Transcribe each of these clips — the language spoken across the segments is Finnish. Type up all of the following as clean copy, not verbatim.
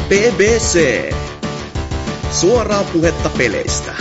BBC. Suoraa puhetta peleistä.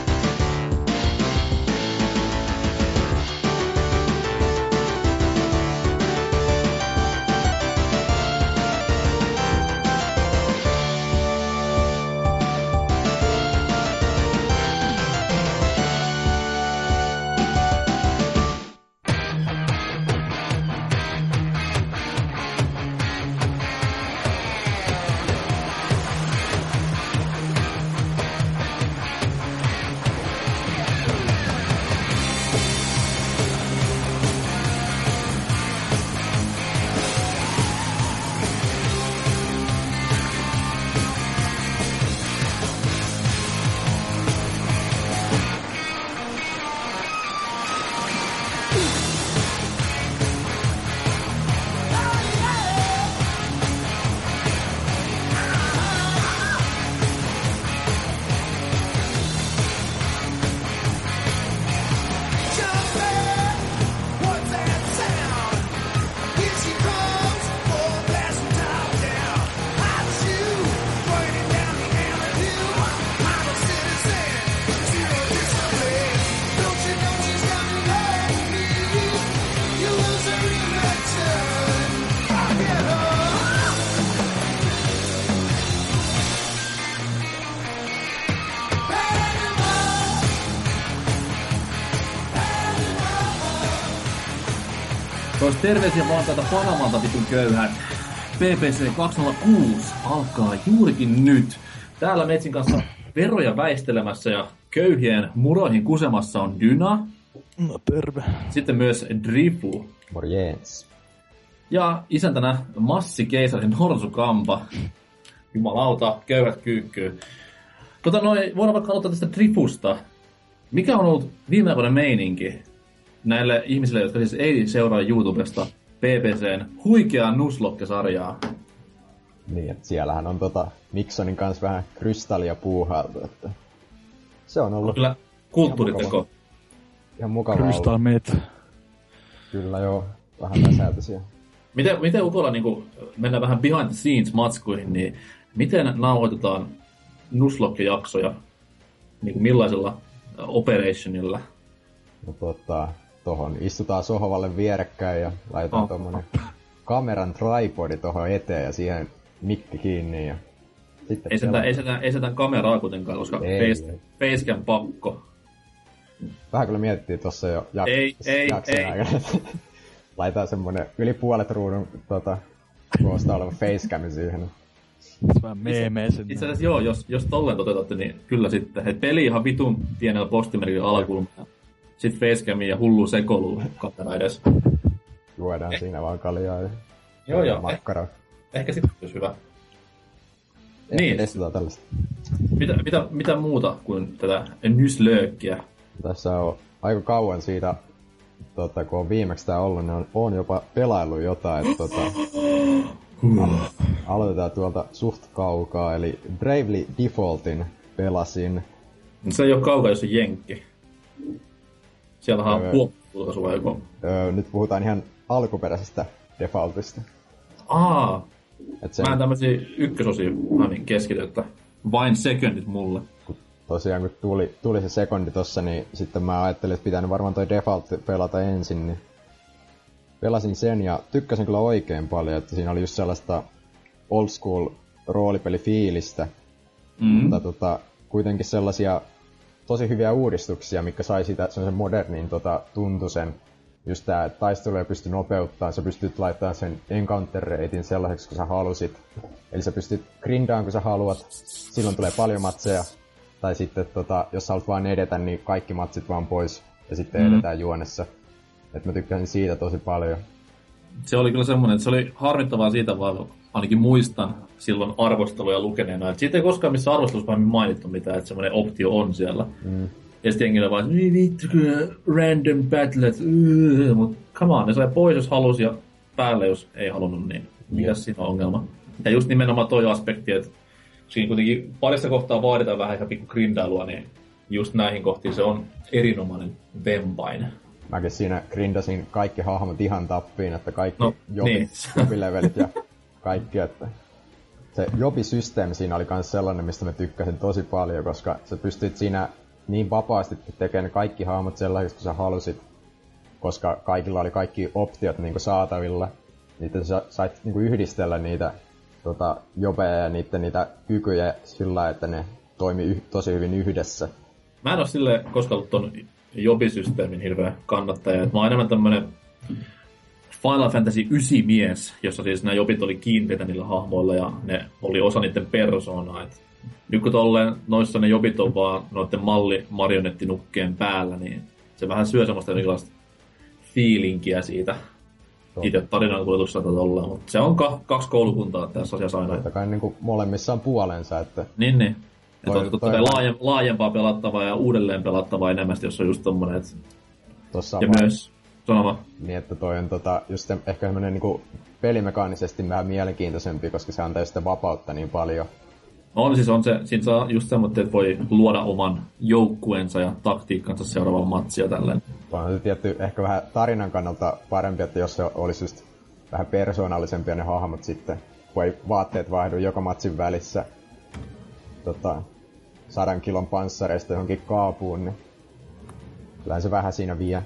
Terveisiä vaan täältä Panamalta vitun köyhän. PPC 206 alkaa juurikin nyt. Täällä Metsin kanssa veroja väistelemässä ja köyhien muroihin kusemassa on Dyna. No terve. Sitten myös Drifu. Morjens. Ja isäntänä Massi Keisari Norsukampa. Jumalauta, köyhät kyykkyy. Voidaan vaikka aloittaa tästä Drifusta. Mikä on ollut viime aikoina meininki näille ihmisille, jotka siis ei seuraa YouTubesta PPCn huikeaa Nuzlocke-sarjaa? Niin, että siellähän on Miksonin kanssa vähän krystallia puuhailtu, että se on ollut kyllä kulttuuriteko. Ihan mukavaa Crystal Met. Kyllä joo, vähän väsäytöisiä. Miten Ukolla, niin mennään vähän behind the scenes matskuihin, niin miten nauhoitetaan Nuzlocke-jaksoja? Niin millaisella operationilla? No tohon istutaan sohvalle vierekkäin ja laitetaan tommonen kameran tripodi tohon eteen ja siihen mikki kiinni ja sitten ei setään kameraa kuitenkaan, koska facecam pakko. Vähän kyllä mietittiin tossa jo jakson aikana. Laitetaan semmonen yli puolet ruudun koosta oleva facecam siihen. Vähän meemee sen. Itse asiassa joo, jos tolleen toteutatte, niin kyllä sitten. Et peli ihan vitun pienellä postimerkillä alakulmalla. Sitten facecamia ja hullu sekoilua kattana edes. Juodaan siinä vaan kaljaa ja joo. makkaraa. Ehkä sitten olisi hyvä. Niin. Testataan tällaista. Mitä muuta kuin tätä Nuzlockeä? Tässä on aika kauan siitä, kun on viimeksi tää ollut, niin on jopa pelaillut jotain. Aloitetaan tuolta suht kaukaa, eli Bravely Defaultin pelasin. Se ei oo kaukaa, jos on jenkki. Siellähän on puolta joku. Nyt puhutaan ihan alkuperäisestä Defaultista. Mä en tämmösiä ykkösosia keskityttä. Vain sekundit mulle. Tosiaan kun tuli se sekundi tossa, niin sitten mä ajattelin, että pitänyt varmaan toi Default pelata ensin, niin pelasin sen ja tykkäsin kyllä oikein paljon, että siinä oli just sellaista old school roolipelifiilistä, mutta kuitenkin sellaisia tosi hyviä uudistuksia, mikä sai sitä sellaisen modernin tuntuisen. Just tää, että taisteluja pystyi nopeuttaa, sä pystyt laittamaan sen encounter ratein sellaiseksi, kun sä halusit. Eli sä pystyt grindaan, kun sä haluat, silloin tulee paljon matseja. Tai sitten, jos sä haluat vaan edetä, niin kaikki matsit vaan pois, ja sitten edetään juonessa. Et mä tykkäsin siitä tosi paljon. Se oli kyllä semmonen, että se oli harmittavaa siitä vaan, ainakin muistan silloin arvosteluja lukeneena. Että siitä ei koskaan missä arvostelussa pahemmin mainittu mitään, että semmonen optio on siellä. Ja sitten jengillä vaan, vittu random battles, mut come on, ne sai pois jos halusi ja päälle jos ei halunnut, niin mikäs siinä on ongelma. Ja just nimenomaan toi aspekti, että siinä kuitenkin parissa kohtaa vaaditaan vähän ihan pikku grindailua, niin just näihin kohtiin se on erinomainen vempain. Mäkin siinä grindasin kaikki hahmot ihan tappiin, että kaikki jopilevelit ja kaikki, että se jobisysteemi siinä oli myös sellainen, mistä mä tykkäsin tosi paljon, koska sä pystyt siinä niin vapaasti tekemään kaikki hahmot sellaisiksi, kun sä halusit, koska kaikilla oli kaikki optiot niin saatavilla. Niitä sä sait niin yhdistellä niitä jobeja ja niitä kykyjä sillä, että ne toimi tosi hyvin yhdessä. Mä en oo silleen koskaan ollut ton jobisysteemin hirveä kannattaja. Mä oon enemmän tämmönen Final Fantasy 9 mies, jossa siis nämä jobit oli kiinteitä niillä hahmoilla ja ne oli osa niiden persoonaa. Nyt kun tolleen noissa ne jobit on vaan noiden mallimarionettinukkeen päällä, niin se vähän syö semmoista erilaista fiilinkiä siitä itse tarinan kuljetusta tolleen. Mutta se on kaksi koulukuntaa tässä asiassa aina. Totta kai niin molemmissa on puolensa. Että niin. Että on totta kai laajempaa pelattavaa ja uudelleen pelattavaa enemmän, jos on just tommonen. Ja myös sanoma. Niin, että toi on just ehkä semmonen niinku pelimekaanisesti vähän mielenkiintoisempi, koska se antaa sitä vapautta niin paljon. On se, siinä saa just semmoinen, että voi luoda oman joukkueensa ja taktiikkansa seuraavan matsia tälleen. On se tietty ehkä vähän tarinan kannalta parempi, että jos se olisi just vähän persoonallisempia ne hahmot sitten, kun ei vaatteet vaihdu joka matsin välissä 100 kilon panssareista johonkin kaapuun, niin kyllähän se vähän siinä vie.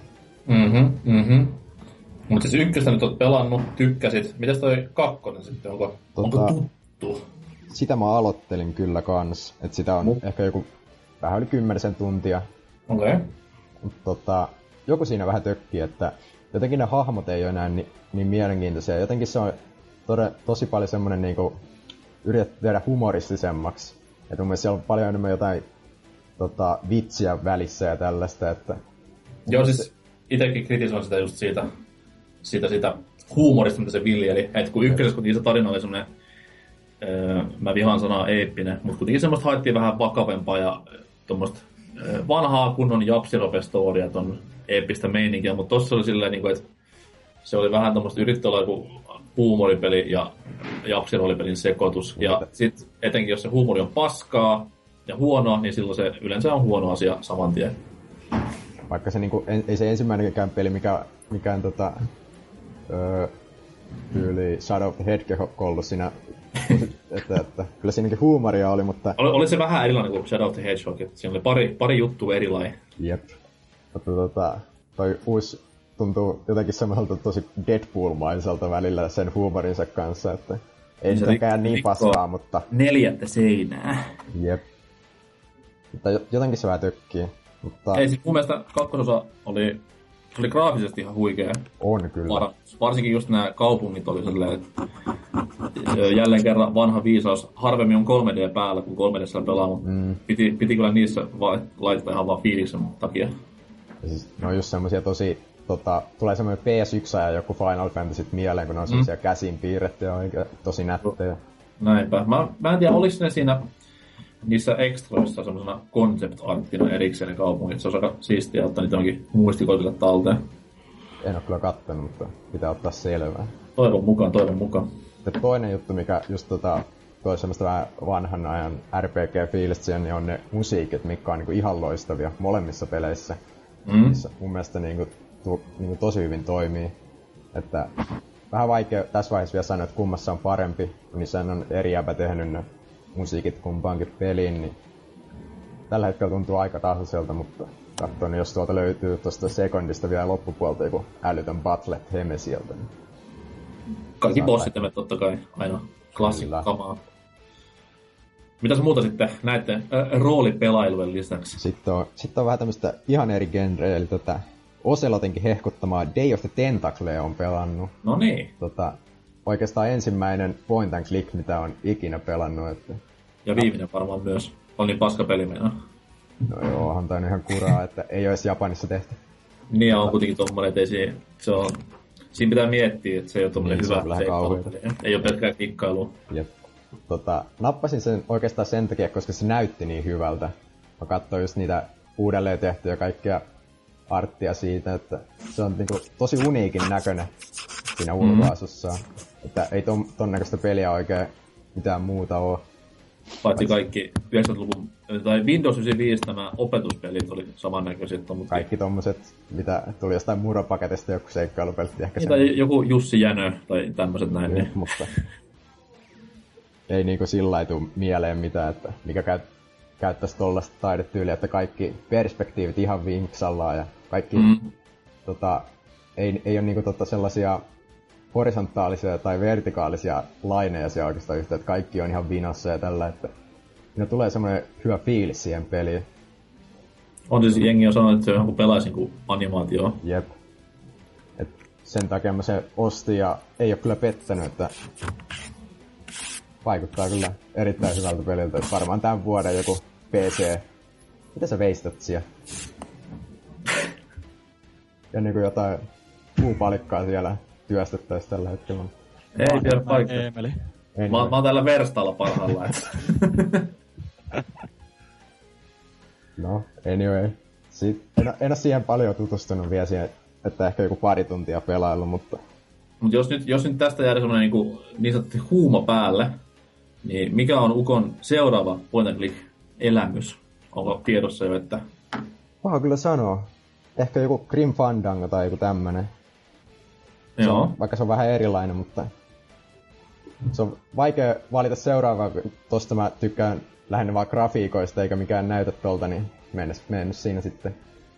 Mutta siis ykköstä nyt oot pelannut, tykkäsit. Mitäs toi kakkonen sitten? Onko tuttu? Sitä mä aloittelin kyllä kans. Et sitä on ehkä joku vähän yli 10 tuntia. Okei. Okay. Joku siinä vähän tökkii, että jotenkin ne hahmot ei ole enää niin mielenkiintoisia. Jotenkin se on tosi paljon semmonen niinku yritetty tehdä humoristisemmaksi. Et mun mielestä siellä on paljon enemmän jotain vitsiä välissä ja tällaista, että... Joo, siis itekin kritisoin sitä just siitä huumorista, mitä se viljeli. Et kun ykkösessä, kun niissä tarina oli semmonen, mä vihaan sanaa eeppinen, mutta kuitenkin semmoista haettiin vähän vakavempaa ja tommoista vanhaa kunnon japsirope-storia, ton eeppistä meininkiä, mutta tossa oli silleen, että se oli vähän tommoista yrittää olla joku huumoripeli ja japsiroolipelin sekoitus. Ja sit etenkin, jos se huumori on paskaa ja huonoa, niin silloin se yleensä on huono asia saman tien. Vaikka se niinku, ei se ensimmäinenkään peli, mikään tyyli Shadow of the Hedgehog ollut siinä, että kyllä siinäkin huumoria oli, mutta... Oli se vähän erilainen kuin Shadow of the Hedgehog, että siinä oli pari juttua erilainen. Jep. Mutta toi uusi tuntuu jotenkin semmoiselta tosi Deadpool-maiselta välillä sen huumorinsa kanssa, että ei sitäkään niin paskaa, mutta... 4. seinää. Jep. Mutta jotenkin se vähän tökkii. Mutta... Ei, siis mun mielestä kakkososa oli graafisesti ihan huikea. On kyllä. Varsinkin just nämä kaupungit oli silleen, että jälleen kerran vanha viisaus. Harvemmin on 3D päällä, kun 3D:ssä pelaa, mutta piti kyllä niissä laittaa ihan vaan fiiliksen takia. Ja siis, ne on just semmosia tosi... tulee semmoinen PS1 ja joku Final Fantasy mieleen, kun ne on semmosia käsin piirrettyjä oikein tosi nättejä. Näinpä. Mä en tiedä, oliko ne siinä niissä extroissa semmosena concept-arttina erikseen ne kaupungit. Se on aika siistiä ottaa niitä onkin muistikoitille talteen. En oo kyllä kattonut, mutta pitää ottaa selvää. Toivon mukaan. Sitten toinen juttu, mikä just toi semmoista vähän vanhan ajan RPG-fiilistä, niin on ne musiikit, mitkä on niinku ihan loistavia molemmissa peleissä. Missä mun mielestä niinku tosi hyvin toimii. Että vähän vaikea tässä vaiheessa vielä sanoa, että kummassa on parempi, kun niissä on eri jäbä tehnyt ne musiikit kumpaankin peliin, niin tällä hetkellä tuntuu aika tasaiselta, mutta katsoin, jos tuolta löytyy tuosta sekondista vielä loppupuolta joku älytön battle heme sieltä. Niin kaikki bossitemet totta kai aina klassikkamaa. Mitäs muuta sitten näette roolipelailujen lisäksi? Sitten on vähän tämmöistä ihan eri genreä, eli Ocelotinkin hehkuttamaa Day of the Tentacle on pelannut. No niin. Oikeastaan ensimmäinen point and click, mitä on ikinä pelannut. Että... Ja viimeinen varmaan myös. On niin paska peli meinaa. No joo, onhan toi ihan kuraa, että ei oo edes Japanissa tehty. Niin on kuitenkin tommonen, että siinä pitää miettiä, että se ei ole tommonen niin, hyvä seikkailupeli. Ei oo pelkkää kikkailua. Jep. Nappasin sen oikeastaan sen takia, koska se näytti niin hyvältä. Mä katsoin just niitä uudelleen tehtyjä kaikkia arttia siitä, että se on niinku tosi uniikin näköinen siinä ulkoasussaan. Että ei ton näköistä peliä oikein mitään muuta oo. Paitsi kaikki 90-luvun, tai Windows 95 nämä opetuspelit oli samannäköiset. Kaikki tommoset, mitä tuli jostain muropaketista joku seikkailupeltti ehkä sen. Tai joku Jussi Jänö tai tämmöset näin. Niin, mutta... ei niinku sillä tuu mieleen mitään, että mikä käyttäisi tollaista taidetyyliä, että kaikki perspektiivit ihan vinksallaan ja kaikki ei ole niinku sellaisia horisontaalisia tai vertikaalisia laineja siellä oikeastaan yhtä, että kaikki on ihan vinossa ja tällä, että siinä tulee semmoinen hyvä fiilis siihen peliin. On siis jengi on sanonut, että se on joku pelaisin kuin animaatio. Jep. Et sen takia mä se ostin ja ei ole kyllä pettänyt, että vaikuttaa kyllä erittäin hyvältä peliltä. Et varmaan tämän vuoden joku PC. Mitä sä veistät siellä? Ja niinku jotain puupalikkaa siellä työstettäisiin tällä hetkellä. Ei vielä paikka. Eemeli. Mä oon täällä verstaalla parhaillaan. No, anyway. En ole siihen paljon tutustunut vielä siihen, että ehkä joku pari tuntia pelaillut, mutta... Mut jos nyt tästä jää semmonen niin sanottu huuma päälle, niin mikä on Ukon seuraava point and click -elämys? Onko tiedossa jo, että... Paha kyllä sanoa. Ehkä joku Grim Fandango tai joku tämmönen. Joo. Vaikka se on vähän erilainen, mutta... Se on vaikea valita seuraavaa, kun tosta mä tykkään lähinnä vaan grafiikoista, eikä mikään näytä tolta, niin mennyt siinä sitten.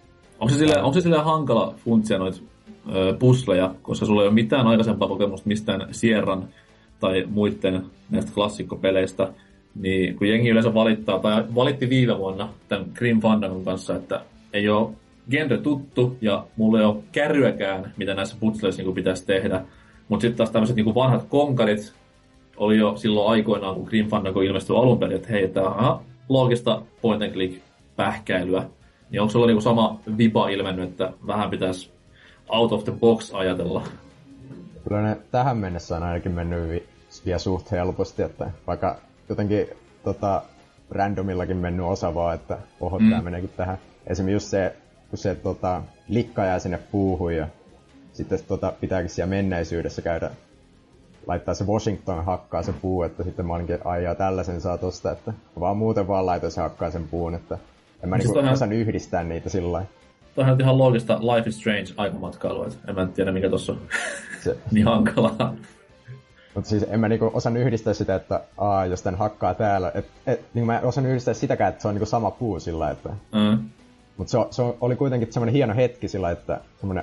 Onko se silleen hankala funtsia noit pusleja, koska sulla ei ole mitään aikaisempaa kokemusta mistään Sierran tai muiden näistä klassikkopeleistä, niin kun jengi yleensä valitti viime vuonna tämän Grim Fandangon kanssa, että ei ole genre tuttu ja mulla ei ole kärryäkään, mitä näissä puzzleissa niin pitäisi tehdä, mutta sitten taas tämmöiset niin vanhat konkarit oli jo silloin aikoinaan, kun Grim Fandango ilmestyi alun perin, että hei, tää on loogista point and click -pähkäilyä. Niin onko sulla niinku sama viba ilmennyt, että vähän pitäisi out of the box ajatella? Kyllä ne tähän mennessä on ainakin mennyt vielä suht helposti, että vaikka jotenkin randomillakin mennyt osa vaan, että tää meneekin tähän. Esimerkiksi just se, kun se likka jää sinne puuhun ja sitten pitääkin siellä menneisyydessä käydä laittaa se Washington hakkaa se puu, että sitten mä olinkin aijaa tällaisen saa tosta, että vaan muuten vaan laitoin se hakkaa sen puun, että en mä niinku osan yhdistää niitä sillain. Toihan on ihan loogista Life is Strange -aikamatkailua, et en mä tiedä mikä tossa on niin hankalaa. Mutta siis en mä niinku osan yhdistää sitä, että jos tän hakkaa täällä, niin mä osan yhdistää sitäkään, että se on niinku sama puu sillä, että... Mut se oli kuitenkin semmonen hieno hetki sillä, että semmonen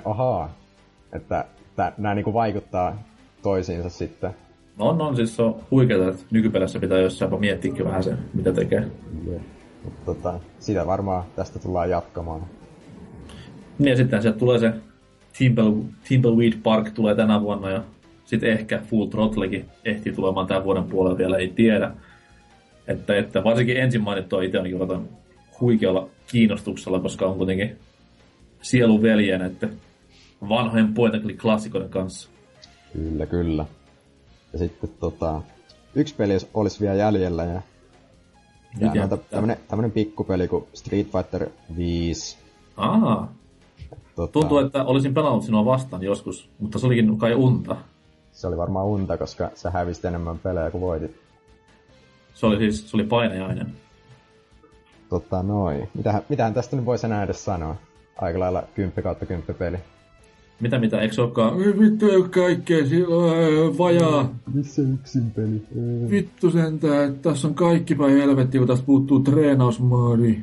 että nää niinku vaikuttaa toisiinsa sitten. On, siis se on huikeeta, että nykypelässä pitää jossain miettiäkin vähän se, mitä tekee. Mutta sitä varmaan tästä tullaan jatkamaan. Niin ja sitten sieltä tulee se Thimbleweed Park tulee tänä vuonna ja sitten ehkä Full Throttlekin ehtii tulemaan tämän vuoden puolella vielä, ei tiedä. Että varsinkin ensin mainittua itse ainakin odotan huikealla kiinnostuksella, koska on kuitenkin sielun veljen, että vanhojen point and click -klassikoiden kanssa. Kyllä. Ja sitten yksi peli olisi vielä jäljellä ja tämmönen pikkupeli kuin Street Fighter 5. Tuntuu, että olisin pelannut sinua vastaan joskus, mutta se olikin kai unta. Se oli varmaan unta, koska sä hävisit enemmän pelejä kuin voitit. Se oli painajainen. Mitähän tästä nyt voisi enää edes sanoa? Aika lailla 10/10 peli. Mitä, eikö se olekaan? Vittu ei oo kaikkea, vajaa. Missä yksin peli? Vittu sentään, että tässä on kaikki päin helvettiä, kun tästä puuttuu treenausmoodi.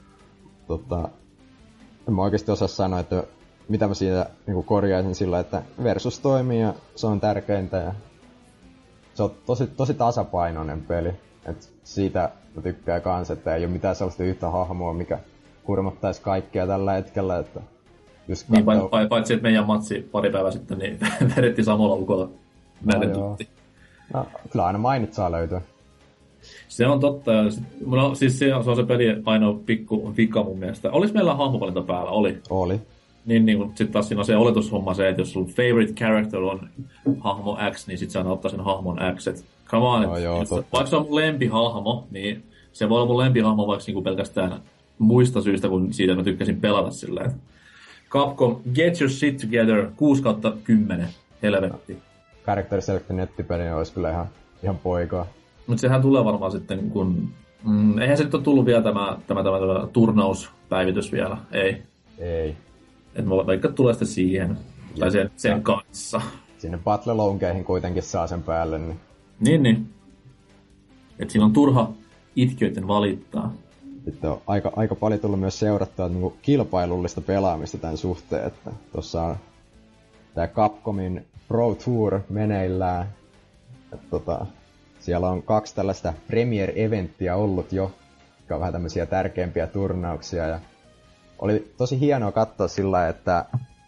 En mä oikeesti osaa sanoa, että mitä mä siitä niin korjaisin sillä, että versus toimii ja se on tärkeintä. Ja se on tosi tasapainoinen peli. Et siitä mä tykkään kans, että ei oo mitään sellaista yhtä hahmoa, mikä kurmottaisi kaikkea tällä hetkellä, että niin, paitsi että meidän matsi pari päivää sitten, niin vedettiin samalla lukolla. No, kyllä aina mainit saa löytyä. Se on totta. No, siis se on se peli ainoa pikku vika mun mielestä. Olis meillä hahmovalinta päällä? Oli. Niin sitten taas siinä on se oletushomma se, että jos sun favorite character on hahmo X, niin sit sä ottaa sen hahmon X. Et come on, vaikka se on mun lempihahmo, niin se voi olla mun lempihahmo vaikka niinku pelkästään muista syistä, kun siitä mä tykkäsin pelata silleen. Capcom, get your shit together, 6/10. Helvetti. Character Select nettipeli olisi kyllä ihan poikaa. Mutta sehän tulee varmaan sitten, kun... eihän se nyt ole tullut vielä tämä turnauspäivitys vielä, ei. Et mä vaikka tulee sitten siihen, tai sen kanssa. Sinne Battle Lonkeihin kuitenkin saa sen päälle, niin... Niin. Että siinä on turha itkiöiden valittaa. Sitten on aika paljon tullut myös seurattua niin kilpailullista pelaamista tämän suhteen, että tuossa on tämä Capcomin Pro Tour meneillään. Että siellä on 2 tällaista Premier-eventtiä ollut jo, jotka on vähän tämmöisiä tärkeimpiä turnauksia. Ja oli tosi hienoa katsoa sillä, että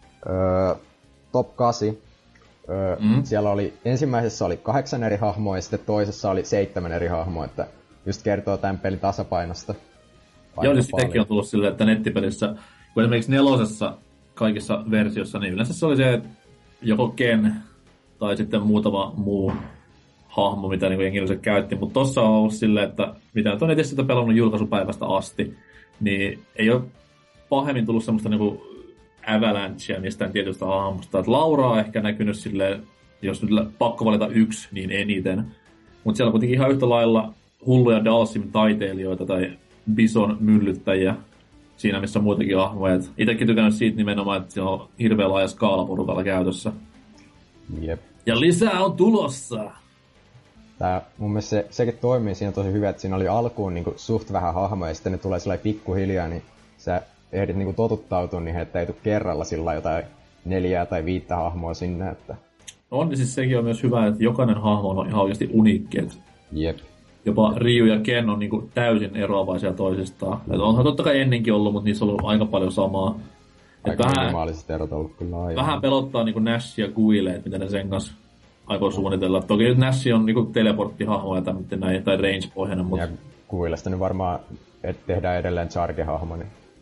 Top 8, siellä oli, ensimmäisessä oli 8 eri hahmoa ja sitten toisessa oli 7 eri hahmoa, että just kertoo tämän pelin tasapainosta. Joo, niin sitäkin on tullut silleen, että nettipelissä, kun esimerkiksi 4 kaikissa versioissa, niin yleensä se oli se, että joko Ken tai sitten muutama muu hahmo, mitä niin jengi yleensä käytti. Mutta tossa on ollut silleen, että mitä nyt on netissä sitä pelannut julkaisupäivästä asti, niin ei ole pahemmin tullut semmoista niinku avalanchea mistään tietystä hahmosta. Että Laura on ehkä näkynyt silleen, jos nyt pakko valita 1, niin eniten. Mutta siellä on kuitenkin ihan yhtä lailla hulluja Dalsim-taiteilijoita tai Bison myllyttäjiä siinä, missä on muitakin hahmoja. Itsekin tykännyt siitä nimenomaan, että siellä on hirveän laaja skaala porukalla käytössä. Jep. Ja lisää on tulossa! Tää mun mielestä sekin toimii siinä tosi hyvin, että siinä oli alkuun niinku suht vähän hahmoja ja sitten ne tulee sellainen pikkuhiljaa, niin sä ehdit niinku totuttautua niihin, että ei tule kerralla sillä jotain 4 tai 5 hahmoa sinne. Että... On, niin siis sekin on myös hyvä, että jokainen hahmo on ihan oikeasti uniikki. Jep. Jopa Ryu ja Ken on niinku täysin eroavaisia toisistaan. Et onhan totta kai ennenkin ollut, mutta niissä on ollut aika paljon samaa. Aika minimaaliset erot ollut kyllä aivan. Vähän pelottaa niinku Nash ja Guile, että mitä ne sen kanssa aikoo suunnitella. Toki nyt Nash on niinku teleporttihahmo ja näin, tai range-pohjainen. Mutta... Ja Guilesta nyt varmaan tehdään edelleen Charge-hahmo.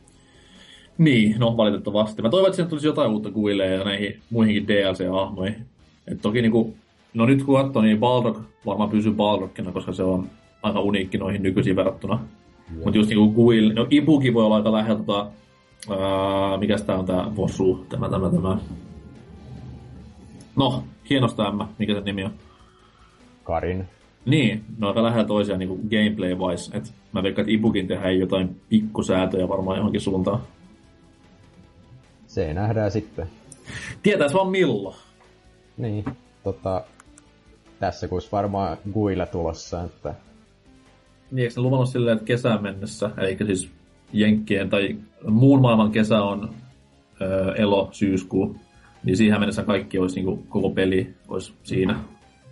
Niin, no valitettavasti. Mä toivon, että siinä tulisi jotain uutta Guilea ja näihin muihinkin DLC-hahmoihin. Et toki niinku, no nyt kun katsoo, niin Balrog varmaan pysyy Balrogina, koska se on aika uniikki noihin nykyisiin verrattuna. Mutta just niinku Guile, no Ibuki voi olla aika lähellä mikäs tää on tää Vosu, tämä. No, hienosta ämmä, mikä sen nimi on? Karin. Niin, ne on aika lähellä toisiaan niinku gameplay-wise, et mä veikkaan, että Ibukin tehdään jotain pikkusäätöjä varmaan johonkin suuntaan. Se nähdään sitten. Tietäis vaan milloin. Niin, tässä kuussa varmaan Guile tulossa, että... Niin, eikö ne luvannut silleen, että kesään mennessä, eli siis Jenkkien tai muun maailman kesä on elo-syyskuu, niin siihen mennessä kaikki olisi niinku, koko peli olisi siinä.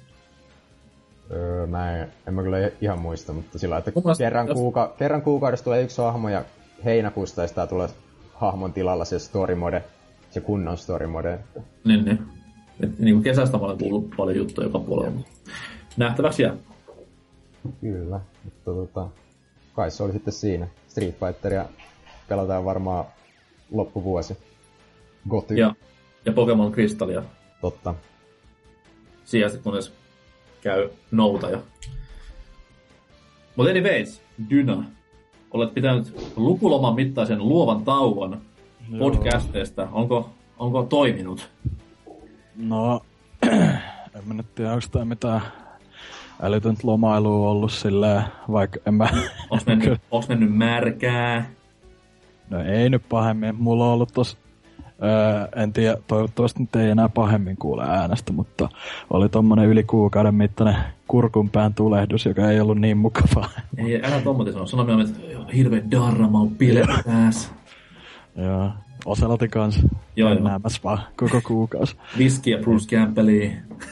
En mä kyllä ihan muista, mutta sillä että kerran kuukaudessa tulee 1 hahmo ja heinäkuusta sitä tulee hahmon tilalla se story mode, se kunnon story mode. Niin. Et, niin kuin kesästä mä olen kuullut paljon juttuja joka puolella. Nähtäväksi jää. Kyllä, mutta kai se oli sitten siinä. Street Fighteria pelataan varmaan loppuvuosi. Goty. Ja Pokemon Kristallia. Totta. Siihen sitten kunnes käy noutaja. Mutta anyways, Dyna. Olet pitänyt lukuloman mittaisen luovan tauon podcasteista. Onko toiminut? No, en mä nyt tiedä, onko toi mitään älytöntä lomailua ollut silleen, vaikka en mä... Onks mennyt märkää? No ei nyt pahemmin. Mulla on ollut tossa, en tiedä, toivottavasti nyt ei enää pahemmin kuule äänestä, mutta oli tommonen yli kuukauden mittainen kurkunpään tulehdus, joka ei ollut niin mukavaa. Ei, älä tommoinen sanoa. Sano mieleen, että hirveet darrama on pilepäässä. Joo, Oselotin kanssa. Joo. Näämäs vaan koko kuukausi. Whisky ja Bruce Campbellia.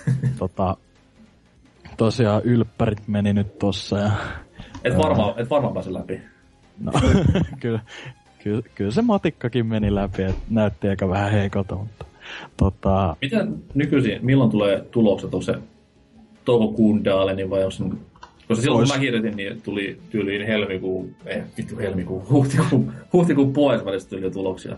Tosiaan ylppärit meni nyt tossa ja... Et varmaan pääse läpi. No, kyllä se matikkakin meni läpi, että näytti aika vähän heikolta, mutta... Mitä nykyisin, milloin tulee tulokset, onko se toukokuun Dalenin vai onko se... Koska silloin kun mä kirjoitin, niin tuli tyyliin huhtikuun puolesvälissä tuli jo tuloksia.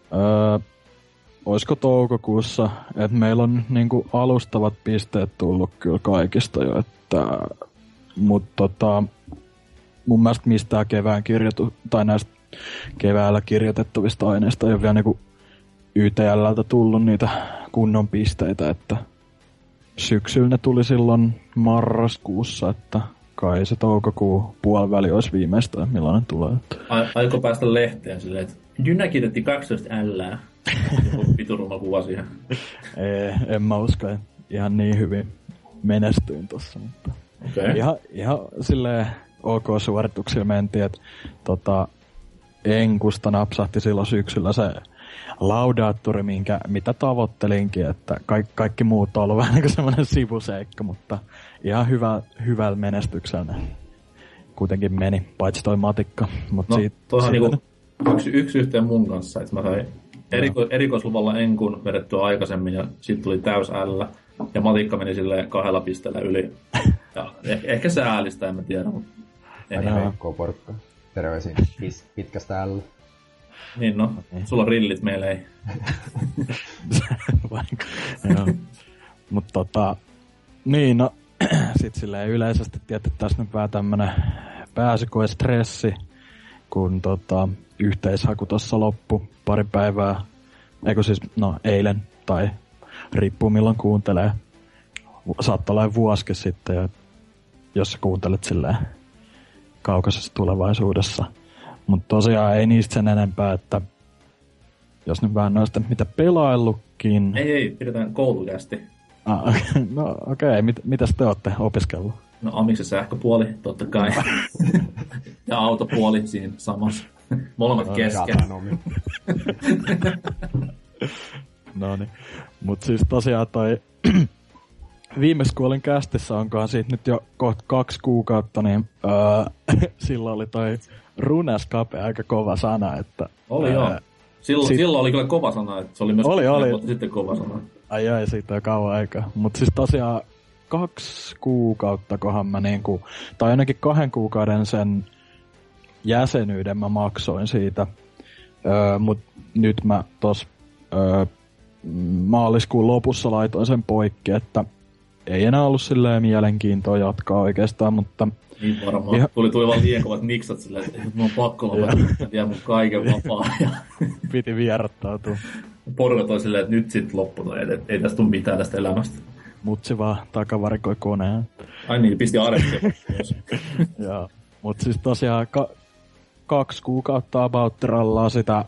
Oisko toukokuussa, että meillä on niinku alustavat pisteet tullut kyllä kaikista jo, että... Mutta mun mielestä mistään kevään tai näistä keväällä kirjoitettavista aineista ei ole vielä niinku YTL:ltä tullut niitä kunnon pisteitä, että syksyllä ne tuli silloin marraskuussa, että kai se toukokuun puoliväli olisi viimeistään, millainen tulee. Aiko päästä lehteen silleen, että Dynä kirjoitti 12 L:ää. Pituruma kuva siihen. En mä usko, ihan niin hyvin menestyin tossa, mutta... Okay. Ihan silleen OK-suorituksilla mentiin, että Enkusta napsahti silloin syksyllä se laudaattori, mitä tavoittelinkin, että kaikki muut on ollut vähän niin kuin semmoinen sivuseikka, mutta ihan hyvällä menestyksellä kuitenkin meni, paitsi toi matikka. Mut no, toihan niinku yksi yhteen mun kanssa, että mä sain erikoisluvalla Enkun vedettyä aikaisemmin ja sit tuli täys L ja matikka meni silleen 2 pisteellä yli. Ja ehkä se äälistä, en mä tiedä, mutta Heikkoa porukka. Terveisiin pitkästä L. Niin no, sulla on rillit, meillä ei. Mut niin no, sit silleen yleisesti tietty tässä nyt vähän tämmönen pääsykoestressi, kun yhteishaku tossa loppu pari päivää, eikö siis, no eilen, tai riippuu milloin kuuntelee. Saattaa olla vuosikin sitten, ja jos sä kuuntelet silleen kaukaisessa tulevaisuudessa. Mutta tosiaan ei niistä sen enempää, että jos nyt vähän noista mitä pelaillutkin. Ei, pidetään koulukästi. No okei. Mitäs te ootte opiskellut? No Amiksen sähköpuoli, totta kai. Ja autopuoli siinä samassa. Molemmat kesken. Noniin. Mut siis tosiaan toi viimeksi kun olin kästissä, onkohan siitä nyt jo kohta 2 kuukautta, niin silloin oli toi runescape aika kova sana, että... Oli joo. Silloin oli kyllä kova sana, että se oli myös mutta sitten kova sana. Ai, siitä on kauan aikaa. Mut siis tosiaan 2 kuukautta kohan mä niinku, tai ainakin 2 kuukauden sen jäsenyyden mä maksoin siitä. Mut nyt mä tos maaliskuun lopussa laitoin sen poikki, että ei enää ollut silleen mielenkiintoa jatkaa oikeastaan, mutta... Niin varmaan. Tuli vaan liian kovat niksat silleen, että mun on pakko lopettaa, vie mun kaiken vapaa. Piti vierottautua. Porukat oli silleen, että nyt sit loppui, ei tästä tule mitään tästä elämästä. Mutsi vaan takavarikoi koneen. Ai niin, pisti arestia myös. Joo, mut siis tosiaan 2 kuukautta about rallaa sitä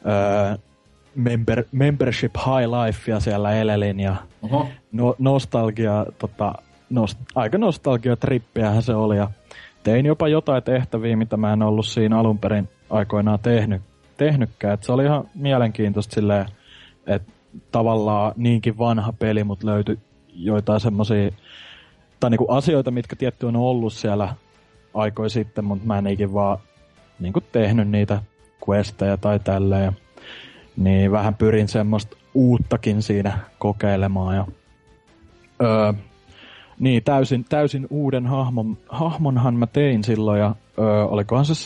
membership high lifea siellä elelin ja nostalgia, aika nostalgia trippiähän se oli ja tein jopa jotain tehtäviä, mitä mä en ollut siinä alun perin aikoinaan tehnytkään. Et se oli ihan mielenkiintoista silleen, että tavallaan niinkin vanha peli, mutta löytyi joitain semmosia tai niinku asioita, mitkä tietty on ollut siellä aikoja sitten, mutta mä en ikin vaan niinku tehnyt niitä questeja tai tälleen. Niin vähän pyrin semmoista uuttakin siinä kokeilemaan. Ja, niin, täysin uuden hahmonhan mä tein silloin. Ja olikohan se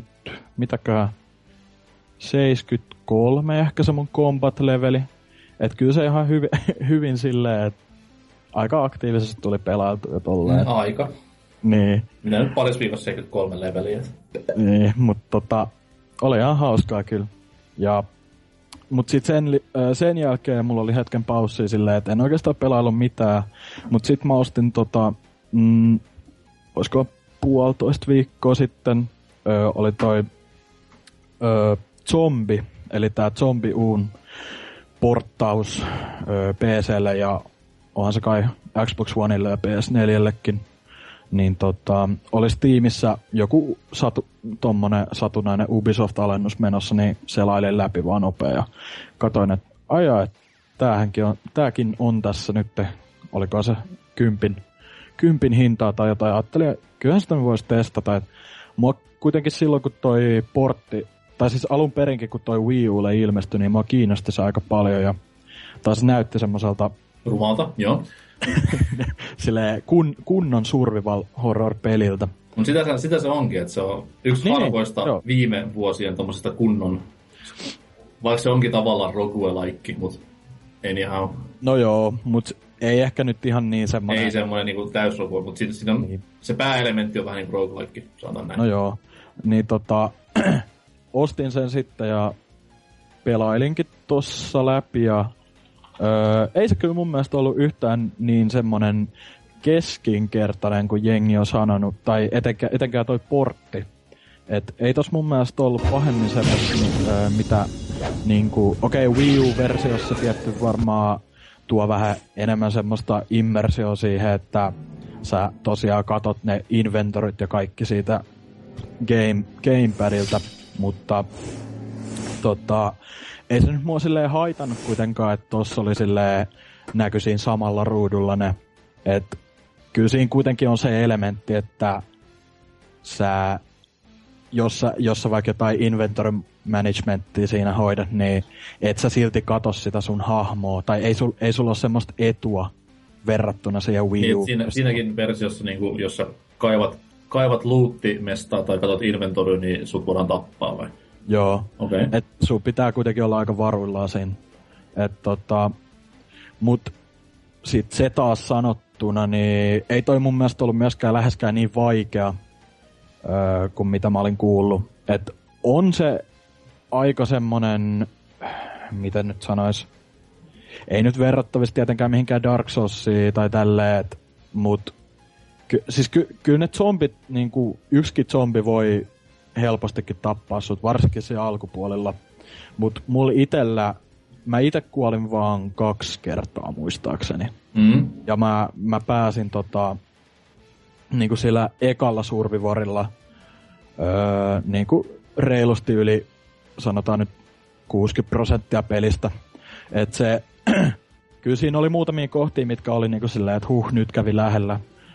73 ehkä se mun combat-leveli. Et kyllä se ihan hyvin silleen, että aika aktiivisesti tuli pelailtua tolleen. Aika. Niin. Minä nyt paris viikossa 73 leveliä. Niin, mutta oli ihan hauskaa kyllä. Ja mut sit sen jälkeen mulla oli hetken paussia silleen, että en oikeastaan pelaillut mitään. Mut sit mä ostin olisiko 1,5 viikkoa sitten, oli toi Zombi, eli tää Zombie Uun porttaus PC:lle ja onhan se kai Xbox Oneille ja PS4:llekin. Niin olisi Steamissa joku tommonen satunnainen Ubisoft-alennus menossa, niin selailin läpi vaan nopea ja katoin, että että tääkin on tässä nyt, oliko se 10 hintaa tai jotain. Ajattelin, että kyllähän sitä voisi testata. Että mua kuitenkin silloin, kun toi portti, tai siis alun perinkin, kun toi Wii Ulle ilmestyi, niin mua kiinnosti se aika paljon ja taas näytti semmoiselta rumalta, joo. Silleen kunnon survival horror-peliltä. Mutta sitä se onkin, että se on yksi harvoista viime vuosien tommosesta kunnon, vaikka se onkin tavallaan roguelike, mutta ei ihan... No joo, mutta ei ehkä nyt ihan niin semmoinen... Ei semmoinen niinku täysrogue, mutta siinä on, niin. Se pääelementti on vähän niin kuin roguelike, sanotaan näin. No joo, niin ostin sen sitten ja pelailinkin tossa läpi ja ei se kyllä mun mielestä ollut yhtään niin semmonen keskinkertainen kuin jengi on sanonut, tai etenkään toi portti. Et ei tos mun mielestä ollut pahemmin semmoista, mitä niinku, Wii U-versiossa tietty varmaan tuo vähän enemmän semmoista immersioa siihen, että sä tosiaan katot ne inventorit ja kaikki siitä gamepadilta, mutta ei se nyt mua silleen haitannut kuitenkaan, että tossa oli silleen näkyi samalla ruudulla ne, että kyllä siinä kuitenkin on se elementti, että sä, jos sä vaikka jotain inventory managementtia siinä hoidat, niin et sä silti katso sitä sun hahmoa, tai ei sulla ole semmoista etua verrattuna siihen Wii U. Niin, siinäkin versiossa, niin kuin, jos sä kaivat loottimestaa tai katot inventory, niin sut voidaan tappaa vai? Joo, okay. Et sun pitää kuitenkin olla aika varuillaan siinä. Mut sit se taas sanottuna, niin ei toi mun mielestä ollut myöskään läheskään niin vaikea kuin mitä mä olin kuullut. Et on se aika semmonen, miten nyt sanois, ei nyt verrattavasti tietenkään mihinkään Dark Soulsiin tai tälleen, mut kyllä ne zombit, niinku yksikin zombi voi helpostikin tappaa sut, varsinkin siellä alkupuolella. Mut mulla mä ite kuolin vaan 2 kertaa muistaakseni. Ja mä pääsin niinku sillä ekalla survivorilla niinku reilusti yli, sanotaan nyt 60% pelistä. Et se, kyllä siinä oli muutamia kohtia, mitkä oli niinku silleen, että nyt kävi lähellä.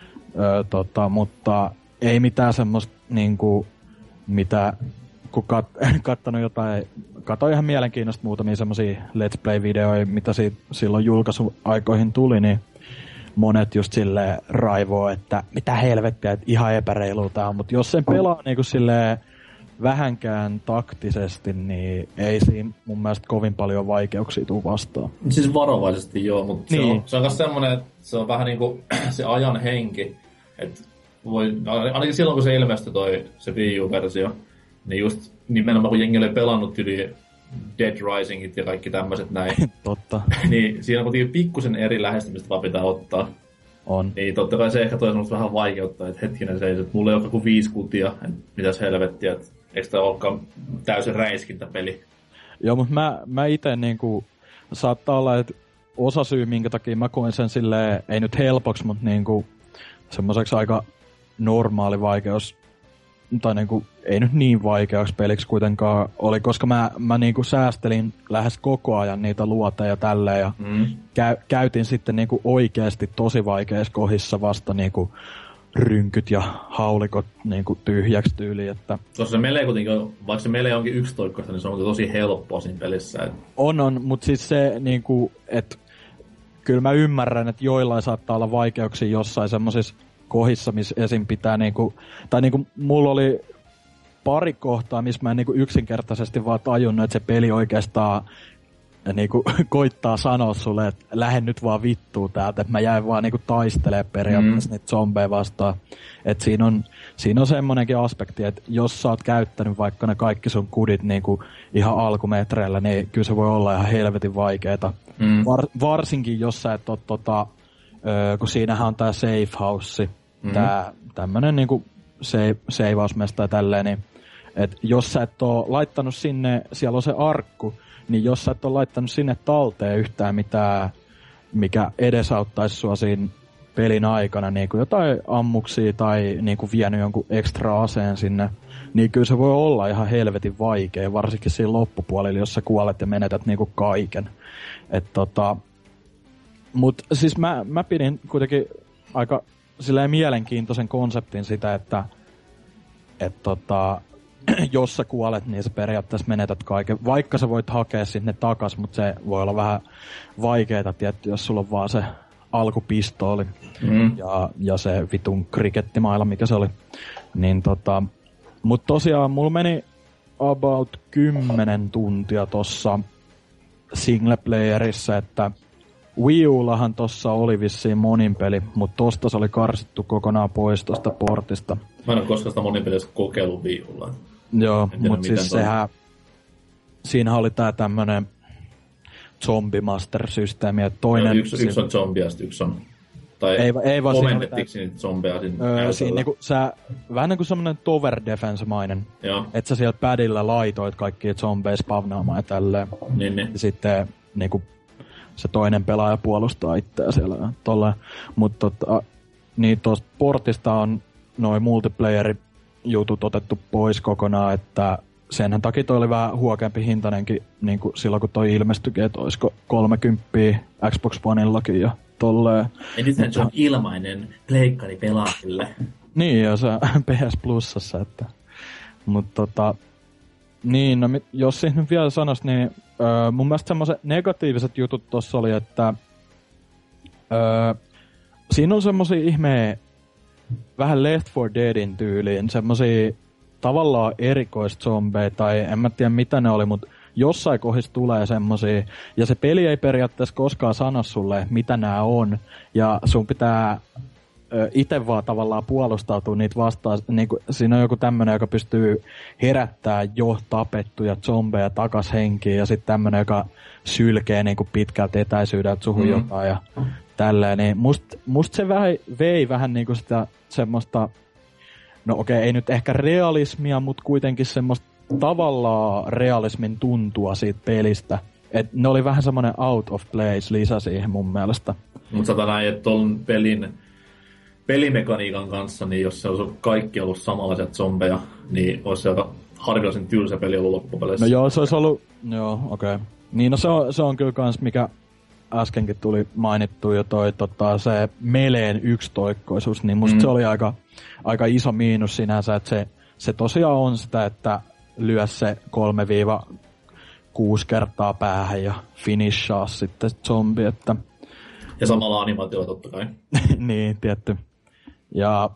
Mutta ei mitään semmoista niinku, mitä kun kattanut jotain, katsoin ihan mielenkiinnosta muutamia semmosia Let's Play-videoja, mitä silloin julkaisuaikoihin tuli, niin monet just silleen raivoo, että mitä helvettiä, että ihan epäreilua tää on, mutta jos sen pelaa niinku silleen vähänkään taktisesti, niin ei siinä mun mielestä kovin paljon vaikeuksia tuu vastaan. Siis varovaisesti joo, mutta niin. se on myös semmoinen, että se on vähän niinku se ajan henki, että ainakin silloin kun se ilmestyi se Wii U-versio, niin just nimenomaan kun jengi oli pelannut yli Dead Risingit ja kaikki tämmöiset näin. Totta. Niin siinä on kuitenkin pikkusen eri lähestymistä vaan pitää ottaa. On. Niin totta kai se ehkä toi semmoista vähän vaikeuttaa, että hetkinen se, että mulla ei ole joku 5 kutia, että mitäs helvettiä, että eikö tää olekaan täysin räiskintäpeli. Joo, mutta mä ite niinku, saattaa olla, että osa syy minkä takia mä koen sen silleen, ei nyt helpoksi, mutta niinku semmoiseksi aika normaali vaikeus, tai niinku, ei nyt niin vaikeaksi peliksi kuitenkaan oli, koska mä niinku säästelin lähes koko ajan niitä luoteja ja tälleen, ja käytin sitten niinku oikeasti tosi vaikeissa kohdissa vasta niinku rynkyt ja haulikot niinku tyhjäksi tyyliin, että... Koska se melee kuitenkin, vaikka se melee onkin yksitoikkoista, niin se on tosi helppoa siinä pelissä. Että... On, mutta siis se niinku, että kyllä mä ymmärrän, että joillain saattaa olla vaikeuksia jossain semmosissa kohdissa, missä esim. Pitää niinku, tai niinku mulla oli pari kohtaa, missä mä en niinku yksinkertaisesti vaan tajunnut, että se peli oikeastaan niinku koittaa sanoa sulle, että lähde nyt vaan vittuun täältä, että mä jäin vaan niinku taistelemaan periaatteessa niitä zombeja vastaan. Että siinä on semmonenkin aspekti, että jos sä oot käyttänyt vaikka ne kaikki sun kudit niinku ihan alkumetreillä, niin kyllä se voi olla ihan helvetin vaikeeta. Varsinkin jos sä et oo kun siinähän on tää safe house, tää tämmönen niinku seivausmesta ja tälleen, niin et jos sä et oo laittanut sinne, siellä on se arkku, niin jos sä et oo laittanut sinne talteen yhtään mitään, mikä edesauttaisi sua siinä pelin aikana, niinku jotain ammuksia tai niinku vienyt jonkun ekstra aseen sinne, niin kyllä se voi olla ihan helvetin vaikea, varsinkin siinä loppupuolella, jos sä kuolet ja menetät niinku kaiken. Mut siis mä pidin kuitenkin aika silleen mielenkiintoisen konseptin sitä, että jos sä kuolet, niin sä periaatteessa menetät kaiken. Vaikka sä voit hakea sinne takas, mutta se voi olla vähän vaikeeta tietty, jos sulla on vaan se alkupistooli ja se vitun krikettimailla, mikä se oli. Niin mut tosiaan mulla meni about 10 tuntia tossa singleplayerissa, että Wii Ullahan tossa oli vissiin moninpeli, mutta tosta se oli karsittu kokonaan pois tosta portista. Mä en ole koskaan sitä moninpelissä kokeillut Wii Ulla. Joo, mutta siis sehän, siinähän oli tää tämmönen zombimaster-systeemi, että toinen... Yksi on zombia, yksi on... Tai ei vaan komennettiinko niitä zombeja siinä niinku vähän niin kuin semmonen tower defense-mainen. Että sä sieltä padilla laitoit kaikkia zombeja spavnaamaan ja tälleen. Niin. Ja sitten niinku se toinen pelaaja puolustaa itseä siellä tolleen. Mutta niin tuosta portista on noin multiplayer-jutut otettu pois kokonaan, että senhän takia toi oli vähän huokeampi hintainenkin niin kuin silloin, kun toi ilmestyikin, että olisiko 30 Xbox Oneillakin ja tolleen. Ja nyt se on ilmainen pleikkari pelaajille. Niin, ja se PS Plusassa, että... Mutta niin, no jos siis nyt vielä sanois, niin mun mielestä semmoiset negatiiviset jutut tossa oli, että siinä on semmosia ihmeen vähän Left 4 Deadin tyyliin, semmosia tavallaan erikoiszombeja, tai en mä tiedä mitä ne oli, mutta jossain kohdissa tulee semmosia, ja se peli ei periaatteessa koskaan sano sulle, mitä nää on, ja sun pitää itse vaan tavallaan puolustautua niitä vastaan. Niin kuin, siinä on joku tämmönen, joka pystyy herättämään jo tapettuja zombeja takas henkiin, ja sitten tämmönen, joka sylkee niin kuin pitkältä etäisyydeltä suhun jotain ja tälleen. Niin musta se vei vähän niin kuin sitä semmoista, no okei, ei nyt ehkä realismia, mutta kuitenkin semmoista tavallaan realismin tuntua siitä pelistä. Et ne oli vähän semmonen out of place lisä siihen mun mielestä. Mutta sata näin, että ton pelimekaniikan kanssa, niin jos se olisi kaikki ollut samanlaisia zombeja, niin olisi se aika harvinaisen tylsä peli ollut loppupeleissä. No joo, se olisi ollut... Joo, okei. Okay. Niin, no se on kyllä kans, mikä äskenkin tuli mainittu jo se Meleen yksitoikkoisuus, niin musta se oli aika iso miinus sinänsä, että se tosiaan on sitä, että lyö se 3-6 kertaa päähän ja finishaa sitten zombi, että... Ja samalla animaatiolla totta kai. Niin, tietty. Ja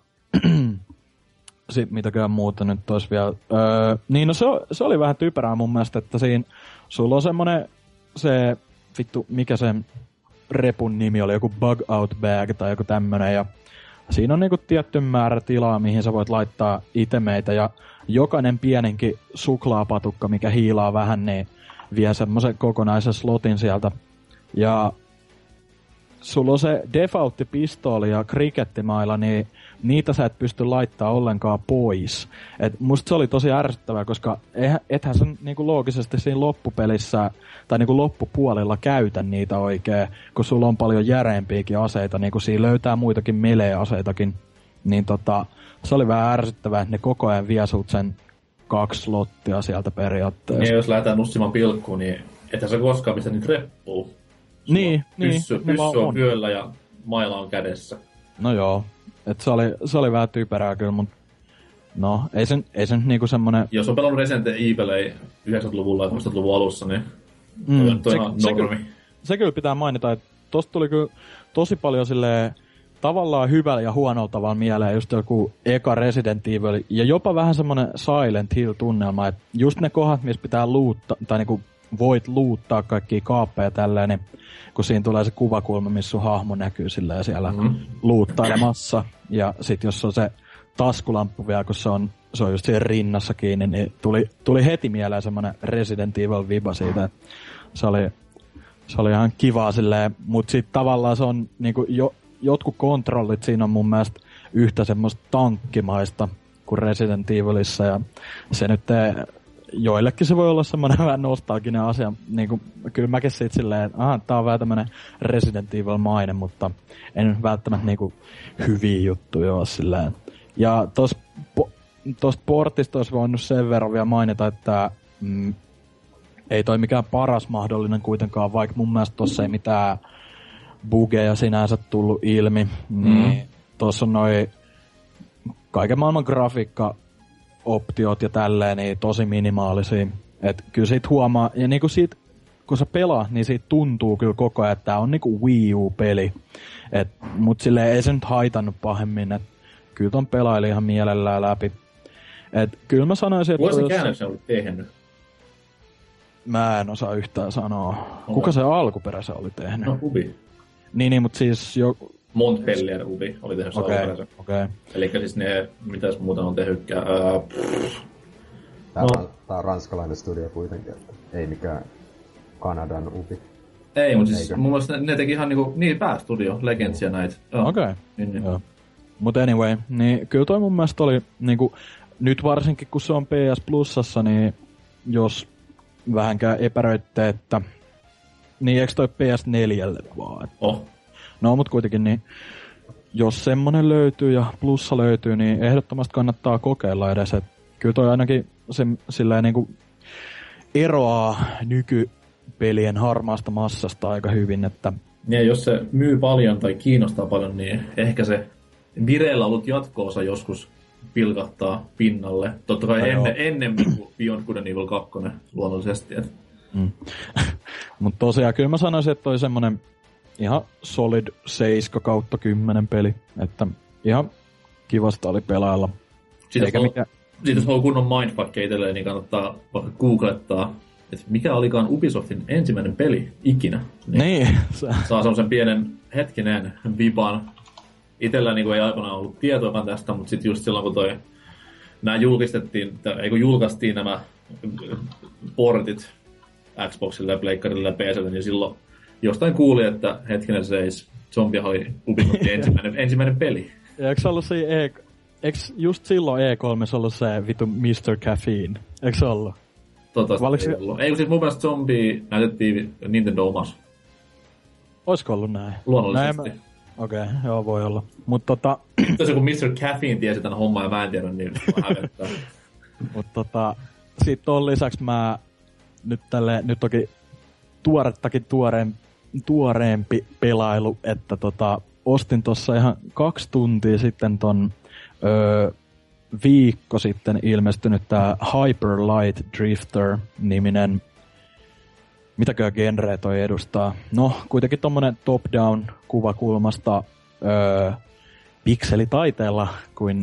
sit mitäkään muuta nyt olisi vielä. Niin no se oli vähän typerää mun mielestä, että siinä sulla on semmonen se vittu, mikä sen repun nimi oli, joku bug out bag tai joku tämmönen, ja siinä on niinku tietty määrä tilaa, mihin sä voit laittaa itemeitä, ja jokainen pienenkin suklaapatukka, mikä hiilaa vähän, niin vie semmosen kokonaisen slotin sieltä. Ja sulla on se default-pistooli ja krikettimailla, niin niitä sä et pysty laittaa ollenkaan pois. Et musta se oli tosi ärsyttävää, koska ethän sä niinku loogisesti siinä loppupelissä tai niinku loppupuolella käytä niitä oikein, kun sulla on paljon järeempiäkin aseita, niinku siinä löytää muitakin melee-aseitakin. Niin se oli vähän ärsyttävää, että ne koko ajan vie sut sen 2 slottia sieltä periaatteessa. Niin, jos lähdetään nussimaan pilkkuun, niin ethän sä koskaan pistä niitä reppuun. Niin. Pyssy on vyöllä ja maila on kädessä. No joo, et se oli vähän typerää kyllä, mutta no, ei se niinku semmonen... Jos on pelannut Resident Evilei 90-luvulla ja 2000-luvun alussa, niin toi ihan normi. Se kyllä pitää mainita, että tosta tuli kyllä tosi paljon silleen tavallaan hyvällä ja huonolla tavalla mieleen just joku eka Resident Evil ja jopa vähän semmonen Silent Hill-tunnelma, että just ne kohdat, missä pitää luuttaa, tai niinku voit luuttaa kaikkia kaappeja tälleen, niin kun siinä tulee se kuvakulma, missä sun hahmo näkyy silleen siellä luuttailemassa. Ja sit jos on se taskulamppu vielä, kun se on just siinä rinnassa kiinni, niin tuli heti mieleen semmonen Resident Evil viba siitä, että se oli ihan kivaa silleen, mut sit tavallaan se on niinku jotkut kontrollit siinä on mun mielestä yhtä semmoista tankkimaista kuin Resident Evilissa, ja se nyt joillekin se voi olla semmoinen vähän nostalginen asia. Niinku, kyllä mäkin siitä silleen, että tää on vähän tämmönen Resident Evil-mainen, mutta en välttämättä niinku hyviä juttuja ole silleen. Ja tosta portista olisi voinut sen verran vielä mainita, että ei toi mikään paras mahdollinen kuitenkaan, vaikka mun mielestä tossa ei mitään bugeja sinänsä tullut ilmi. Niin tossa on noi kaiken maailman grafiikka-optiot ja tälleen, niin tosi minimaalisia. Et kyllä siitä huomaa, ja niinku siitä, kun sä pelaat, niin siitä tuntuu kyllä koko ajan, että tää on niinku Wii U-peli. Mut silleen ei se nyt haitannut pahemmin, et kyllä ton pelaili ihan mielellään läpi. Et kyllä mä sanoisin, että... Vuosi käännöksen olit tehnyt? Mä en osaa yhtään sanoa. Kuka se alkuperäisen oli tehnyt? No, Ubi. Niin, mutta siis Montpellier Ubi oli tehnyt se alkuperäisen. Okei. Elikkä siis ne, mitäs muuten on tehnytkään? Tää on ranskalainen studio kuitenkin, että ei mikään Kanadan Ubi. Ei, mutta siis mun mielestä ne teki ihan niinku, päästudio, Legends ja näitä. Okei. Joo. Mut anyway, niin kyllä toi mun mielestä oli niinku, nyt varsinkin kun se on PS Plusassa, niin jos vähänkään epäröitte, että niin eikö toi PS4 vaan? Että... Oh. No, mut kuitenkin niin. jos semmonen löytyy ja plussa löytyy, niin ehdottomasti kannattaa kokeilla edes. Et kyllä toi ainakin se, silleen niinku eroaa nykypelien harmaasta massasta aika hyvin, että... Ja jos se myy paljon tai kiinnostaa paljon, niin ehkä se vireillä ollut jatko-osa joskus pilkahtaa pinnalle. Totta kai ennemmin kuin Beyond Good and Evil 2 luonnollisesti. Mutta tosiaan kyllä mä sanoisin, että toi semmonen ihan solid 7/10 peli. Että ihan kivasta oli pelailla. Siitä jos on kunnon mindfuckia itselleen, niin kannattaa vaikka googlettaa, että mikä olikaan Ubisoftin ensimmäinen peli ikinä. Niin. Saa semmoisen pienen hetkinen viban. Itellä niin ei aikoinaan ollut tietoakaan tästä, mutta sitten just silloin, kun julkaistiin nämä portit Xboxille, Pleikkarille ja PClle, niin silloin jostain kuuli, että hetkinen seis, Zombie oli Ubisoftin ensimmäinen peli. Ja eikö ollut se eikö just silloin E3 ollut se vitu Mr. Caffeine? Eikö se ollut? Toivottavasti ei ollut. Ei, siis mun mielestä Zombie näytettiin Nintendo omassa. Oisko ollut näin? Luonnollisesti. Okei, joo, voi olla. Mutta jos joku Mr. Caffeine tiesi tämän homman ja mä en tiedä, niin hävettää. Mutta sit ton lisäksi mä nyt toki tuoreempi pelailu, että ostin tossa ihan 2 tuntia sitten ton viikko sitten ilmestynyt tää Hyper Light Drifter-niminen, mitäkö genreä toi edustaa. No, kuitenkin tommonen top-down kuvakulmasta pikselitaiteella, kuin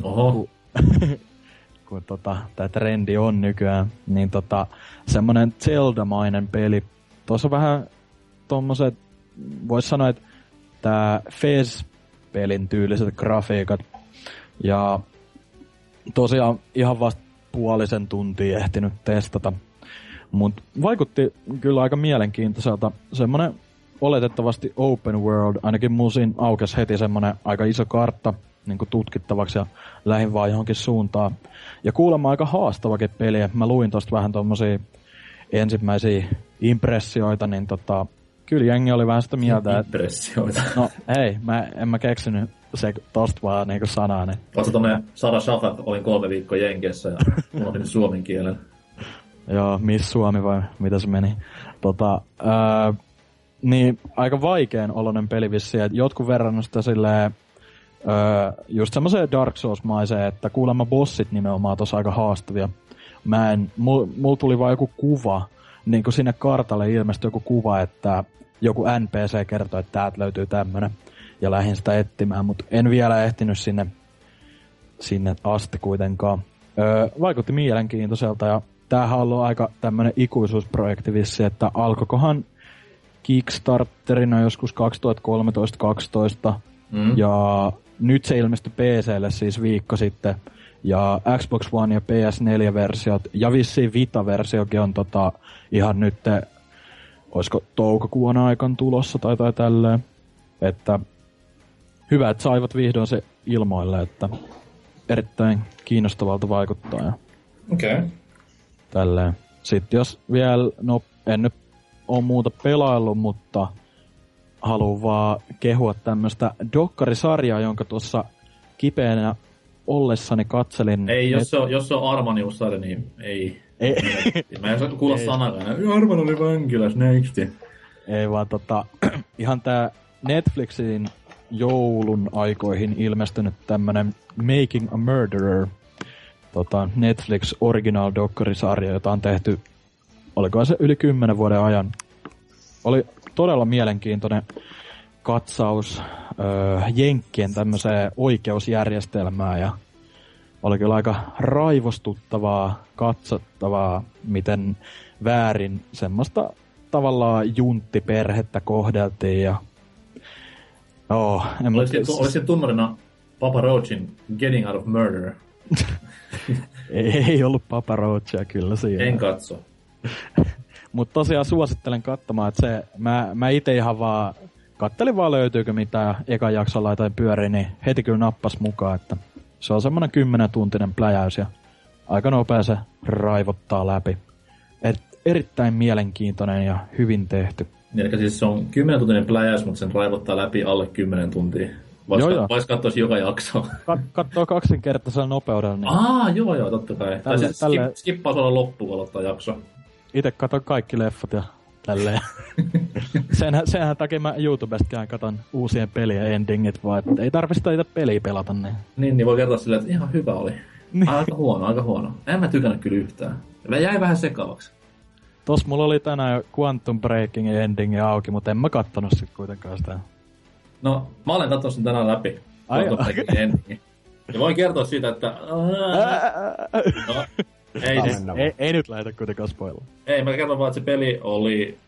tää trendi on nykyään, niin semmonen Zelda-mainen peli. Tuossa on vähän tommoset, vois sanoa, että tää Fez-pelin tyyliset grafiikat. Ja tosiaan ihan vasta puolisen tuntia ehtinyt testata. Mut vaikutti kyllä aika mielenkiintoiselta. Semmonen oletettavasti open world, ainakin musin aukesi heti semmonen aika iso kartta niin kuin tutkittavaksi ja lähin vaan johonkin suuntaan. Ja kuulemma aika haastavakin peliä. Mä luin tosta vähän tommosia ensimmäisiä impressioita, niin kyllä jengi oli vähän sitä mieltä, impressioita. No hei, en mä keksinyt se tosta vaan niinku sanaa. Niin. Oletko tommonen Sara Shafak, olin 3 viikkoa Jenkeissä ja unohdin suomen kielen. Joo, Miss Suomi vai mitä se meni. Niin aika vaikean oloinen peli vissiin, että jotkut verrannut sitä silleen just semmoiseen Dark Souls-maiseen, että kuulemma bossit nimenomaan tossa aika haastavia. Mulla tuli vaan joku kuva, niin kuin sinne kartalle ilmestyi joku kuva, että joku NPC kertoi, että täältä löytyy tämmönen. Ja lähdin sitä etsimään, mutta en vielä ehtinyt sinne asti kuitenkaan. Vaikutti mielenkiintoiselta ja tämähän on ollut aika tämmönen ikuisuusprojekti vissi, että alkoikohan Kickstarterina joskus 2013-2012 ja nyt se ilmestyi PC:lle siis viikko sitten ja Xbox One ja PS4-versiot ja vissiin Vita-versiokin on ihan nyt, olisiko toukokuun aikaan tulossa tai tälleen, että hyvä, että saivat vihdoin se ilmoille, että erittäin kiinnostavalta vaikuttaa ja tälleen. Sitten jos vielä, no en nyt ole muuta pelaillut, mutta haluan vaan kehua tämmöstä dokkarisarjaa, jonka tuossa kipeänä ollessani katselin. Ei, jos se on Armanius-sarja, niin ei. Mä en saa kuulla sanakaan. Arman oli vankilas, näiksti. Ei vaan ihan tää Netflixin joulun aikoihin ilmestynyt tämmönen Making a Murderer Netflix original dokkarisarja, jota on tehty, olikohan se yli 10 vuoden ajan. Oli todella mielenkiintoinen katsaus jenkkien tämmöiseen oikeusjärjestelmään ja oli kyllä aika raivostuttavaa, katsottavaa, miten väärin semmoista tavallaan junttiperhettä kohdeltiin ja Olisiko tunnarina Papa Roachin Getting Out of Murder? Ei ollut Papa Roachia kyllä siinä. En katso. Mutta tosiaan suosittelen katsomaan, että mä ite ihan vaan kattelin vaan löytyykö mitään ekan jakson laitoin pyöriin, niin heti kyllä nappas mukaan, että se on semmonen 10-tuntinen pläjäys ja aika nopea se raivottaa läpi. Erittäin mielenkiintoinen ja hyvin tehty. Eli siis se on 10-tuntinen pläjäys, mutta sen raivottaa läpi alle 10 tuntia. Vois katsoa joka jakso. Kattoo kaksinkertaisella nopeudella. Niin... Joo, totta kai. Skippaus olla loppuun aloittaa jakso. Ite katon kaikki leffat ja tälleen. senhän takia mä YouTubestakään katon uusien pelien endingit, vaan ei tarvitse itse peliä pelata. Niin voi kertoa silleen, että ihan hyvä oli. Niin. Aika huono. En mä tykännyt kyllä yhtään. Mä jäin vähän sekavaksi. Tossa mulla oli tänään Quantum Breakingin endingi auki, mutta en mä kattonut sit kuitenkaan sitä. No, mä olen katsonut sen tänään läpi. Quantum Breakingin endingi. Ja voin kertoa siitä, että... No, ei nyt lähdetä kuitenkaan spoilua. Ei, mä kerron vaan, että se peli oli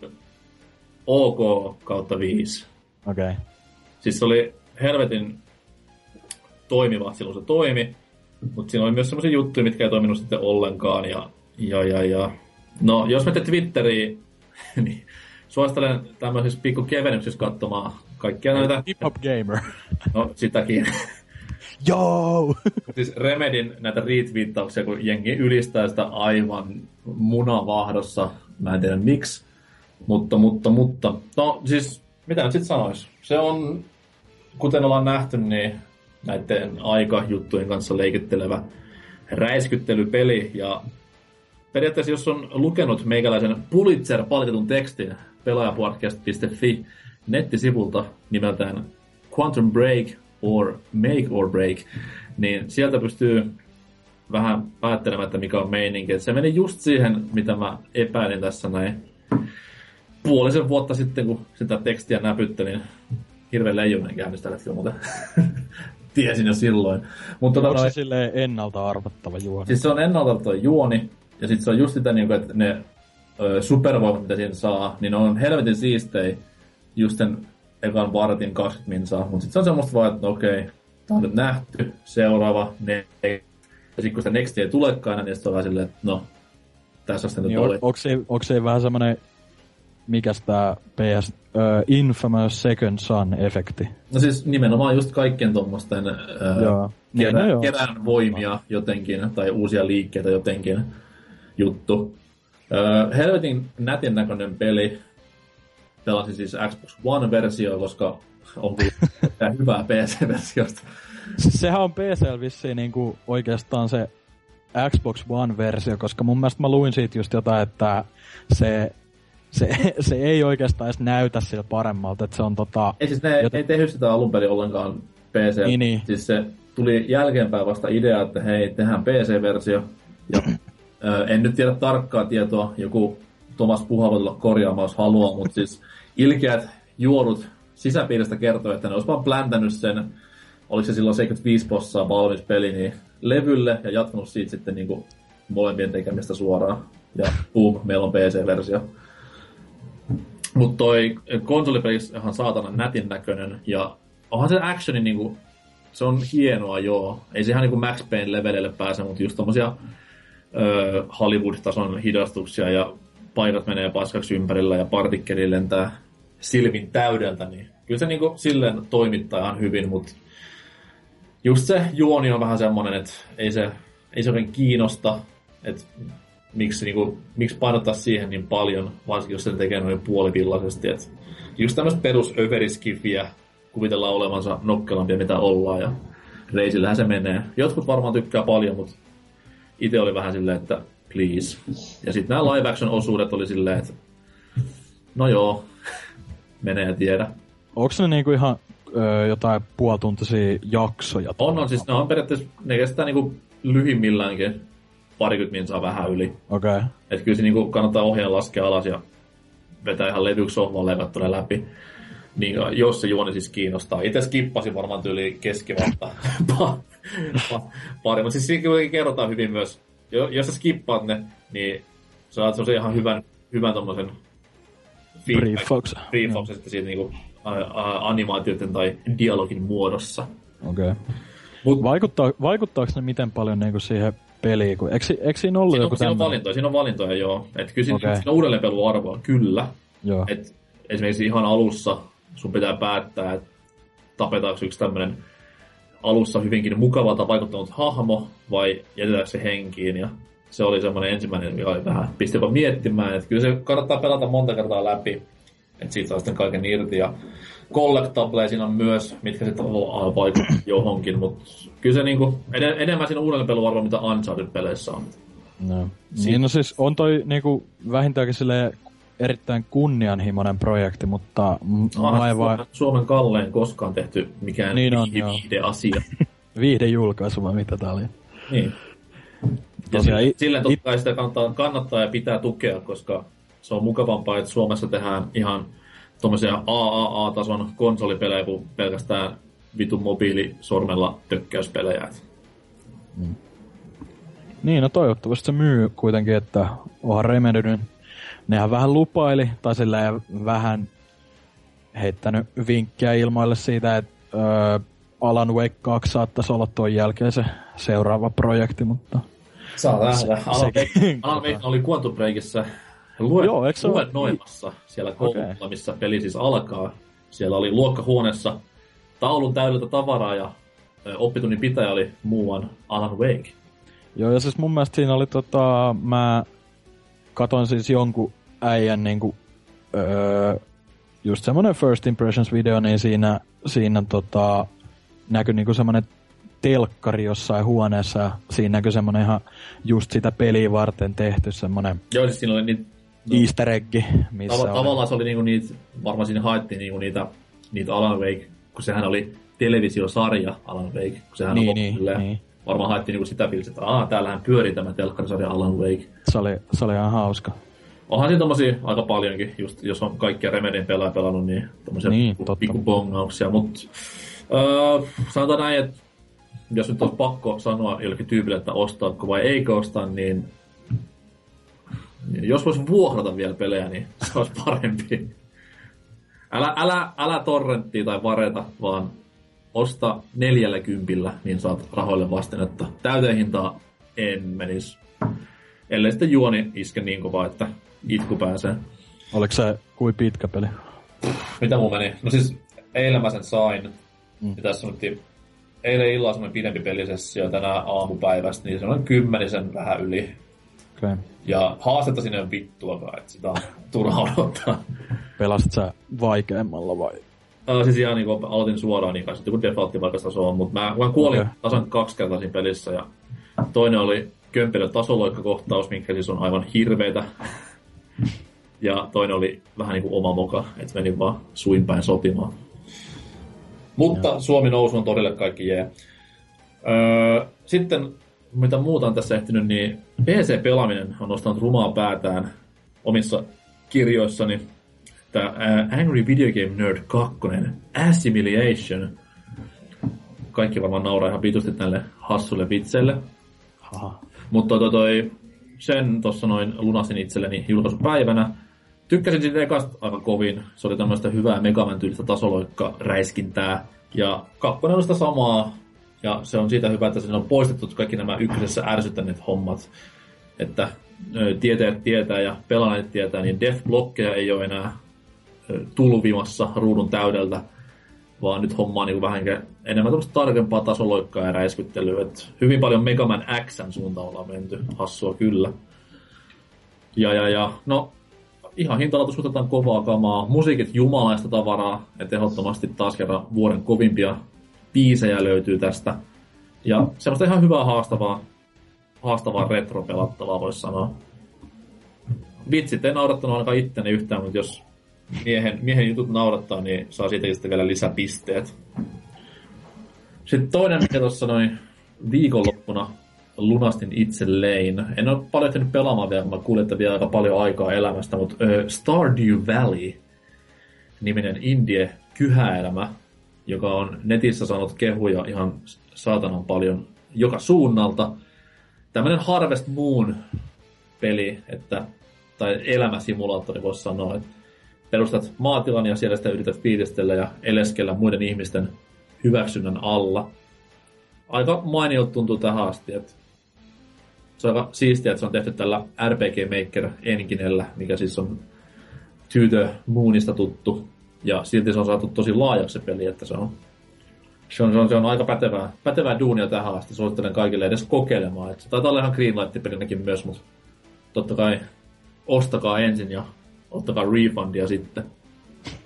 OK/5. Okei. Siis se oli helvetin toimiva silloin se toimi, mutta siinä oli myös semmoisia juttuja, mitkä ei toiminut sitten ollenkaan. Ja. No, jos menette Twitteriin, niin suosittelen tämmöisissä pikku kevennyksissä katsomaan kaikkia näitä... Hip-hop gamer. No, sitäkin. Joo! Siis Remedin näitä retweettauksia, kun jengi ylistää sitä aivan munavahdossa. Mä en tiedä miksi. Mutta. No siis, mitä nyt sit sanois? Se on, kuten ollaan nähty, niin näiden aikajuttujen kanssa leikittelevä räiskyttelypeli. Ja periaatteessa, jos on lukenut meikäläisen Pulitzer-palkitun tekstin pelaajapodcast.fi nettisivulta nimeltään Quantum Break or Make or Break, niin sieltä pystyy vähän päättelemään, että mikä on meininki. Et se meni just siihen, mitä mä epäilin tässä näin puolisen vuotta sitten, kun sitä tekstiä näpyttelin. Hirveän leijonen käännös tällä hetkellä, mutta tiesin jo silloin. Onko se silleen ennalta arvattava juoni? Siis se on ennalta arvattava juoni, ja sitten se on just sitä, että ne supervoimat, mitä siinä saa, niin ne on helvetin siistejä just sen ekan vartin 20 minsaa. Mutta sitten se on semmoista vaan, että okei, tää on nyt nähty, seuraava, next. Ja sitten kun sitä nextia ei tulekaan aina, niin se on vähän silleen, että no, tässä on sitten nyt oli. Onko se vähän semmoinen, mikäs tää PS Infamous Second Son-efekti? No siis nimenomaan just kaikkien tommosten kerään voimia jotenkin, tai uusia liikkeitä jotenkin juttu. Helvetin nätin näköinen peli. Pelasin siis Xbox One-versio, koska on kyllä hyvää PC-versiosta. Sehän on PC:llä vissiin niinku oikeastaan se Xbox One-versio, koska mun mielestä mä luin siitä just jotain, että se ei oikeastaan edes näytä sillä paremmalta, että se on Ei siis ne ei tehnyt sitä alun perin ollenkaan PC. Niin. Siis se tuli jälkeenpäin vasta idea, että hei, tehdään PC-versio. Ja en nyt tiedä tarkkaa tietoa, joku Tomas Puha voi tulla korjaamaan, jos haluaa, mutta siis ilkeät juorut sisäpiiristä kertoo, että ne olisi vaan pläntänyt sen, oliko se silloin 75% valmis peli, niin levylle ja jatkanut siitä sitten niinku molempien tekemistä suoraan. Ja boom, meillä on PC-versio. Mutta toi konsolipeli on ihan saatanan nätin näköinen, ja onhan se actioni niinku, se on hienoa joo. Ei se ihan niinku Max Payne levelille pääse, mutta just tommosia Hollywood-tason hidastuksia ja paikat menee paskaksi ympärillä ja partikkeli lentää silmin täydeltä, niin kyllä se niinku silleen toimittaa ihan hyvin, mutta just se juoni on vähän semmonen, että ei se oikein kiinnosta, että miksi painottaa siihen niin paljon, varsinkin jos sen tekee noin puolivillaisesti, että just tämmöistä perus överiskifiä kuvitellaan olevansa nokkelampia mitä ollaan ja reisillähän se menee. Jotkut varmaan tykkää paljon, mutta itse oli vähän silleen, että please. Ja sitten nämä live action osuudet oli silleen, että no joo, menee ja tiedä. Onko ne niinku ihan jotain puolituntisia jaksoja? On, siis ne on periaatteessa, ne kestää niinku lyhimmilläänkin parikymmentä minsaa vähän yli. Okei. Okay. Että kyllä se niinku kannattaa ohjaan laskea alas ja vetää ihan levyksi sohvalle ja katsoa läpi. Niin, jos se juoni siis kiinnostaa. Itse skippasin varmaan tyyliin keskivalta pari, mutta siis siinä kerrotaan hyvin myös. Jos sä skippaat ne, niin saat semmosen ihan hyvän tommosen briefauksen sitten siitä niinku animaatioiden tai dialogin muodossa. Okei. Okay. Vaikuttaako ne miten paljon niinku siihen peliin? Eikö siinä ollut joku tämmöinen? Siinä on valintoja, joo. Että kyllä siinä on uudelleenpeluarvoa, kyllä. Joo. Et esimerkiksi ihan alussa sun pitää päättää, että tapetaanko yksi tämmönen alussa hyvinkin mukavalta vaikuttanut hahmo vai jätetäänkö se henkiin. Ja se oli semmoinen ensimmäinen, mikä oli vähän pisti jopa miettimään. Että kyllä se kannattaa pelata monta kertaa läpi, että siitä saa sitten kaiken irti. Ja collectableja siinä on myös, mitkä sitten vaikuttaa johonkin, mutta kyllä se niinku, enemmän siinä uudelleenpeluarvoa, mitä Uncharted-peleissä on. No. Niin, no siis on toi niinku vähintäänkin silleen erittäin kunnianhimoinen projekti, mutta Suomen kallein koskaan tehty mikään niin viihdeasia. Viihdejulkaisu vai mitä tää oli? Niin. Ja silleen totta kai sitä kannattaa ja pitää tukea, koska se on mukavampaa, että Suomessa tehdään ihan tommosia AAA-tason konsolipelejä kuin pelkästään vitun mobiilisormella tökkäyspelejä. Niin, no toivottavasti se myy kuitenkin, että onhan Remedy nyt, nehän vähän lupaili, tai silleen vähän heittänyt vinkkiä ilmoille siitä, että Alan Wake 2 saattaisi olla tuon jälkeen se seuraava projekti, mutta... Saa nähdä. Alan Wake oli Quantum Breakissä luennoimassa siellä koululla, missä peli siis alkaa. Siellä oli luokkahuoneessa taulun täydeltä tavaraa ja oppitunnin pitäjä oli muuan Alan Wake. Joo, ja siis mun mielestä siinä oli mä katon siis jonkun äijän niinku, just semmonen First Impressions video, niin siinä näkyi niinku semmonen telkkari jossain huoneessa, ja siinä näkyi semmonen ihan just sitä peliä varten tehty semmonen joo, siis siinä oli niitä easter egg, missä tavallaan se oli niinku niitä, varmaan siinä haettiin niinku niitä Alan Wake, kun sehän oli televisiosarja Alan Wake, kun sehän on niin. Varmaan haettiin niinku sitä fiilistä, että täällähän pyörii tämä telkkarisarja Alan Wake. Se oli ihan hauska. Onhan siinä tommosia aika paljonkin, just jos on kaikkia Remedyn pelejä pelannut, niin tommosia pikku bongauksia, mut sanotaan näin, että jos nyt olisi pakko sanoa jollekin tyypille, että ostaako vai eikö ostaa, niin jos vois vuokrata vielä pelejä, niin se olisi parempi. Älä torrenttia tai vareta, vaan osta 40, niin saat rahoille vastinetta. Täyteen hintaa en menis. Ellei sitten juoni iske niin kovaa, että itku pääsee. Oliko se kuin pitkä peli? Mitä mun meni? No siis eilen mä sen sain. Ja tässä sanottiin eilen illalla semmoinen pidempi pelisessio tänä aamupäivästä, niin se on 10 vähän yli. Okay. Ja haastetta sinne on vittuakaan, että sitä on turha odottaa. Pelasit sä vaikeammalla vai? Siis ihan niin kuin aloitin suoraan, niin kai sitten kun defaultti vaikka taso on, mutta mä kuolin tasan 2 kertaa siinä pelissä, ja toinen oli kömpelö tasoloikkakohtaus, minkä siis on aivan hirveitä. Ja toinen oli vähän niin kuin oma moka, että menin vaan suinpäin sopimaan. Mutta Suomi nousu on todelle kaikki jee. Sitten, mitä muuta on tässä ehtinyt, niin PC-pelaaminen on nostanut rumaa päätään omissa kirjoissani. Tämä Angry Video Game Nerd 2, Assimilation. Kaikki varmaan nauraa ihan vitusti näille hassuille vitseille. Mutta sen tuossa noin lunasin itselleni julkaisupäivänä. Tykkäsin siitä ekasta aika kovin. Se oli tämmöistä hyvää Megaman-tyylistä tasoloikka-räiskintää. Ja 2 on sitä samaa. Ja se on siitä hyvä, että siinä on poistettu kaikki nämä ykkösessä ärsyttäneet hommat. Että tietäjät tietää ja pelaaneet tietää, niin def-blokkeja ei ole enää tulvimassa ruudun täydeltä. Vaan nyt hommaa niin vähän enemmän tämmöistä tarkempaa tasoloikkaa ja räiskyttelyä. Et hyvin paljon Megaman X:n suuntaan ollaan menty. Hassua kyllä. Ja no, ihan hintalaatu suhtetaan kovaa kamaa. Musiikit jumalaista tavaraa. Et ehdottomasti taas kerran vuoden kovimpia biisejä löytyy tästä. Ja semmoista ihan hyvää haastavaa retro-pelattavaa voisi sanoa. Vitsit ei naurattanut ainakaan itteni yhtään, mutta jos miehen jutut naurattaa, niin saa siitä sitten vielä lisäpisteet. Sitten toinen, mikä tuossa noin viikonloppuna lunastin itselleen. En ole paljon tehnyt pelaamaan vielä, kun mä kuulin, että vielä aika paljon aikaa elämästä, mutta Stardew Valley-niminen indie-kyhäelämä, joka on netissä saanut kehuja ihan saatanan paljon joka suunnalta. Tämmönen Harvest Moon-peli, tai elämäsimulaattori voisi sanoa, että perustat maatilan ja siellä sitä yrität fiilistellä ja eleskellä muiden ihmisten hyväksynnän alla. Aika mainiot tuntuu tähän asti, että se on aika siistiä, että se on tehty tällä RPG Maker enginellä, mikä siis on To the Moonista tuttu. Ja silti se on saatu tosi laajaksi se peli, että se on aika pätevää duunia tähän asti. Suosittelen kaikille edes kokeilemaan. Että se taitaa olla ihan Greenlight-pelinäkin myös, mutta totta kai ostakaa ensin ja ottakaa refundia sitten.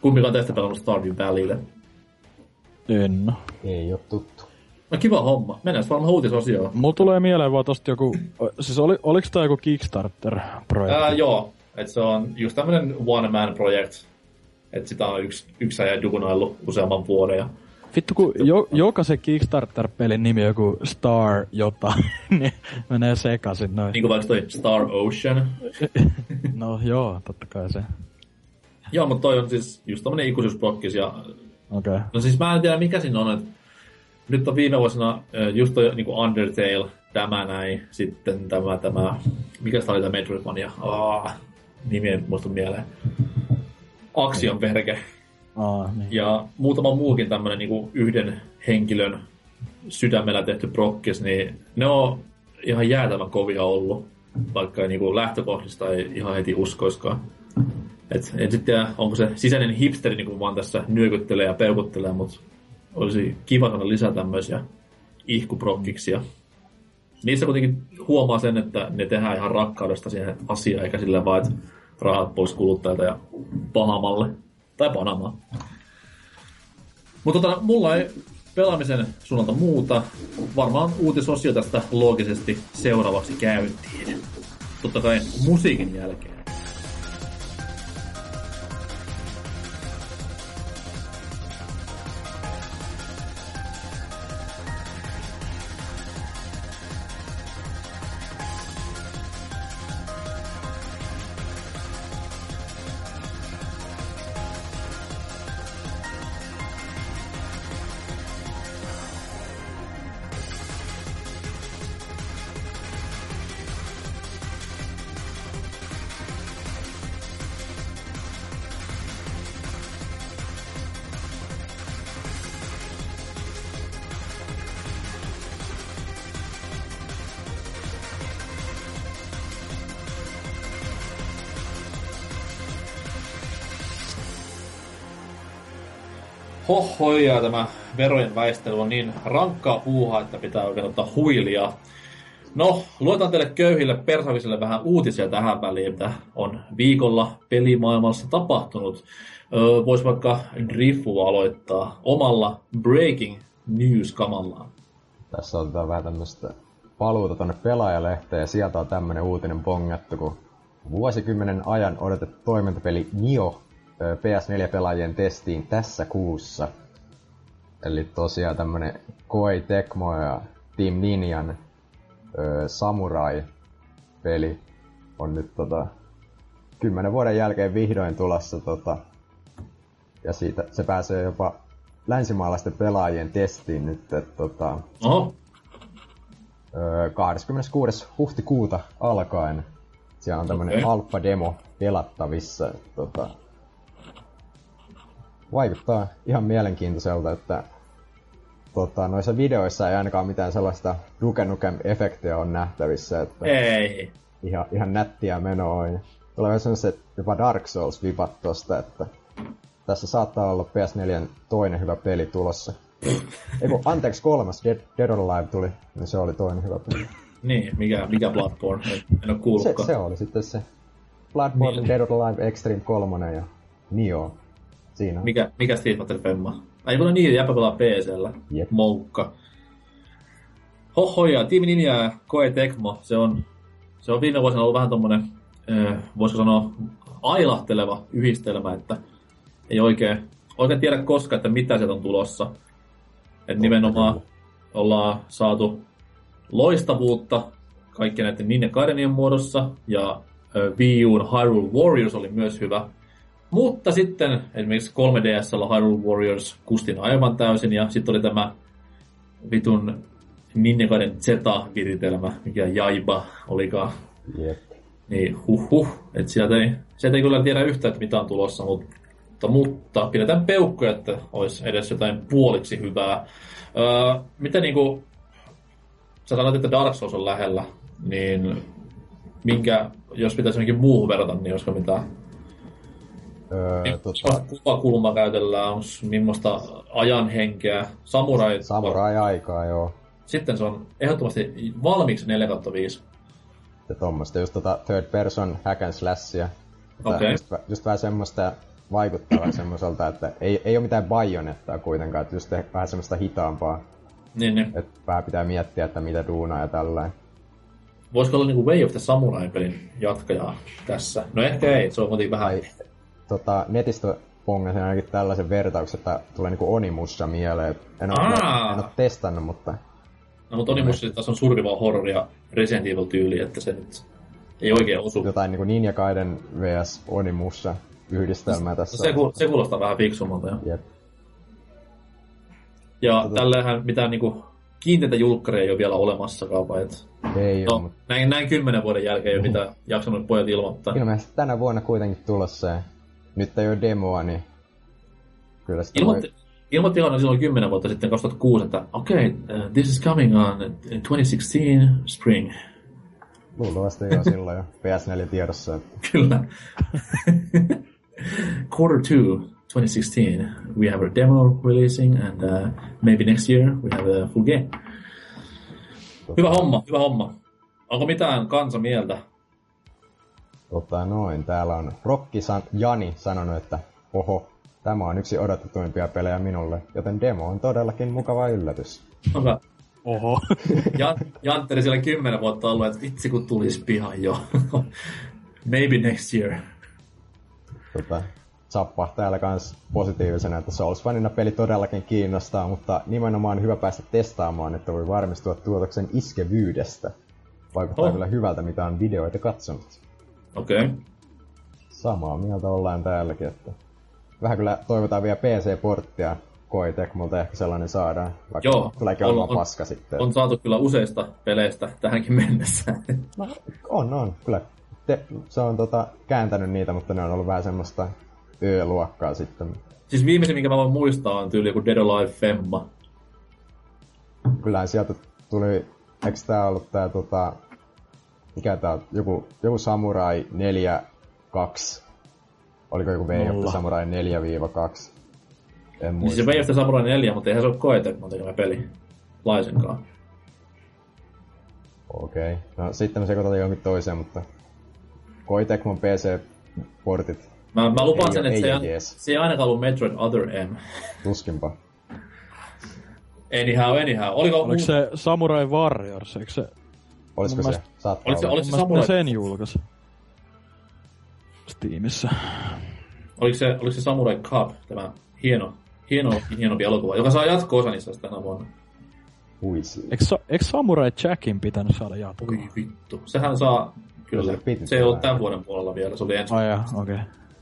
Kumpikaan teistä pelannut Stardew Valleylle? En. Ei oo tuttu. No kiva homma. Mennään varmaan uutisosioon. Mulla tulee mieleen vaan tosta joku... Siis oliks tää joku Kickstarter-projekti? Joo. Et se on just tämmönen one man project. Et sitä on yksi äijä duunaillut useamman vuoden. Ja... Vittu, kun jokaisen Kickstarter-pelin nimi on joku Star jotain, niin menee sekaisin noin. Niinku vaikka toi Star Ocean. No joo, totta kai se. Joo, mutta toi on siis just tommonen ikuisuusblokkis ja... Okay. No siis mä en tiedä mikä siinä on, että nyt on viime vuosina just toi niinku Undertale, tämä näin, sitten tämä mikä sitä oli tämä Metroidvania? Nimi ei muistu mieleen. Axiom Verge. Niin. Ja muutama muukin tämmönen niinku yhden henkilön sydämellä tehty brokkis, niin ne on ihan jäätävän kovia ollut, vaikka ei niinku lähtökohdista ei ihan heti uskoiskaan. Et en sit tiedä, onko se sisäinen hipsteri, niin kuin vaan tässä nyökyttelee ja peukuttelee, mutta olisi kiva saada lisää tämmöisiä ihkuprokkiksia. Niissä kuitenkin huomaa sen, että ne tehdään ihan rakkaudesta siihen asiaan, eikä sillä vaan, että rahat pois kuluttajilta ja Panamalle. Tai Panamaa. Mutta mulla ei pelaamisen suunnalta muuta. Varmaan uutisosio tästä loogisesti seuraavaksi käyntiin. Totta kai musiikin jälkeen. Hohhoja, tämä verojen väistely on niin rankkaa puuhaa, että pitää oikein ottaa huilia. No, luetaan teille köyhille persavisille vähän uutisia tähän väliin, mitä on viikolla pelimaailmassa tapahtunut. Vois vaikka Drifu aloittaa omalla Breaking News-kamallaan. Tässä otetaan vähän tämmöstä paluuta tonne Pelaajalehteen, ja sieltä on tämmönen uutinen bongattu, kun vuosikymmenen ajan odotettu toimintapeli Nioh PS4-pelaajien testiin tässä kuussa. Eli tosiaan tämmönen Koei Tecmo ja Team Ninjan Samurai-peli on nyt 10 vuoden jälkeen vihdoin tulossa ja siitä se pääsee jopa länsimaalaisten pelaajien testiin nyt, että 26. huhtikuuta alkaen siellä on tämmönen alpha-demo pelattavissa, vaikuttaa ihan mielenkiintoiselta, että noissa videoissa ei ainakaan mitään sellaista Duke Nukem-efektiä on nähtävissä, että ei. Ihan nättiä menoa on. Tulee vähän sellaiset jopa Dark Souls-vipat tosta, että tässä saattaa olla PS4 toinen hyvä peli tulossa. Anteeksi, kolmas Dead or Alive tuli, niin se oli toinen hyvä peli. Niin, mikä Bloodborne? En oo kuullutkaan. Se oli sitten se Bloodborne, niin. Dead or Alive Extreme 3 ja Nioh. Siinä. Mikä Street Fighter Femma? Ei voi niin, jäpä pelaa PC:llä. Jep. Moukka. Hohhoja, Team Ninja ja Koei Tecmo, se on viime vuosina ollut vähän tommonen, voisiko sanoa, ailahteleva yhdistelmä, että ei oikein tiedä koskaan, että mitä sieltä on tulossa. Et nimenomaan ollaan saatu loistavuutta kaikkien näiden Ninja Gaidenien muodossa, ja Wii U:n Hyrule Warriors oli myös hyvä. Mutta sitten esimerkiksi 3DS:llä Hyrule Warriors kustin aivan täysin, ja sitten oli tämä vitun Ninja Gaiden Z-viritelmä, mikä Jaiba olikaan. Yep. Niin että sieltä ei kyllä tiedä yhtään, että mitä on tulossa, mutta pidetään peukkoja, että olisi edes jotain puoliksi hyvää. Mitä niinku, sä sanoit, että Dark Souls on lähellä, niin jos pitäisi jonnekin muuhun verrata, niin olisiko mitään? Kuvakulma käytellään, onko millaista ajanhenkeä, Samurai-aikaa, joo. Sitten se on ehdottomasti valmiiksi 4/5. Ja tommoista just third person hack and slashia. Okay. Just vähän semmoista, vaikuttaa vähän semmoiselta, että ei ole mitään Bayonettaa kuitenkaan, että just vähän semmoista hitaampaa. Niin. Että vähän pitää miettiä, että mitä duunaa ja tällainen. Voisiko olla niinku Way of the Samurai-pelin jatkaja tässä? No ehkä ei, se on kuitenkin vähän... Netistä pongasin ainakin tällaisen vertauksen, että tulee niinku Onimusha mieleen. En ole testannut, mutta... No mutta Onimusha taas on survival horror ja Resident Evil-tyyli, että se nyt ei oikein osu. Jotain niinku Ninja Gaiden vs Onimusha yhdistelmää tässä. Se kuulostaa vähän fiksummalta jo. Jep. Ja tällähän mitään niinku kiinteitä julkkareja ei ole vielä olemassakaan, vai et... Ei no, näin 10 vuoden jälkeen ei ole mitään jaksanut pojat ilmoittaa. Ilmeisesti tänä vuonna kuitenkin tulossa nyt ei ole demoa, niin kyllä sitä Ilmoitti aina silloin 10 vuotta sitten 2006, että this is coming on in 2016 spring. Luultavasti jo silloin jo PS4 tiedossa. Että... Kyllä. Q2 2016, we have a demo releasing and maybe next year we have a full game. Hyvä homma. Onko mitään kansa mieltä? Täällä on Jani sanonut, että oho, tämä on yksi odotetuimpia pelejä minulle, joten demo on todellakin mukava yllätys. Hyvä. Oho. Jantteri siellä 10 vuotta ollut, että vitsi kun tulisi pihan jo. Maybe next year. Zappa täällä kans positiivisena, että Souls-fanina peli todellakin kiinnostaa, mutta nimenomaan hyvä päästä testaamaan, että voi varmistua tuotoksen iskevyydestä. Vaikuttaa kyllä hyvältä, mitä on videoita katsonut. Okei. Samaa mieltä ollaan täälläkin, että vähän kyllä toivotaan vielä PC-porttia. Koei Tecmolta ehkä sellainen saadaan, vaikka tuleekin olemaan paska sitten. On saatu kyllä useista peleistä tähänkin mennessä. No, on. Kyllä se on kääntänyt niitä, mutta ne on ollut vähän semmoista luokkaa sitten. Siis viimeisin, minkä mä voin muistaa, on tyyli joku Dead or Alive Femma. Kyllähän sieltä tuli, eikö tää ollut tää mikä tää on, joku Samurai 4-2. Oliko joku Way of the Samurai 4-2? En muista. Siis se Way of the Samurai 4, mutta eihän se ole Koei Tecmon tekemä peli. Laisenkaan. Okei. No sitten me sekoitamme jonkin toiseen, mutta Koei Tecmon PC-portit. Mä lupaan sen, että se ei ainakaan ollut Metroid Other M. Tuskinpa. Anyhow. Oliko se Samurai Warriors, eikö se... Olisiko se? Saattaa olla. Oliko se Samurai... sen julkaisi Steamissa. Oliko se Samurai Cup, tämä hienompi elokuva, joka saa jatko-osan itse asiassa tänä vuonna? Eikö Samurai Jackin pitänyt saada jatkoa? Oi vittu. Sehän saa... Kyllä. Se ei ollut tämän vuoden puolella vielä, se oli ensi. Okei.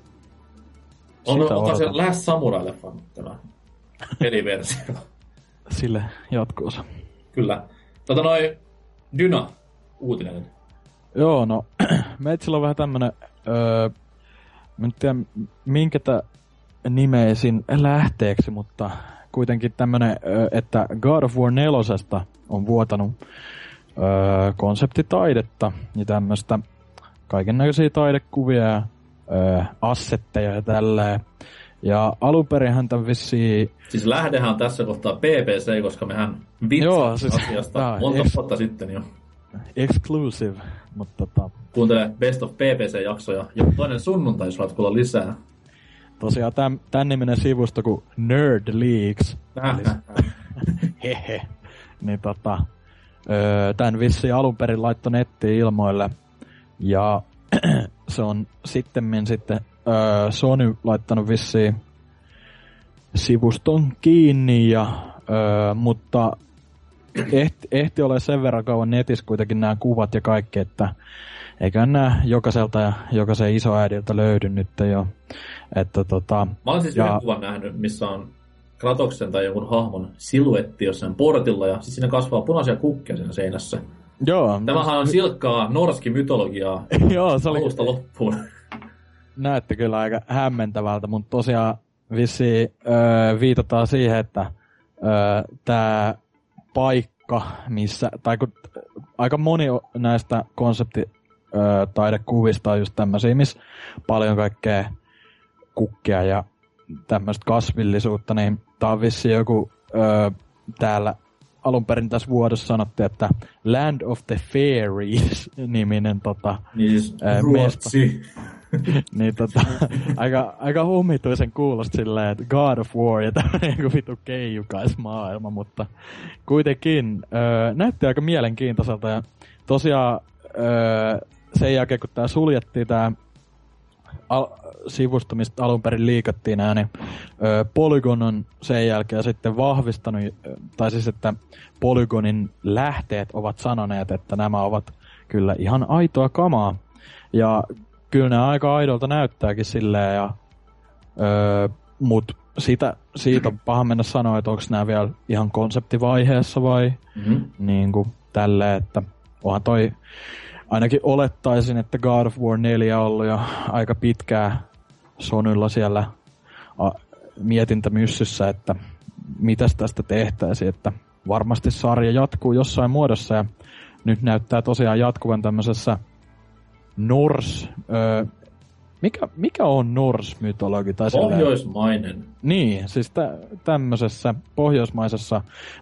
Onko se Last Samurai-leffan tämä peliversio? Sille jatkoosa. Kyllä. Dyna, uutinen. Joo, no, meitsillä on vähän tämmönen, mä en tiedä minkä nimeisin lähteeksi, mutta kuitenkin tämmönen, että God of War 4 on vuotanut konseptitaidetta ja tämmöstä kaikennäköisiä taidekuvia ja assetteja ja tälleen. Ja alunperinhän tämän vissiin... Siis lähdehän on tässä kohtaa PPC, koska mehän vitsaat asiasta monta vuotta sitten jo. Exclusive, mutta Kuuntele Best of PPC-jaksoja jo toinen sunnuntai, jos haluat kuulla lisää. Tosiaan tän niminen sivusto kuin Nerd Leaks. Hehe. Niin tän vissiin alunperin laittoi nettiin ilmoille. Ja se on sittemmin sitten Sony laittanut vissiin sivuston kiinni, mutta ehti ole sen verran kauan netissä kuitenkin nämä kuvat ja kaikki, että eiköhän nämä jokaiselta ja jokaisen isoäidiltä löydy nyt jo. Että Mä olen siis yhden kuvan nähnyt, missä on Kratoksen tai jonkun hahmon siluetti jossain portilla ja siis siinä kasvaa punaisia kukkia siinä seinässä. Joo. Tämähän on silkkaa norski-mytologiaa alusta loppuun. Näette kyllä aika hämmentävältä, mutta tosiaan vissiin viitataan siihen, että tämä paikka, missä, tai kun aika moni näistä konseptitaidekuvista on just tämmöisiä, missä paljon kaikkea kukkia ja tämmöistä kasvillisuutta, niin tää on vissiin joku täällä alunperin tässä vuodessa sanottiin, että Land of the Fairies-niminen niin siis Ruotsi. Niin aika omituisen kuulosti silleen, että God of War ja tämmönen joku vitu keijukaismaailma, mutta kuitenkin näytti aika mielenkiintoiselta ja tosiaan sen jälkeen kun tää suljettiin tää sivusto, mistä alun perin liikattiin nää, niin Polygon on sen jälkeen sitten vahvistanut, tai siis että Polygonin lähteet ovat sanoneet, että nämä ovat kyllä ihan aitoa kamaa. Ja kyllä ne aika aidolta näyttääkin silleen, ja, mut siitä on paha mennä sanoa, että onko nämä vielä ihan konseptivaiheessa vai niin kuin tälleen, että onhan toi, ainakin olettaisin, että God of War 4 on ollut jo aika pitkää Sonylla siellä mietintämyssyssä, että mitäs tästä tehtäisiin, että varmasti sarja jatkuu jossain muodossa ja nyt näyttää tosiaan jatkuvan tämmöisessä mikä on Norse-mytologi? Tai pohjoismainen. Niin, siis tämmöisessä pohjoismaisessa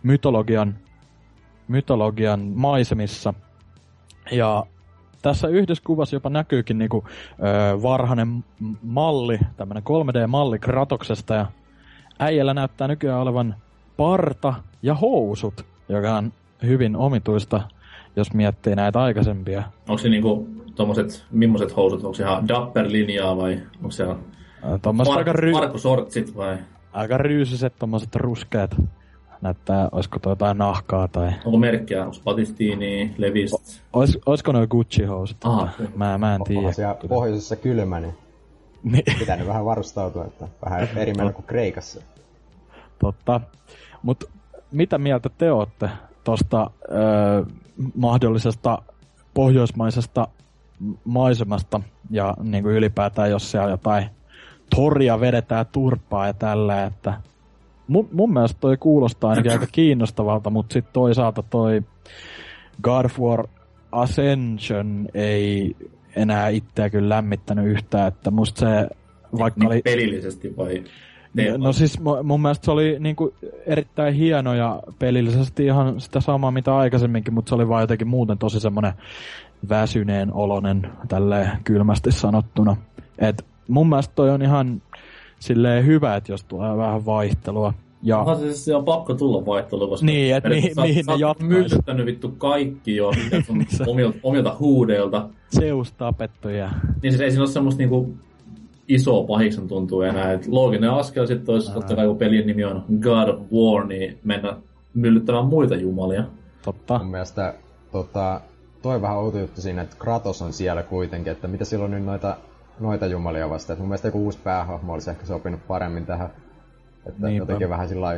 mytologian maisemissa. Ja tässä yhdessä kuvassa jopa näkyykin niinku varhainen malli, tämmönen 3D-malli Kratoksesta ja äijällä näyttää nykyään olevan parta ja housut, joka on hyvin omituista, jos miettii näitä aikaisempia. Onko se niinku tommoset, millaiset housut? Onko se ihan Dapper-linjaa vai onko se Marko-sortsit vai? Aika ryysiset tommoset ruskeat. Näyttää, olisiko jotain nahkaa tai... Onko merkkiä? Onko Batistini, Levi's? Olisiko noin Gucci-housut? Mä en tiedä. Onhan siellä pohjoisessa kylmä, niin pitänyt vähän varustautua, että vähän eri meillä kuin Kreikassa. Totta. Mut mitä mieltä te ootte tosta mahdollisesta pohjoismaisesta maisemasta ja niin kuin ylipäätään, jos siellä jotain toria vedetään turpaa ja tällä, että mun mielestä toi kuulostaa ainakin aika kiinnostavalta, mutta sitten toisaalta toi God of War Ascension ei enää itseä kyllä lämmittänyt yhtään, että musta se vaikka niin oli... pelillisesti vai... No siis mun mielestä se oli niinku erittäin hieno ja pelillisesti ihan sitä samaa mitä aikaisemminkin, mutta se oli vaan jotenkin muuten tosi semmonen väsyneen olonen tälleen kylmästi sanottuna. Et mun mielestä toi on ihan silleen hyvä, että jos tulee vähän vaihtelua. Ja... se on pakko tulla vaihtelua, koska niin, et mihin ne jatkais. myllyttänyt vittu kaikki jo omilta huudeilta. Zeus tapettuja. Niin siis ei siinä ole semmoista niinku isoa pahiksen tuntuu enää. Et looginen askel sitten olisi, totta kai kun pelin nimi on God of War, niin mennä myllyttämään muita jumalia. Totta. Mun mielestä toi vähän outo juttu siinä, että Kratos on siellä kuitenkin, että mitä silloin nyt noita jumalia vastaan. Mun mielestä joku uusi päähahmo olisi ehkä sopinut paremmin tähän. Että jotenkin vähän sillai...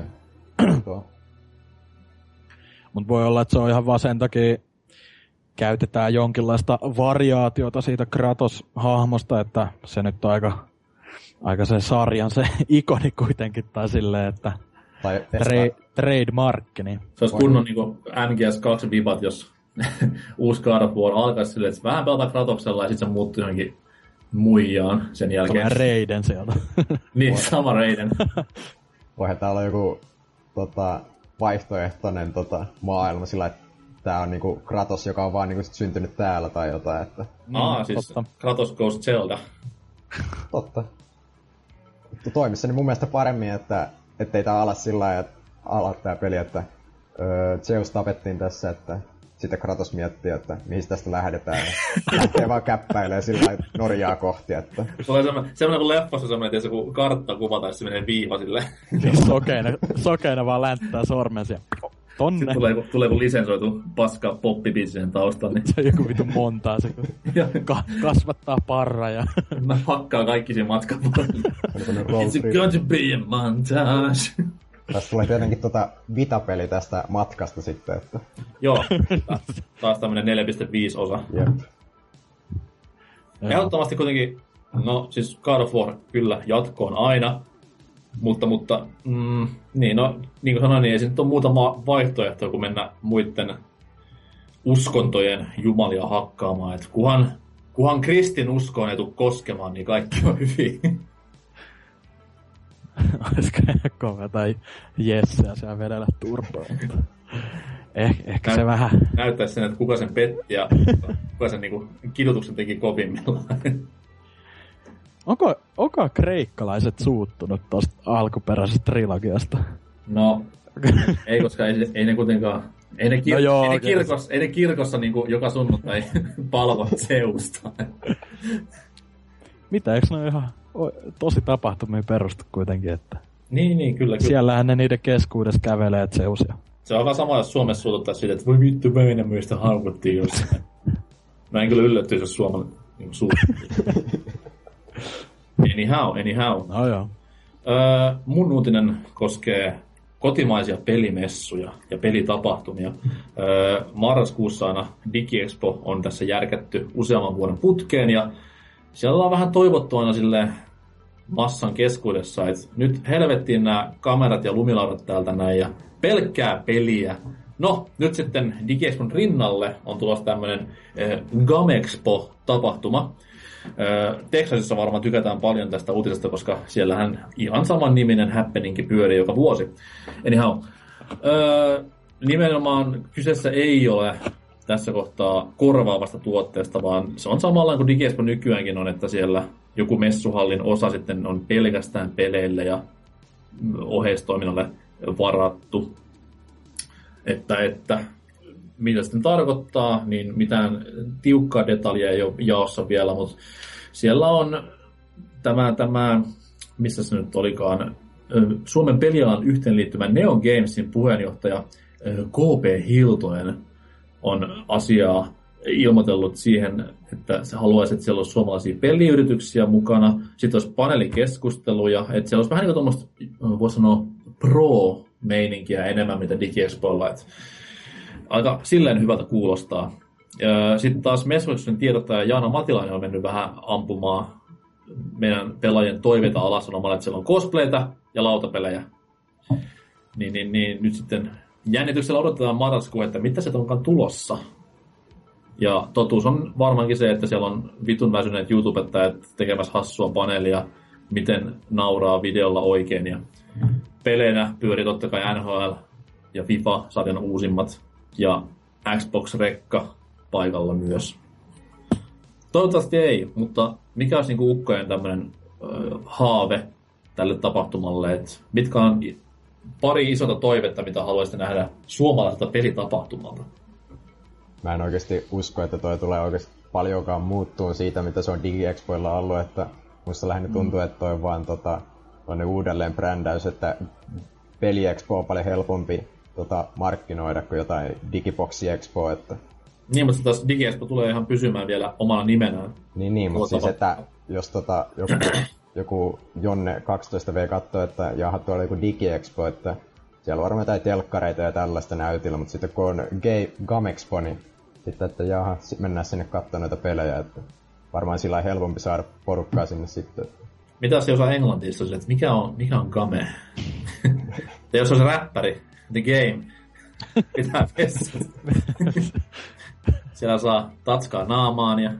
Mut voi olla, että se on ihan vaan sen takia käytetään jonkinlaista variaatiota siitä Kratos-hahmosta, että se nyt on aika sen sarjan se ikoni kuitenkin, tai silleen, että trademarkki. Niin. Se olisi kunnon niinku NGS2 vibat, jos uusi God of War alkaisi silleen, että vähän pelataan Kratoksella ja sitten se muuttuu johonkin muijaan sen jälkeen. Sama Raiden sieltä. Niin, sama Raiden. Voihan täällä olla joku vaihtoehtoinen maailma sillä, että tää on niinku Kratos, joka on vaan niinku syntynyt täällä tai jotain, että... Siis totta. Kratos Goes Zelda. Totta. Mutta toimissa niin mun mielestä paremmin, että ettei tää ala sillä että ala tää peli, että Zeus tapettiin tässä, että sitten Kratos miettii, että mihin tästä lähdetään ja lähtee vaan käppäilee sillä Norjaa kohti, että... Se on semmoinen kuin leffassa semmoinen, että kun kartta kuvataan, se menee viiva silleen. Sokeina vaan länttää sormensa ja tonne. Sitten tulee kun lisensoitu paskaa poppibiisien taustalla. Niin... Se on joku vitu montaa se, kun kasvattaa parra ja... Mä hakkaan kaikki siinä matkan varrella. It's going to be a montage. Tästä tulee tietenkin Vita-peli tästä matkasta sitten, että... Joo, taas tämmönen 4.5 osa. Jep. Ehdottomasti kuitenkin, no siis God of War kyllä jatkoon aina, mutta niin kuin sanoin, niin ei se nyt ole muuta vaihtoehtoa kuin mennä muiden uskontojen jumalia hakkaamaan. Et kunhan kristin uskoon ei tule koskemaan, niin kaikki on hyvin. Olisiko kova tai jesseä siellä vedellä turpaa, mutta ehkä se vähän... Näyttäisi sen, että kuka sen petti ja kuka sen niinku kidutuksen teki kovimmillaan. Onko kreikkalaiset suuttunut tosta alkuperäisestä trilogiasta? No, ei, koska ei ne kuitenkaan... Ei ne kirkossa niinku joka sunnuntai palvo Zeusta. Mitä, eikö ne ole ihan tosi tapahtumia perustu kuitenkin, että... Niin, kyllä. Siellähän ne niiden keskuudessa kävelee Zeusia. Se on aivan sama, jos Suomessa suututtaa siitä, että voi vittu, Väinämöistä haukuttiin jossain. Mä en kyllä yllättyisi, jos Suomella niin suututtiin. Anyhow. No joo. Mun uutinen koskee kotimaisia pelimessuja ja pelitapahtumia. Marraskuussa aina DigiExpo on tässä järkätty useamman vuoden putkeen, ja siellä on vähän toivottu aina silleen massan keskuudessa, että nyt helvettiin nämä kamerat ja lumilaudat täältä näin, ja pelkkää peliä. No, nyt sitten DigiExpon rinnalle on tulossa tämmönen Gamexpo-tapahtuma. Texasissa varmaan tykätään paljon tästä uutisesta, koska siellähän ihan saman niminen happeningi pyörii joka vuosi. Anyhow, nimenomaan kyseessä ei ole tässä kohtaa korvaavasta tuotteesta, vaan se on samalla kuin DigiExpo nykyäänkin on, että siellä joku messuhallin osa sitten on pelkästään peleille ja oheistoiminnalle varattu. Että mitä sitten tarkoittaa, niin mitään tiukkaa detaljia ei ole jaossa vielä, mutta siellä on tämä missä se nyt olikaan, Suomen pelialan yhteenliittymä Neon Gamesin puheenjohtaja KP Hiltonen on asiaa ilmoitellut siihen, että se haluaisi, että siellä olisi suomalaisia peliyrityksiä mukana, sitten olisi paneelikeskusteluja, että siellä olisi vähän niin kuin tuommoista, voisi sanoa, pro-meininkiä enemmän, mitä DigiExpoilla, että aika silleen hyvältä kuulostaa. Sitten taas Messuiksen tiedottaja Jaana Matilainen on mennyt vähän ampumaan meidän pelaajien toiveita alas sanomalla, että siellä on cosplayta ja lautapelejä. Niin nyt sitten jännityksellä odotetaan marraskuun, että mitä se onkaan tulossa. Ja totuus on varmaankin se, että siellä on vitun väsyneet YouTubettajat tekemässä hassua paneelia, miten nauraa videolla oikein. Ja peleinä pyörii totta kai NHL ja FIFA-sarjan uusimmat. Ja Xbox-rekka paikalla myös. Toivottavasti ei, mutta mikä olisi niinku ukkojen tämmöinen haave tälle tapahtumalle, että mitkä on pari isota toivetta, mitä haluaisitte nähdä suomalaiselta pelitapahtumalta? Mä en oikeasti usko, että toi tulee oikeasti paljonkaan muuttuu siitä, mitä se on DigiExpoilla ollut, että musta lähinnä tuntuu, että toi vaan uudelleen brändäys, että Peli-Expo on paljon helpompi markkinoida kuin jotain Digiboxi Expo, että... Niin, mutta taas DigiExpo tulee ihan pysymään vielä omana nimenään. Niin, mutta siis, että jos joku Jonne 12V katsoo, että jaha, tuolla on joku DigiExpo, että siellä on varmaan jotain telkkareita ja tällaista näytillä, mutta sitten kun on Gamexpo, niin sitten, että jaha, mennään sinne katsomaan noita pelejä, että varmaan sillä on helpompi saada porukkaa sinne sitten. Mitä jos on englantissa, että mikä on Game? Ja jos on se räppäri, The Game, pitää vessat. Siellä saa tatskaa naamaan ja...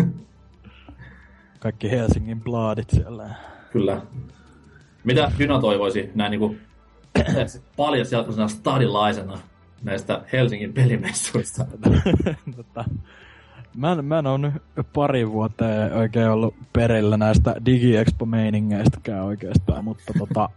Kaikki Helsingin Bladit siellä. Kyllä. Mitä Dyna toivoisi näin niinku paljasjalkaisena stadilaisena näistä Helsingin pelimessuista? Mä en ole nyt pari vuoteen oikein ollut perillä näistä DigiExpo-meiningeistäkään oikeastaan, mutta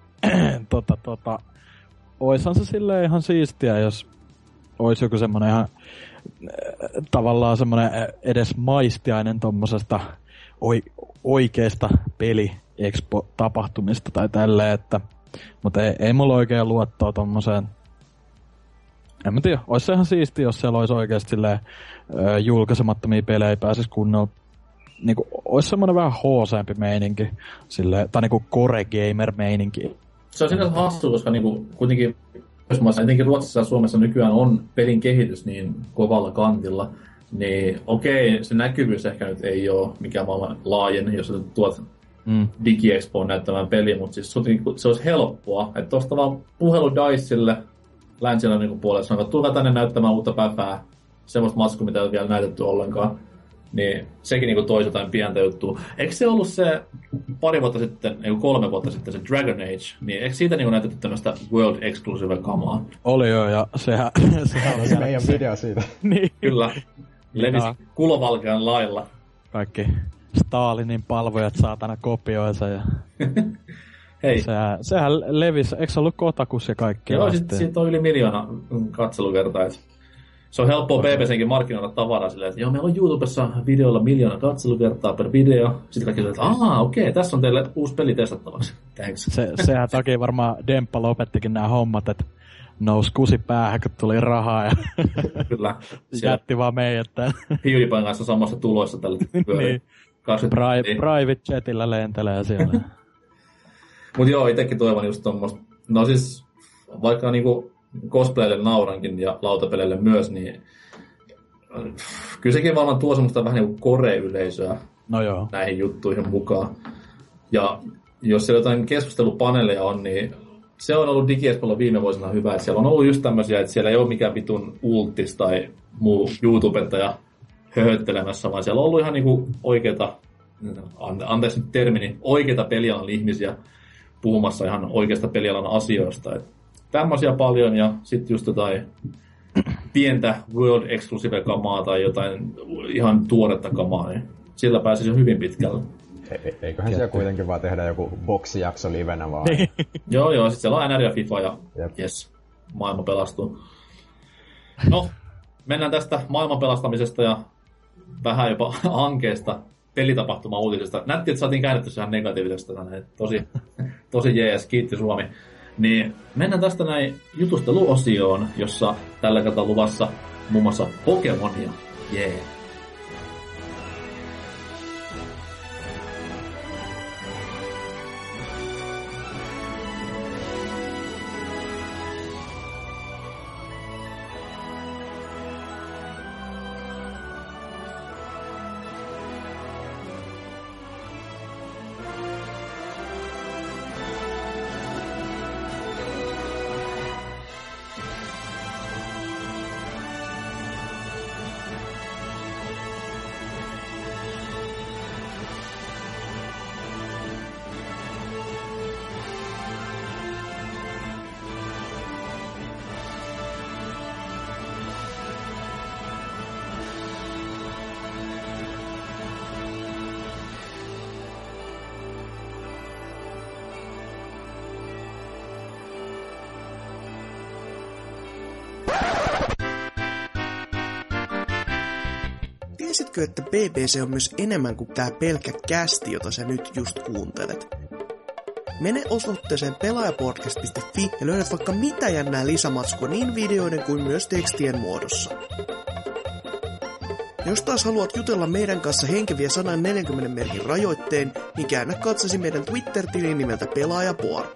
oishan se silleen ihan siistiä, jos olisi joku semmonen ihan tavallaan semmonen edes maistiainen tommosesta oikeesta peli-expo-tapahtumista tai tälleen, että mutta ei mulla oikein luottaa tommoseen. En mä tiedä, ois se ihan siistiä, jos siellä olisi oikeesti silleen julkaisemattomia pelejä pääsis kunnolla. Niinku, ois semmonen vähän hooseempi meininki, silleen, tai niinku core gamer meininki. Se on sinänsä hassu, koska niinku kuitenkin etenkin Ruotsissa ja Suomessa nykyään on pelin kehitys niin kovalla kantilla, niin okei, se näkyvyys ehkä nyt ei ole mikään maailman laajen, jos tuot DigiExpoon näyttämään peliä, mutta siis se olisi helppoa, että tuosta vaan puhelu DICEille länsillä niin puolella sanoo, että tulkaa tänne näyttämään uutta päivää, semmoista maskua, mitä ei ole vielä näytetty ollenkaan. Niin sekin niin toisi jotain pientä juttua. Eikö se ollut se pari vuotta sitten, ei 3 vuotta sitten, se Dragon Age, niin eikö siitä niin näytetty tämmöistä World Exclusive kamaa? Oli joo, ja sehän oli meidän video siitä. Niin. Kyllä. Levisi kulovalkean lailla. Kaikki Stalinin palvojat saatana kopioisa ja... Hei. Sehän levisi, eikö se ollut Kotakus ja kaikki? Joo, siitä on yli 1 miljoona katselukertaa. Se on helppoa BBCnkin markkinoida tavaraa silleen, että joo, meillä on YouTubessa videolla 1 miljoona katselukertaa per video. Sitten kaikki sanoo, että okei, tässä on teille uusi peli testattavaksi. Thanks. Sehän takia varmaan Demppa lopettikin nämä hommat, että nousi kusi päähän, kun tuli rahaa ja kyllä. jätti vaan meidät tämän. PewDiePien kanssa samassa tuloissa tällä niin. Private jetillä lentelee siellä. Mut joo, itekin toivon just tommoista. No siis, vaikka niinku cosplayille naurankin ja lautapeleille myös, niin kyllä sekin varmaan tuo semmoista vähän niinku core-yleisöä näihin juttuihin mukaan. Ja jos siellä jotain keskustelupaneeleja on, niin se on ollut DigiExpolla viime vuosina hyvä, että siellä on ollut just tämmöisiä, että siellä ei ole mikään vitun ultis tai muu YouTubettaja höhöttelemässä, vaan siellä on ollut ihan niinku oikeita, anteeksi nyt termini, oikeita pelialan ihmisiä puhumassa ihan oikeasta pelialan asioista. Tämmöisiä paljon ja sitten just jotain pientä World Exclusive kamaa tai jotain ihan tuoretta kamaa, niin sillä pääsisi jo hyvin pitkälle. Eiköhän siellä kuitenkin vaan tehdä joku boksijakso livenä vaan. Joo, sit siellä on NR ja FIFA ja jes, maailma pelastuu. No, mennään tästä maailman pelastamisesta ja vähän jopa ankeesta pelitapahtuma-uutisesta. Nätti, että saatiin käännetty ihan negatiivisesta tänne. Tosi jees, kiitti Suomi. Niin mennään tästä näin jutusteluosioon, jossa tällä kertaa luvassa muun muassa Pokemonia. Jee. Tiesitkö, että BBC on myös enemmän kuin tää pelkkä kästi, jota sä nyt just kuuntelet? Mene osoitteeseen pelaajapodcast.fi ja löydät vaikka mitä jännää lisämatskua niin videoiden kuin myös tekstien muodossa. Jos taas haluat jutella meidän kanssa henkeviä 140 merkin rajoitteen, niin käännä katsasi meidän Twitter-tilin nimeltä Pelaajapod.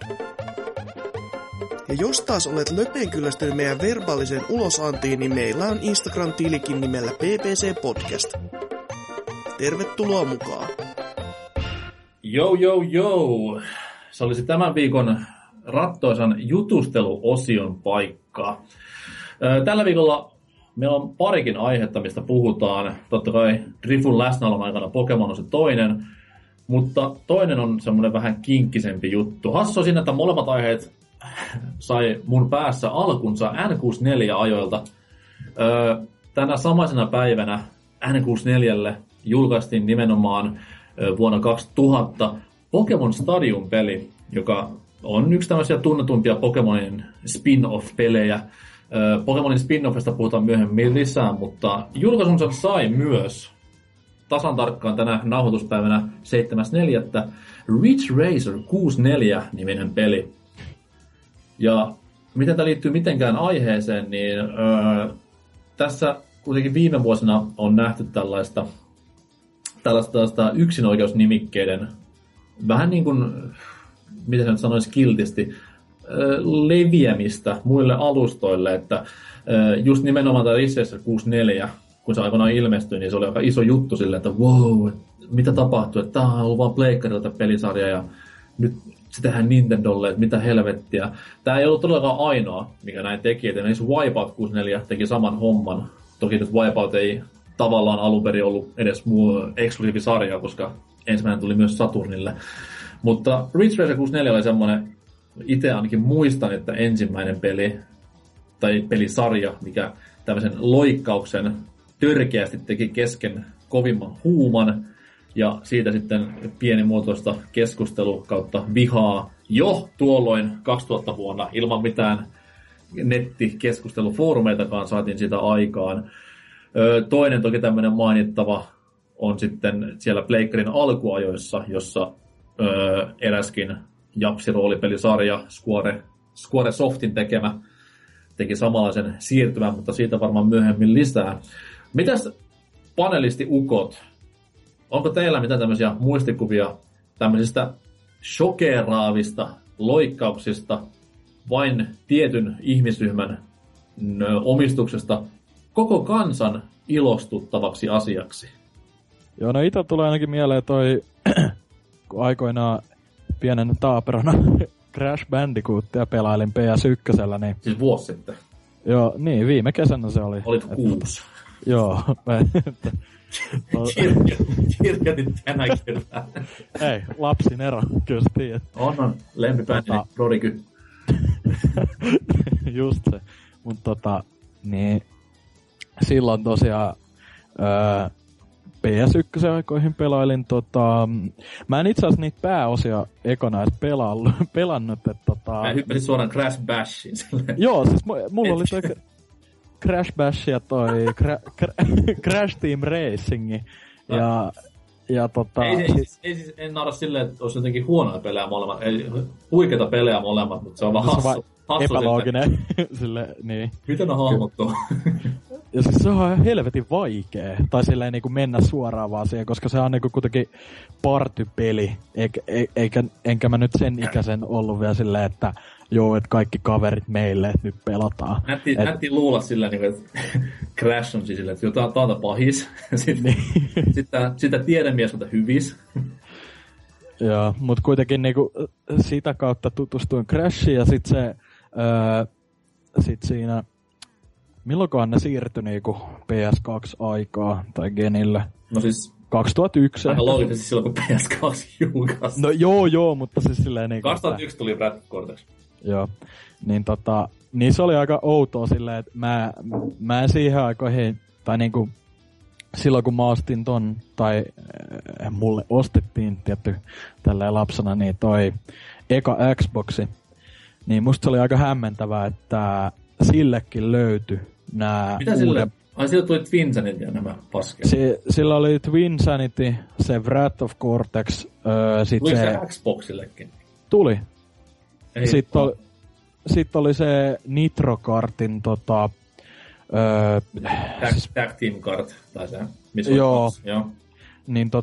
Ja jos taas olet löpeen kyllästynyt meidän verbaaliseen ulosantiin, niin meillä on Instagram-tilikin nimellä BBC Podcast. Tervetuloa mukaan! Joo. Se olisi tämän viikon rattoisan jutusteluosion paikka. Tällä viikolla meillä on parikin aihetta, mistä puhutaan. Totta kai Drifun läsnäolon aikana Pokemon on se toinen, mutta toinen on semmoinen vähän kinkkisempi juttu. Hassu on siinä, että molemmat aiheet sai mun päässä alkunsa N64-ajoilta. Tänä samaisena päivänä N64 julkaistiin nimenomaan vuonna 2000 Pokemon Stadium-peli, joka on yksi tämmöisiä tunnetumpia Pokemonin spin-off-pelejä. Pokemonin spin-offista puhutaan myöhemmin lisää, mutta julkaisunsa sai myös tasan tarkkaan tänä nauhoituspäivänä 7.4. Ridge Racer 64-niminen peli. Ja miten tämä liittyy mitenkään aiheeseen, niin tässä kuitenkin viime vuosina on nähty tällaista yksinoikeusnimikkeiden vähän niin kuin, miten se nyt sanoisi kiltisti, leviämistä muille alustoille, että just nimenomaan tämä Ridge Racer 64, kun se aikanaan ilmestyi, niin se oli aika iso juttu silleen, että wow, mitä tapahtuu, että tämä on ollut vaan pleikkarilta pelisarja ja nyt se tehdään Nintendolle, että mitä helvettiä. Tämä ei ollut todellakaan ainoa, mikä näin teki, että esimerkiksi Wipeout 64 teki saman homman. Toki nyt Wipeout ei tavallaan alun perin ollut edes muu eksklusiivisarja, koska ensimmäinen tuli myös Saturnille. Mutta Ridge Racer 64 oli semmoinen, itse ainakin muistan, että ensimmäinen peli, tai pelisarja, mikä tämmöisen loikkauksen törkeästi teki kesken kovimman huuman. Ja siitä sitten pienimuotoista keskustelua kautta vihaa jo tuolloin 2000 vuonna ilman mitään nettikeskustelufoorumeitakaan saatiin sitä aikaan. Toinen toki tämmöinen mainittava on sitten siellä Pleikkarin alkuajoissa, jossa eräskin japsiroolipelisarja Square Softin tekemä teki samanlaisen siirtymän, mutta siitä varmaan myöhemmin lisää. Mitäs panelisti-ukot? Onko teillä mitään tämmöisiä muistikuvia tämmöisistä shokeraavista loikkauksista vain tietyn ihmisryhmän omistuksesta koko kansan ilostuttavaksi asiaksi? Joo, no itä tulee ainakin mieleen toi, kun aikoinaan pienen taaperona Crash Bandicootia pelailin PS1, niin... Siis vuosi sitten? Joo, niin, viime kesänä se oli. Olit 6. Joo. Kirjoitin tänä kertaa. Ei, lapsin ero, kyllä sä tiedät. On, lempibändini, Prodigy. Just se. Mut niin, silloin tosiaan PS1-aikoihin pelailin mä en itse asiassa niitä pääosia ekana edes pelannut, että Mä hyppäsin suoraan Crash Bashin. Joo, siis mulla oli toi Crash Bash ja toi Crash Team Racing ja en naura silleen, että olisi jotenkin huonoja pelejä molemmat. Ei, huikeita pelejä molemmat, mutta se on vaan hassu. Epälooginen. Sille, niin. Miten ne hahmottuu? Ja siis se on ihan helvetin vaikee. Tai silleen niinku mennä suoraan vaan siihen, koska se on niinku kuitenkin partypeli. Enkä mä nyt sen ikäisen ollut vielä silleen, että joo, että kaikki kaverit meille, että nyt pelataan. Nätti luulla silleen, että Crash on siis silleen, että jotain taata pahis. Sitten tiedemies on hyvis. Joo, mut kuitenkin niinku sitä kautta tutustuin Crashiin ja sit se sit siinä milloinkohan ne siirtyi niinku PS2-aikaa tai Genille? No siis 2001. Aika loogisesti silloin, kun PS2 julkaisi. No joo, mutta siis silleen niinku... 2001 tuli Red Cortex. Joo, niin niin se oli aika outoa silleen, että mä en siihen aikoihin, tai niinku silloin kun mä ostin ton, tai mulle ostettiin tietty tälleen lapsena, niin toi eka Xboxi, niin musta se oli aika hämmentävää, että sillekin löytyi nää mitä sille? Ai sillä tuli Twinsanity ja nämä paskeet. Sillä oli Twinsanity, se Wrath of Cortex, tuli se Xboxillekin? Tuli. Sitten oli se Nitro Kartin Tag Team Kart, tai se, missä joo. Joo. Niin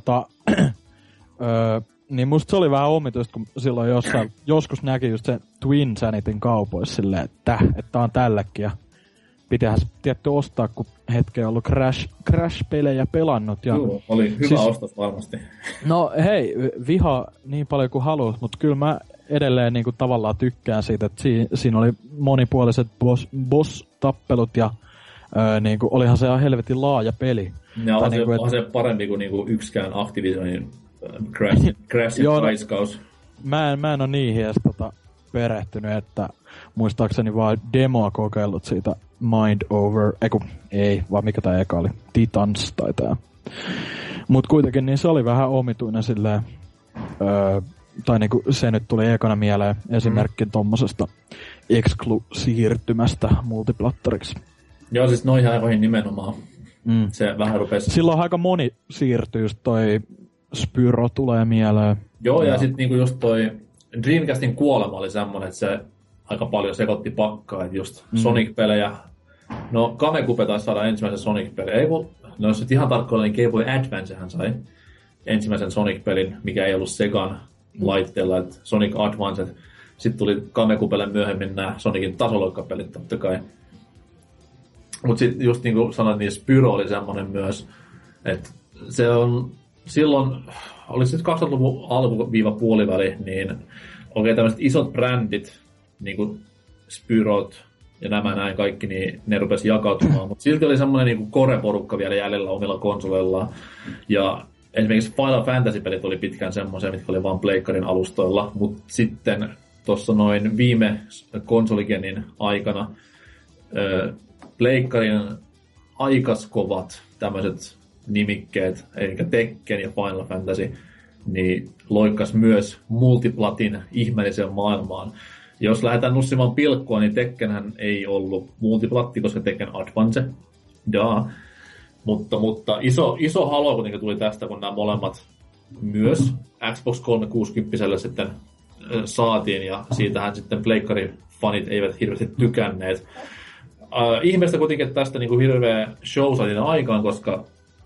niin musta se oli vähän omituista, kun silloin joskus näki just se Twinsanityn kaupoissa silleen, että on tällekin. Ja pitihän se tietty ostaa, kun hetken ollut Crash-pelejä pelannut. Ja joo, oli hyvä siis, ostos varmasti. No hei, viha niin paljon kuin haluat, mutta kyllä mä edelleen niin kuin tavallaan tykkään siitä, että siinä oli monipuoliset boss-tappelut ja niin kuin, olihan se ihan helvetin laaja peli. Ja on se parempi kuin niinku yksikään Activisionin Crashin raiskaus. Mä en ole niihin edes perehtynyt, että muistaakseni vaan demoa kokeillut siitä Mind Over, vaan mikä tää eka oli, Titans tai tää. Mut kuitenkin niin se oli vähän omituinen silleen, tai niinku se nyt tuli ekana mieleen esimerkki tommosesta Exclu-siirtymästä multiplattoriksi. Joo, siis noihin aikoihin nimenomaan. Se vähän rupesi... Silloin aika moni siirtyy, just toi Spyro tulee mieleen. Joo, ja sit niinku just toi Dreamcastin kuolema oli semmonen, että se aika paljon sekoitti pakkaa, että just Sonic-pelejä. No, Kamekupe taisi saada ensimmäisen Sonic-pelin. No jos nyt ihan tarkkoilla, niin Game Boy Advancehän sai ensimmäisen Sonic-pelin, mikä ei ollut Segan laitteella, että Sonic Advance. Sitten tuli Kamekupelle myöhemmin nämä Sonicin tasoloikkapelit totta kai. Mut sit just niinku sanoin, niin Spyro oli semmonen myös, että se on silloin, oli se 2000-luvun alku-puoliväli, niin okei, tämmöiset isot brändit, niinku Spyrot ja nämä näin kaikki, niin ne rupesi jakautumaan, mutta silti oli semmoinen niinku core-porukka vielä jäljellä omilla konsoleillaan. Ja esimerkiksi Final Fantasy-pelit oli pitkään semmoisia, mitkä oli vaan pleikkarin alustoilla, mutta sitten tuossa noin viime konsoligenin aikana pleikkarin aikaskovat tämmöiset nimikkeet, eli Tekken ja Final Fantasy, niin loikkas myös multiplatin ihmeelliseen maailmaan. Jos lähdetään nussimaan pilkkua, niin Tekkenhän ei ollut multiplatti, koska Tekken Advance. Mutta iso halo kuitenkin tuli tästä, kun nämä molemmat myös Xbox 360 sitten saatiin, ja siitähän sitten pleikkarifanit eivät hirveästi tykänneet. Ihmeestä kuitenkin, että tästä niin kuin hirveä show saatiin aikaan, koska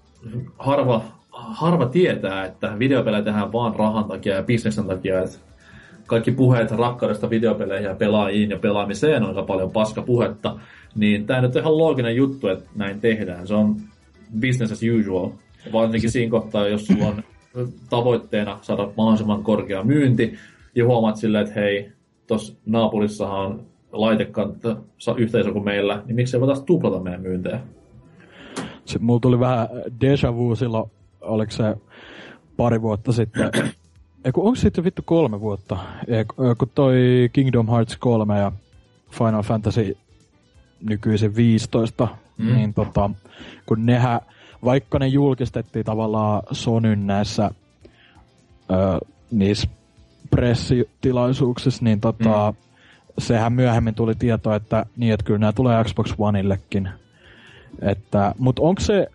harva tietää, että videopelejä tehdään vaan rahan takia ja bisneksen takia. Että kaikki puheet rakkaudesta videopeleihin ja pelaajiin ja pelaamiseen on aika paljon paskapuhetta. Niin tämä nyt on ihan looginen juttu, että näin tehdään. Se on business as usual. Varsinkin siinä kohtaa, jos sulla on tavoitteena saada mahdollisimman korkea myynti ja huomaat silleen, että hei, tuossa naapurissahan on laitekanta yhtä iso kuin meillä, niin miksei voitaisiin tuplata meidän myyntejä? Sitten mulla tuli vähän déjà vu silloin, oliko se pari vuotta sitten, onko sitten vittu 3 vuotta, kun toi Kingdom Hearts 3 ja Final Fantasy nykyisin 15, niin kun nehän, vaikka ne julkistettiin tavallaan Sonyn näissä niissä pressitilaisuuksissa, niin sehän myöhemmin tuli tieto, että kyllä nämä tulee Xbox Oneillekin. Mutta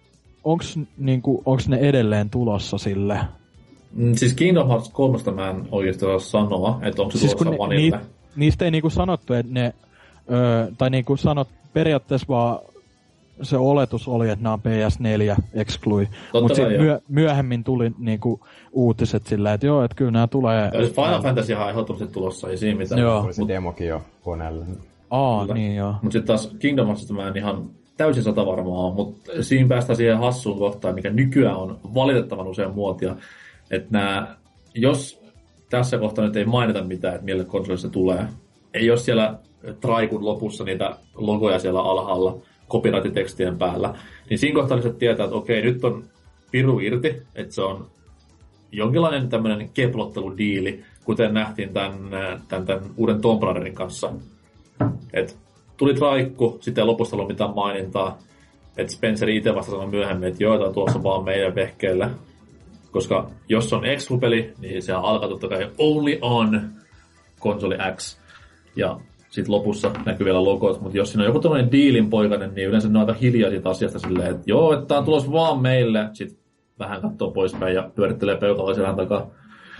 onks ne edelleen tulossa sille? Siis Kingdom Hearts 3 mä en oikeasti saa sanoa, että onko se siis tulossa Oneille. Niistä ei niinku sanottu, että ne, tai niinku periaatteessa vaan se oletus oli, että nämä on PS4 exclui. Mutta sitten myöhemmin tuli niinku uutiset sillä, että joo, että kyllä nämä tulee. Final Fantasy on ehdottomasti tulossa, ei siinä mitään. Joo. Oli se demokin jo koneella. Niin joo. Mutta sitten taas Kingdom Heartsista mä en ihan täysin satavarmaa, mutta siinä päästään siihen hassuun kohtaan, mikä nykyään on valitettavan usein muotia. Että jos tässä kohtaa nyt ei mainita mitään, että mille konsolille se tulee, ei ole siellä traikun lopussa niitä logoja siellä alhaalla, copyright-tekstien päällä, niin siinä kohtaa se tietää, että okei, nyt on piru irti, että se on jonkinlainen tämmöinen keplotteludiili, kuten nähtiin tämän uuden Tomb Raiderin kanssa. Et tuli traikku, sitten ei lopussa ollut mitään mainintaa, että Spencer itse vasta sanoi myöhemmin, että joo, tämä on tulossa vaan meidän vehkeelle. Koska jos on Exclu-peli, niin se alkaa totta kai only on konsoli X. Ja sitten lopussa näkyy vielä logot, mutta jos siinä on joku tämmöinen diilin poikainen, niin yleensä ne on aika hiljaa siitä asiasta silleen, että joo, että tää on tulossa vaan meille. Sitten vähän katsoo poispäin ja pyörittelee peukalla selän takaa.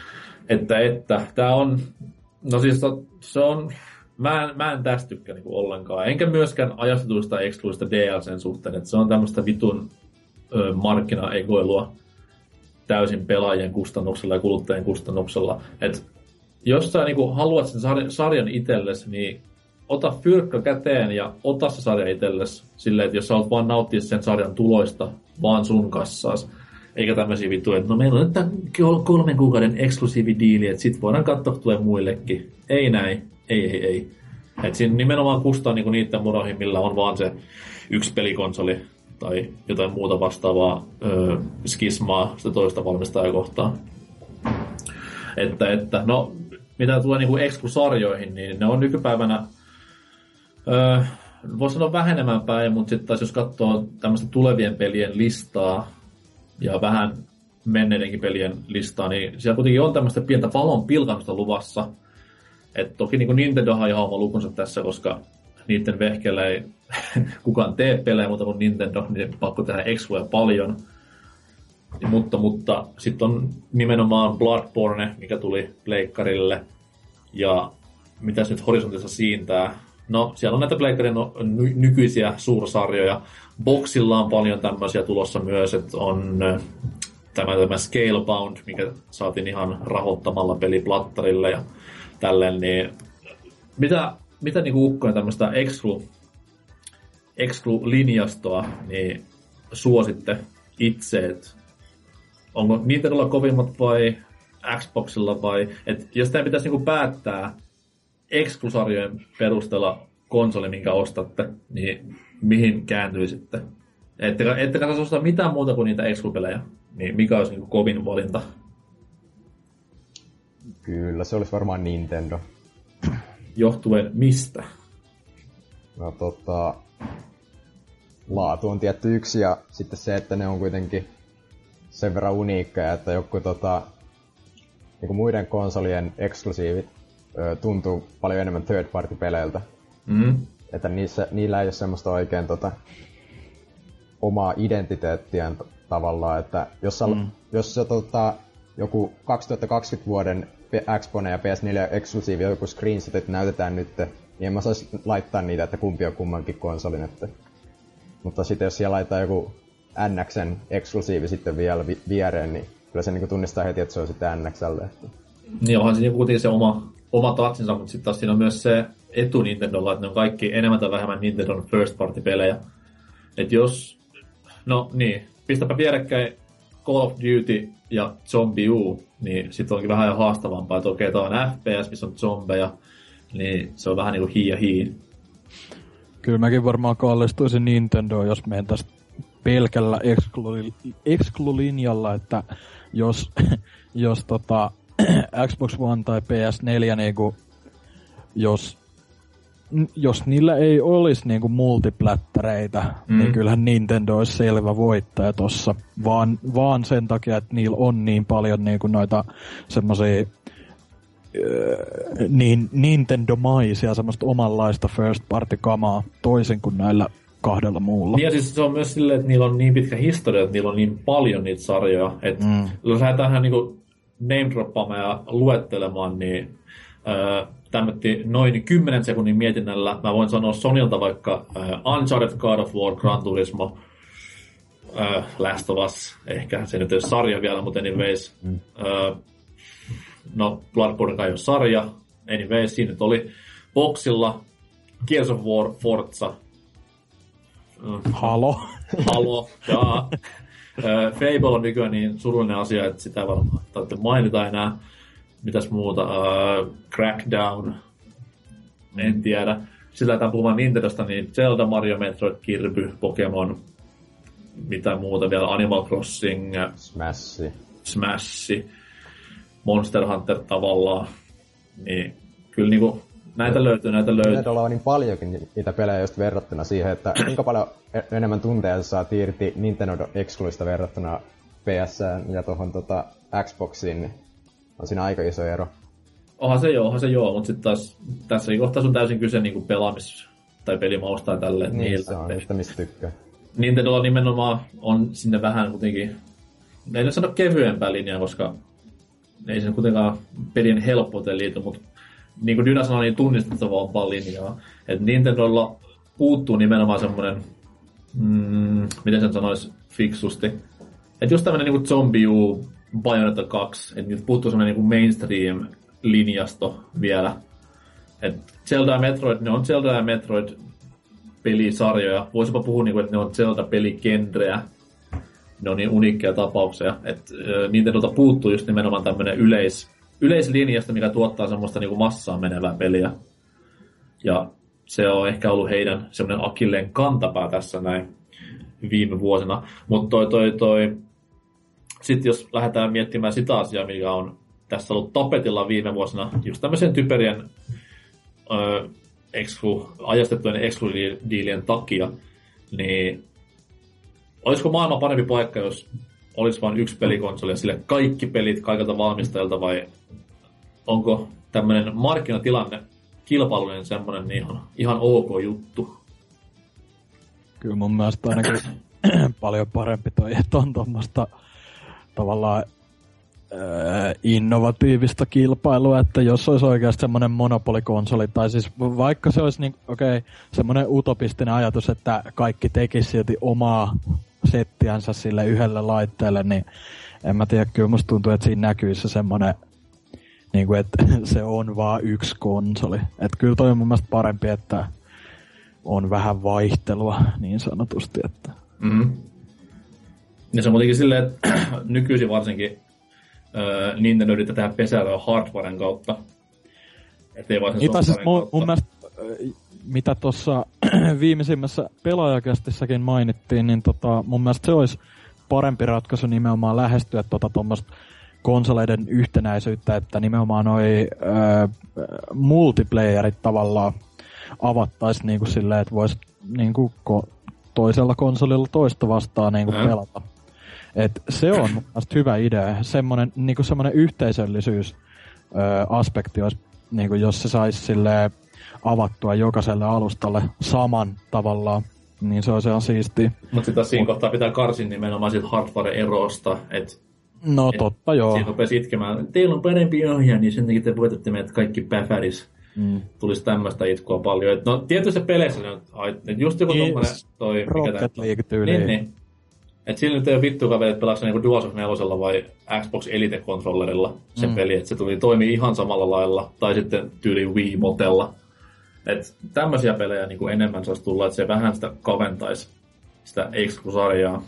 Että tää on, no siis se on, mä en tästä tykkää niinku ollenkaan. Enkä myöskään ajastetuista Excluista DLCn suhteen, että se on tämmöistä vitun markkinaegoilua täysin pelaajien kustannuksella ja kuluttajien kustannuksella. Et jos sä niinku haluat sen sarjan itsellesi, niin ota fyrkkä käteen ja ota se sarja itsellesi. Silleen, että jos sä haluat vaan nauttia sen sarjan tuloista, vaan sun kassaas. Eikä tämmöisiä vittuja, että no meillä on nyt tämän 3 kuukauden eksklusiividiili, että sit voidaan katsoa, kun tulee muillekin. Ei näin. Ei. Et siinä nimenomaan kustaa niinku niiden muroihin, millä on vaan se yksi pelikonsoli tai jotain muuta vastaavaa skismaa sitä toista valmistajakohtaa. Että no, mitä tulee niinku Exclu-sarjoihin, niin ne on nykypäivänä voisi sanoa vähenemään päin, mutta sitten taas jos katsoo tämmöistä tulevien pelien listaa ja vähän menneidenkin pelien listaa, niin siellä kuitenkin on tämmöistä pientä valon pilkamista luvassa. Et toki niin Nintendohan on ihan oma lukunsa tässä, koska niiden vehkeellä ei kukaan tee pelejä muuta kuin Nintendo, niin pakko tehdä Excluja paljon. Mutta sitten on nimenomaan Bloodborne, mikä tuli pleikkarille. Ja mitäs nyt horisontissa siintää? No, siellä on näitä pleikkarin nykyisiä suursarjoja. Boxilla on paljon tämmöisiä tulossa myös, että on tämä Scalebound, mikä saatiin ihan rahoittamalla peliplattarille ja tälleen, niin mitä niinku ukkoinen tämmöistä Exclu-linjastoa niin suositte itse, että onko Nintendolla kovimmat vai Xboxilla vai, että jos teidän pitäisi niinku päättää Exclu-sarjojen perusteella konsoli, minkä ostatte, niin mihin kääntyisitte? Ettekä saisi ostaa mitään muuta kuin niitä Exclu-pelejä, niin mikä olisi niinku kovin valinta? Kyllä, se olisi varmaan Nintendo. Johtuen mistä? No laatu on tietty yksi, ja sitten se, että ne on kuitenkin sen verran uniikkeja, että joku niinku muiden konsolien eksklusiivit tuntuu paljon enemmän third-party-peleiltä. Että niillä ei ole semmoista oikein omaa identiteettiään tavallaan, että jos joku 2020 vuoden Xbox ja PS4 eksklusiivi joku screenshotit näytetään nyt, niin en mä saisi laittaa niitä, että kumpi on kummankin konsolin. Mutta sitten jos siellä laittaa joku NX:n eksklusiivi sitten vielä viereen, niin kyllä se niinku tunnistaa heti, että se on sitten NX:lle. Niin onhan siinä kuitenkin se oma tatsinsa, mutta sitten taas siinä on myös se etu Nintendolla, että ne on kaikki enemmän tai vähemmän Nintendon first party pelejä. Et jos, pistäpä vierekkäin Call of Duty ja Zombie U, niin sit onkin vähän jo haastavampaa, että okei, tää on FPS, missä on zombeja, niin se on vähän niinku hii ja hii. Kyllä mäkin varmaan kallistuisin Nintendoon, jos mentäis pelkällä exclu-linjalla, että jos Xbox One tai PS4 niinku, jos niillä ei olisi niinku multiplättäreitä, niin kyllähän Nintendo olisi selvä voittaja tossa. Vaan sen takia, että niillä on niin paljon niinku noita semmosia niin Nintendo-maisia, semmoista omanlaista first party kamaa toisin kuin näillä kahdella muulla. Niin ja siis se on myös silleen, että niillä on niin pitkä historia, että niillä on niin paljon niitä sarjoja, että jos lähdetään niinku name-droppaamaan ja luettelemaan, niin tämmötti noin 10 sekunnin mietinnällä. Mä voin sanoa Sonylta vaikka Uncharted, God of War, Gran Turismo, Last of Us, ehkä se nyt ei ole sarja vielä, mutta anyways. Bloodborne ei ole sarja, anyways, siinä nyt oli Boxilla, Gears of War, Forza. Halo, jaa. Fable on nykyään niin surullinen asia, että sitä varmaan tarvitse mainita enää. Mitäs muuta? Crackdown. En tiedä. Sitten lähdetään puhumaan Nintendosta, niin Zelda, Mario, Metroid, Kirby, Pokemon. Mitä muuta vielä? Animal Crossing. Smash. Monster Hunter tavallaan. Niin kyllä niinku näitä löytyy. Nintendolla on niin paljonkin niitä pelejä just verrattuna siihen, että kuinka paljon enemmän tunteja saa irti Nintendo Excluista verrattuna PS:ään ja tuohon Xboxiin, niin on siinä aika iso ero. Onhan se joo, mutta sitten taas tässäkin kohtaa on täysin kyse niinku pelaamis- tai pelimausta tai tälleen. Niin, se on sitä mistä tykkää. Nintendolla nimenomaan on sinne vähän kuitenkin, ei nyt sano kevyempää linjaa, koska ei se kuitenkaan pelien helppouteen liity, mutta niin kuin Dyna sanoi, niin tunnistettavaa linjaa. Että Nintendolla puuttuu nimenomaan semmoinen, miten sen sanoisi fiksusti, että just tämmöinen niin kuin Zombie U, Bayonetta 2, että nyt puuttuu semmoinen niin kuin mainstream-linjasto vielä. Että Zelda ja Metroid, ne on Zelda ja Metroid pelisarjoja. Voisipa puhua, niin kuin, että ne on Zelda-peligenrejä. Ne on niin uniikkeja tapauksia. Että Nintendolta puuttuu just nimenomaan tämmöinen yleislinjasta, mikä tuottaa semmoista niinku massaan menevää peliä. Ja se on ehkä ollut heidän semmoinen akilleen kantapää tässä näin viime vuosina. Mutta sitten jos lähdetään miettimään sitä asiaa, mikä on tässä ollut tapetilla viime vuosina, just tämmöisen typerien ajastettujen exclusive-diilien takia, niin olisiko maailman parempi paikka, jos olisi vain yksi pelikonsoli ja sille kaikki pelit kaikilta valmistajilta, vai onko tämmöinen markkinatilanne kilpailuinen semmoinen niin ihan ok juttu? Kyllä mun mielestä ainakin paljon parempi toi, että on tuommoista tavallaan innovatiivista kilpailua, että jos olisi oikeasti semmoinen monopolikonsoli, tai siis vaikka se olisi niin, semmoinen utopistinen ajatus, että kaikki tekisi silti omaa settiänsä sille yhdelle laitteelle, niin en mä tiedä, kyllä musta tuntuu, että siinä näkyy se semmoinen, niin kuin, että se on vaan yksi konsoli. Että kyllä toi on mun mielestä parempi, että on vähän vaihtelua niin sanotusti. Että. Ja se on muutenkin silleen, että nykyisin varsinkin Nintendo yrittää tehdä pesää hardwaren kautta. Ettei vaan sen siis mun mielestä, mitä tuossa viimeisimmässä pelaajakästissäkin mainittiin, niin mun mielestä se olisi parempi ratkaisu nimenomaan lähestyä tuommoista konsoleiden yhtenäisyyttä, että nimenomaan noi multiplayerit tavallaan avattaisiin niinku silleen, että voisi niinku toisella konsolilla toista vastaan niinku pelata. Et se on mun mielestä hyvä idea. Semmonen yhteisöllisyys aspekti olisi, niinku jos se saisi silleen avattua jokaiselle alustalle saman tavallaan, niin se olisi ihan siistiä. Mutta sitten siinä kohtaa pitää karsin nimenomaan siitä hardware-erosta, että totta joo. Siinä rupesi itkemään, teillä on parempi ohjaa, niin sen takia te voitatte meidät kaikki päfäris. Tulisi tämmöistä itkua paljon. No tietyissä peleissä just joku tommonen toi... Rocket League-tyyliin. Niin. Et sillä nyt ei ole vittuakaan vielä, että pelaako se niinku DualShock 4 vai Xbox Elite-kontrollerilla sen peli, että se toimii ihan samalla lailla, tai sitten tyyli Wii-motella. Et tämmöisiä pelejä niinku enemmän saisi tulla, että se vähän sitä kaventaisi sitä Exclu-sarjaa.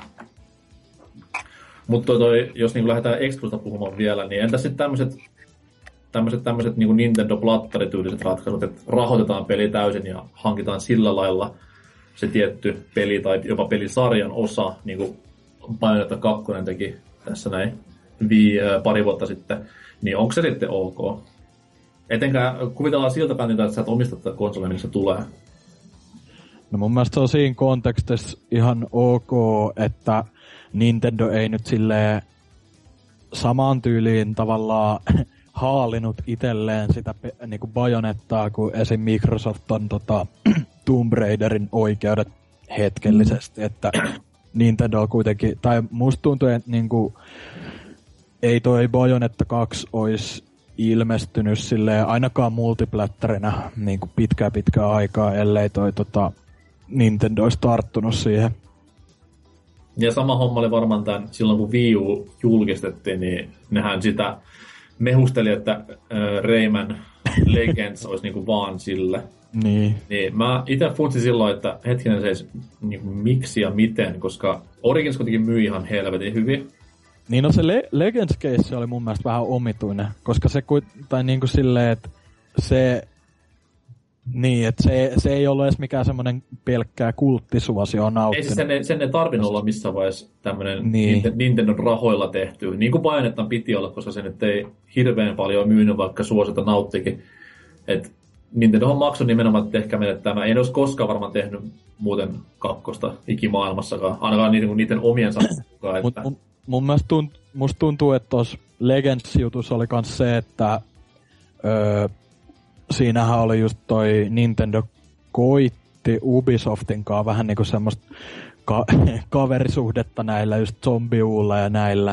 Mutta jos niinku lähdetään Exclusta puhumaan vielä, niin entäs sitten tämmöiset niinku Nintendo-plattarityyliset ratkaisut, että rahoitetaan peli täysin ja hankitaan sillä lailla se tietty peli tai jopa pelisarjan osa, niin kuin Bayonetta 2 teki tässä näin pari vuotta sitten, niin onko se sitten ok? Etenkään kuvitellaan siltä kantilta, että sä et omista tätä konsolia, missä se tulee. No mun mielestä se on siinä kontekstissa ihan ok, että Nintendo ei nyt silleen samaan tyyliin tavallaan haalinut itselleen sitä niinku Bayonettaa, kun esim. Microsoft on Tomb Raiderin oikeudet hetkellisesti, että Nintendo kuitenkin, tai musta tuntuu, että niinku, ei toi Bayonetta 2 olisi ilmestynyt silleen ainakaan multiplatterina niinku pitkää aikaa, ellei toi Nintendo olisi tarttunut siihen. Ja sama homma oli varmaan silloin kun Wii U julkistettiin, niin nehän sitä mehusteli, että Rayman Legends olisi niinku vaan sille. Niin. Mä itse funtsin silloin, että hetkinen se niinku miksi ja miten, koska Origins kuitenkin myi ihan helvetin hyvin. Niin no se Legends case oli mun mielestä vähän omituinen, koska se tai niinku silleen, että se niin, että se ei ollut edes mikään semmoinen pelkkää kulttisuosioon nauttinut. Ei sen ei tarvinnut olla missään vaiheessa tämmöinen Nintendon rahoilla tehty. Niin kuin Bayonettan piti olla, koska se nyt ei hirveän paljon myynyt, vaikka suosiota nauttikin. Et Nintendo on maksanut nimenomaan, että tehkää meille tämä. Ei ne olisi koskaan varmaan tehnyt muuten kakkosta ikimaailmassakaan, ainakaan niiden omien mukaan. Että... Mun mielestä musta tuntuu, että tuossa Legends-jutussa oli myös se, että siinähän oli just toi Nintendo koitti Ubisoftin kanssa vähän niinku semmoista kaverisuhdetta näillä just Zombiulla ja näillä.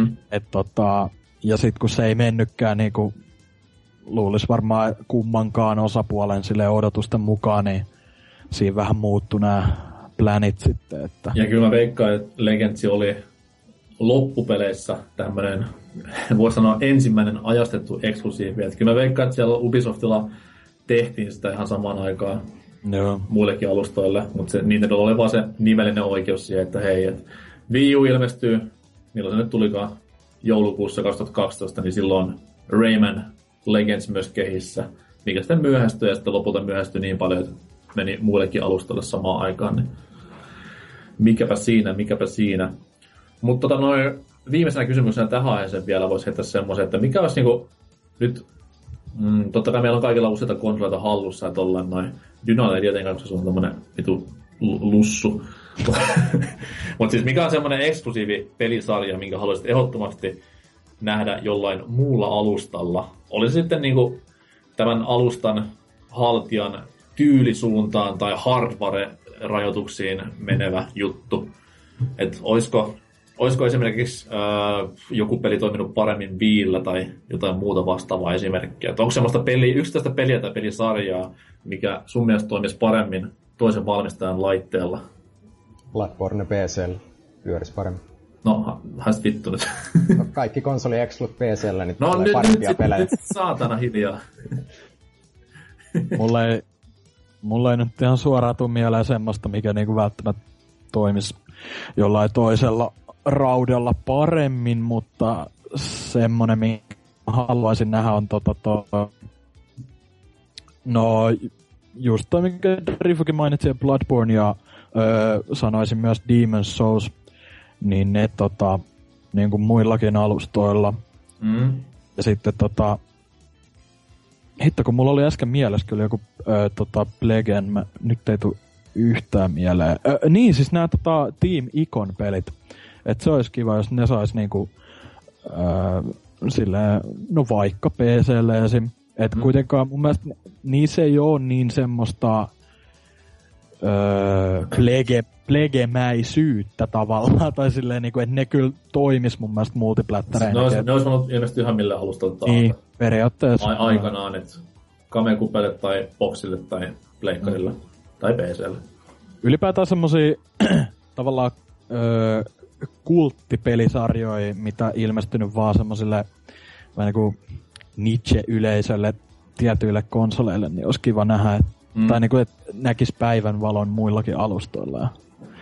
Ja sit kun se ei mennytkään niinku luulis varmaan kummankaan osapuolen sille odotusten mukaan, niin siinä vähän muuttui nämä planit sitten. Että... Ja kyllä mä veikkaan, että Legends oli loppupeleissä tämmönen, voisi sanoa ensimmäinen ajastettu eksklusiivi. Että kyllä mä veikkaan, että siellä Ubisoftilla tehtiin sitä ihan samaan aikaan muillekin alustoille, mutta se Nintendo oli vaan se nimellinen oikeus siihen, että hei, että Wii U ilmestyy, milloin se nyt tulikaan joulukuussa 2012, niin silloin Rayman Legends myös kehissä, mikä sitten myöhästyi ja sitten lopulta myöhästyi niin paljon, että meni muillekin alustoille samaan aikaan, niin mikäpä siinä. Mutta viimeisenä kysymyksenä tähän aiheeseen vielä voisi heittää semmoisen, että mikä olisi niinku nyt, totta kai meillä on kaikilla useita konsoleita hallussa, että ollaan noin Dynalla ei tietenkään, koska se on tommonen vitu lussu. Mutta siis mikä on semmoinen eksklusiivi pelisarja, minkä haluaisit ehdottomasti nähdä jollain muulla alustalla? Oli se sitten niinku tämän alustan haltijan tyylisuuntaan tai hardware-rajoituksiin menevä juttu. Että olisiko esimerkiksi joku peli toiminut paremmin Wiillä tai jotain muuta vastaavaa esimerkkiä? Että onko semmoista yksittäistä peliä tai pelisarjaa, mikä sun mielestä toimisi paremmin toisen valmistajan laitteella? Bloodborne PC:llä pyörisi paremmin. No, haist vittu nyt. No, kaikki konsoli exclut PC:llä, niin tulee parempia pelejä. Nyt saatana hiljaa. Mulla ei nyt ihan suoraan tule mieleen semmoista, mikä niinku välttämättä toimisi jollain toisella raudalla paremmin, mutta semmonen, minkä haluaisin nähdä, on no just toi, minkä Rifukin mainitsi, Bloodborne ja sanoisin myös Demon's Souls, niin ne niin kuin muillakin alustoilla. Ja sitten hitto, kun mulla oli äsken mielessä kyllä joku Plegen, nyt ei yhtään mieleen. Niin, siis nämä Team Icon-pelit. Että se olisi kiva, jos ne sais niinku silleen, no vaikka PC:lle esim. Että kuitenkaan mun mielestä niissä ei oo niin semmoista plegemäisyyttä tavallaan, tai silleen niinku, että ne kyllä toimis mun mielestä multiplättäreina. Ne ois voinut ilmeisesti ihan millä alustalla taata. Niin, periaatteessa. Aikanaan, että Kamekupelle tai Boxille tai Pleikkarille tai PC:lle. Ylipäätään semmosia tavallaan kulttipelisarjoja, mitä ilmestynyt vaan semmosille vähän niinku niche-yleisölle tietyille konsoleille, niin olisi kiva nähdä, tai niinku, että näkis päivän valon muillakin alustoilla ja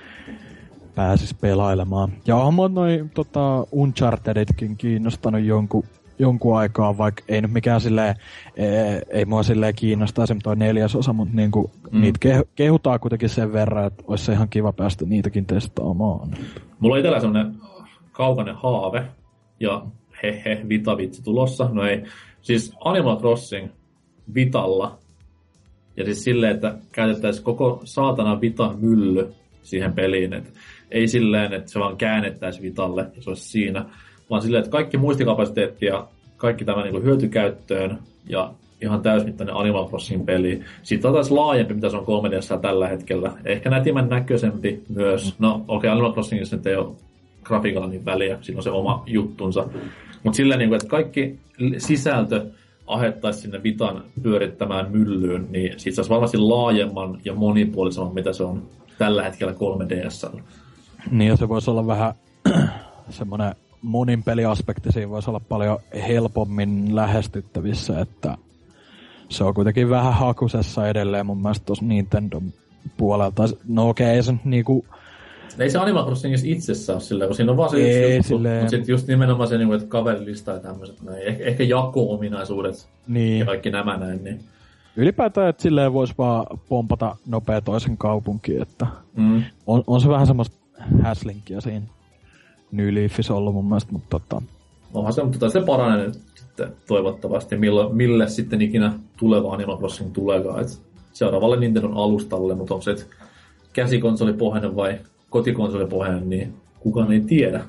pääsis pelailemaan. Ja on mua noi Uncharteditkin kiinnostanut jonkun aikaa, vaikka ei nyt mikään silleen, ei mua silleen kiinnostaisi toi 4. osa, mutta niinku, niitä kehutaan kuitenkin sen verran, että olisi se ihan kiva päästä niitäkin testaamaan. Mulla on itsellä semmonen kaukainen haave, ja Vita-vitsi tulossa. No ei, siis Animal Crossing Vitalla, ja siis silleen, että käytettäisiin koko saatana Vitan mylly siihen peliin, että ei silleen, että se vaan käännettäisiin Vitalle, ja se olisi siinä, vaan silleen, että kaikki muistikapasiteetti ja kaikki tämä niin kuin hyötykäyttöön, ja ihan täysmittainen Animal Crossing-peli. Siitä on taas laajempi, mitä se on 3D:ssä tällä hetkellä. Ehkä nätimän näköisempi myös. No okei, Animal Crossingissa nyt ei ole grafiikalla niin väliä, siinä on se oma juttunsa. Mutta silleen, että kaikki sisältö ahettaisiin sinne Vitan pyörittämään myllyyn, niin siitä saisi varmasti laajemman ja monipuolisemman, mitä se on tällä hetkellä 3DS:llä. Niin, ja se voisi olla vähän semmoinen monin peliaspekti, siinä voisi olla paljon helpommin lähestyttävissä, että se on kuitenkin vähän hakusessa edelleen mun mielestä tuossa Nintendon puolelta. No okei, ei se niinku... Ei se Animal Crossingissa itsessään ole silleen, kun siinä on vaan se yksi juttu, mutta sitten just nimenomaan se, että kaverilista ja tämmöiset näin. Ehkä jako-ominaisuudet niin. Ja kaikki nämä näin. Niin. Ylipäätään, että silleen voisi vaan pompata nopea toisen kaupunkiin, että on se vähän semmoista häslinkiä siinä New Leafissä ollut mun mielestä, mutta onhan se, mutta se paranee nyt sitten toivottavasti, mille sitten ikinä tuleva Animal Crossing tuleekaan. Et seuraavalle Nintendon alustalle, mutta onko se käsikonsolipohjainen vai kotikonsolipohjainen, niin kukaan ei tiedä.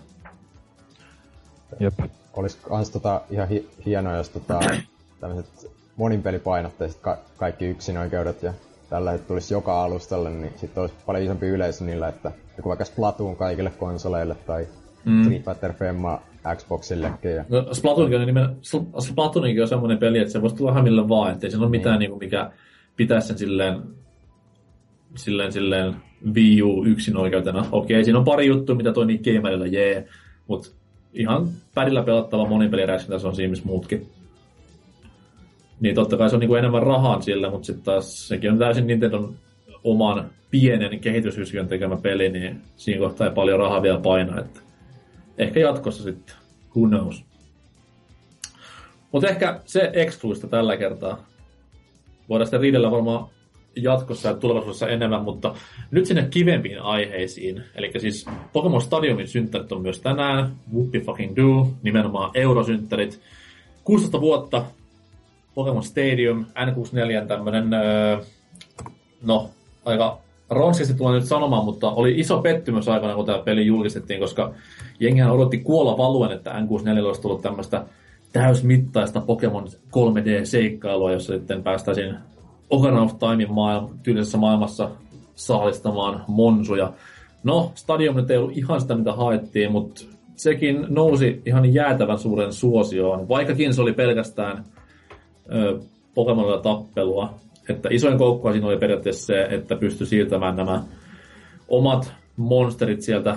Jep. Olisikohan se ihan hienoa, jos tämmöiset moninpelipainotteiset kaikki yksinoikeudet ja tällä hetkellä tulisi joka alustalle, niin sitten olisi paljon isompi yleisö niillä, että joku vaikka Splatoon kaikille konsoleille tai Street Fighter Femma Xboxillekin. Ja... No, Splatooninkin on semmoinen peli, että se voisi tulla ihan millä vaan, ettei siinä ole mitään, niin kuin, mikä pitäisi sen silleen Wii U yksinoikeutena. Okei, siinä on pari juttua, mitä toi niin gamerilla mutta ihan pärillä pelattava monipeliräiskintä se on siinä, missä muutkin. Niin totta kai se on niinku enemmän rahaan sillä, mutta sitten taas sekin on täysin Nintendon oman pienen kehitysyksikön tekemä peli, niin siinä kohtaa ei paljon rahaa vielä painaa, että ehkä jatkossa sitten, who knows. Mutta ehkä se Excluista tällä kertaa. Voidaan sitten riidellä varmaan jatkossa ja tulevaisuudessa enemmän, mutta nyt sinne kivempiin aiheisiin. Eli siis Pokémon Stadiumin synttärit on myös tänään, whoopie fucking do, nimenomaan eurosynttärit. 16 vuotta Pokémon Stadium, N64 tämmönen, aika ronskasti tulee nyt sanomaan, mutta oli iso pettymys aikana, kun tämä peli julkistettiin, koska jengihän odotti kuolla valuen, että N64 olisi tullut tämmöistä täysmittaista Pokémon 3D-seikkailua, jossa sitten päästäisiin Ocarina of Timein tyylisessä maailmassa saalistamaan monsuja. No, Stadium nyt ei ollut ihan sitä, mitä haettiin, mutta sekin nousi ihan jäätävän suuren suosioon, vaikkakin se oli pelkästään Pokemonilla tappelua. Että isoin koukkua siinä oli periaatteessa se, että pystyi siirtämään nämä omat monsterit sieltä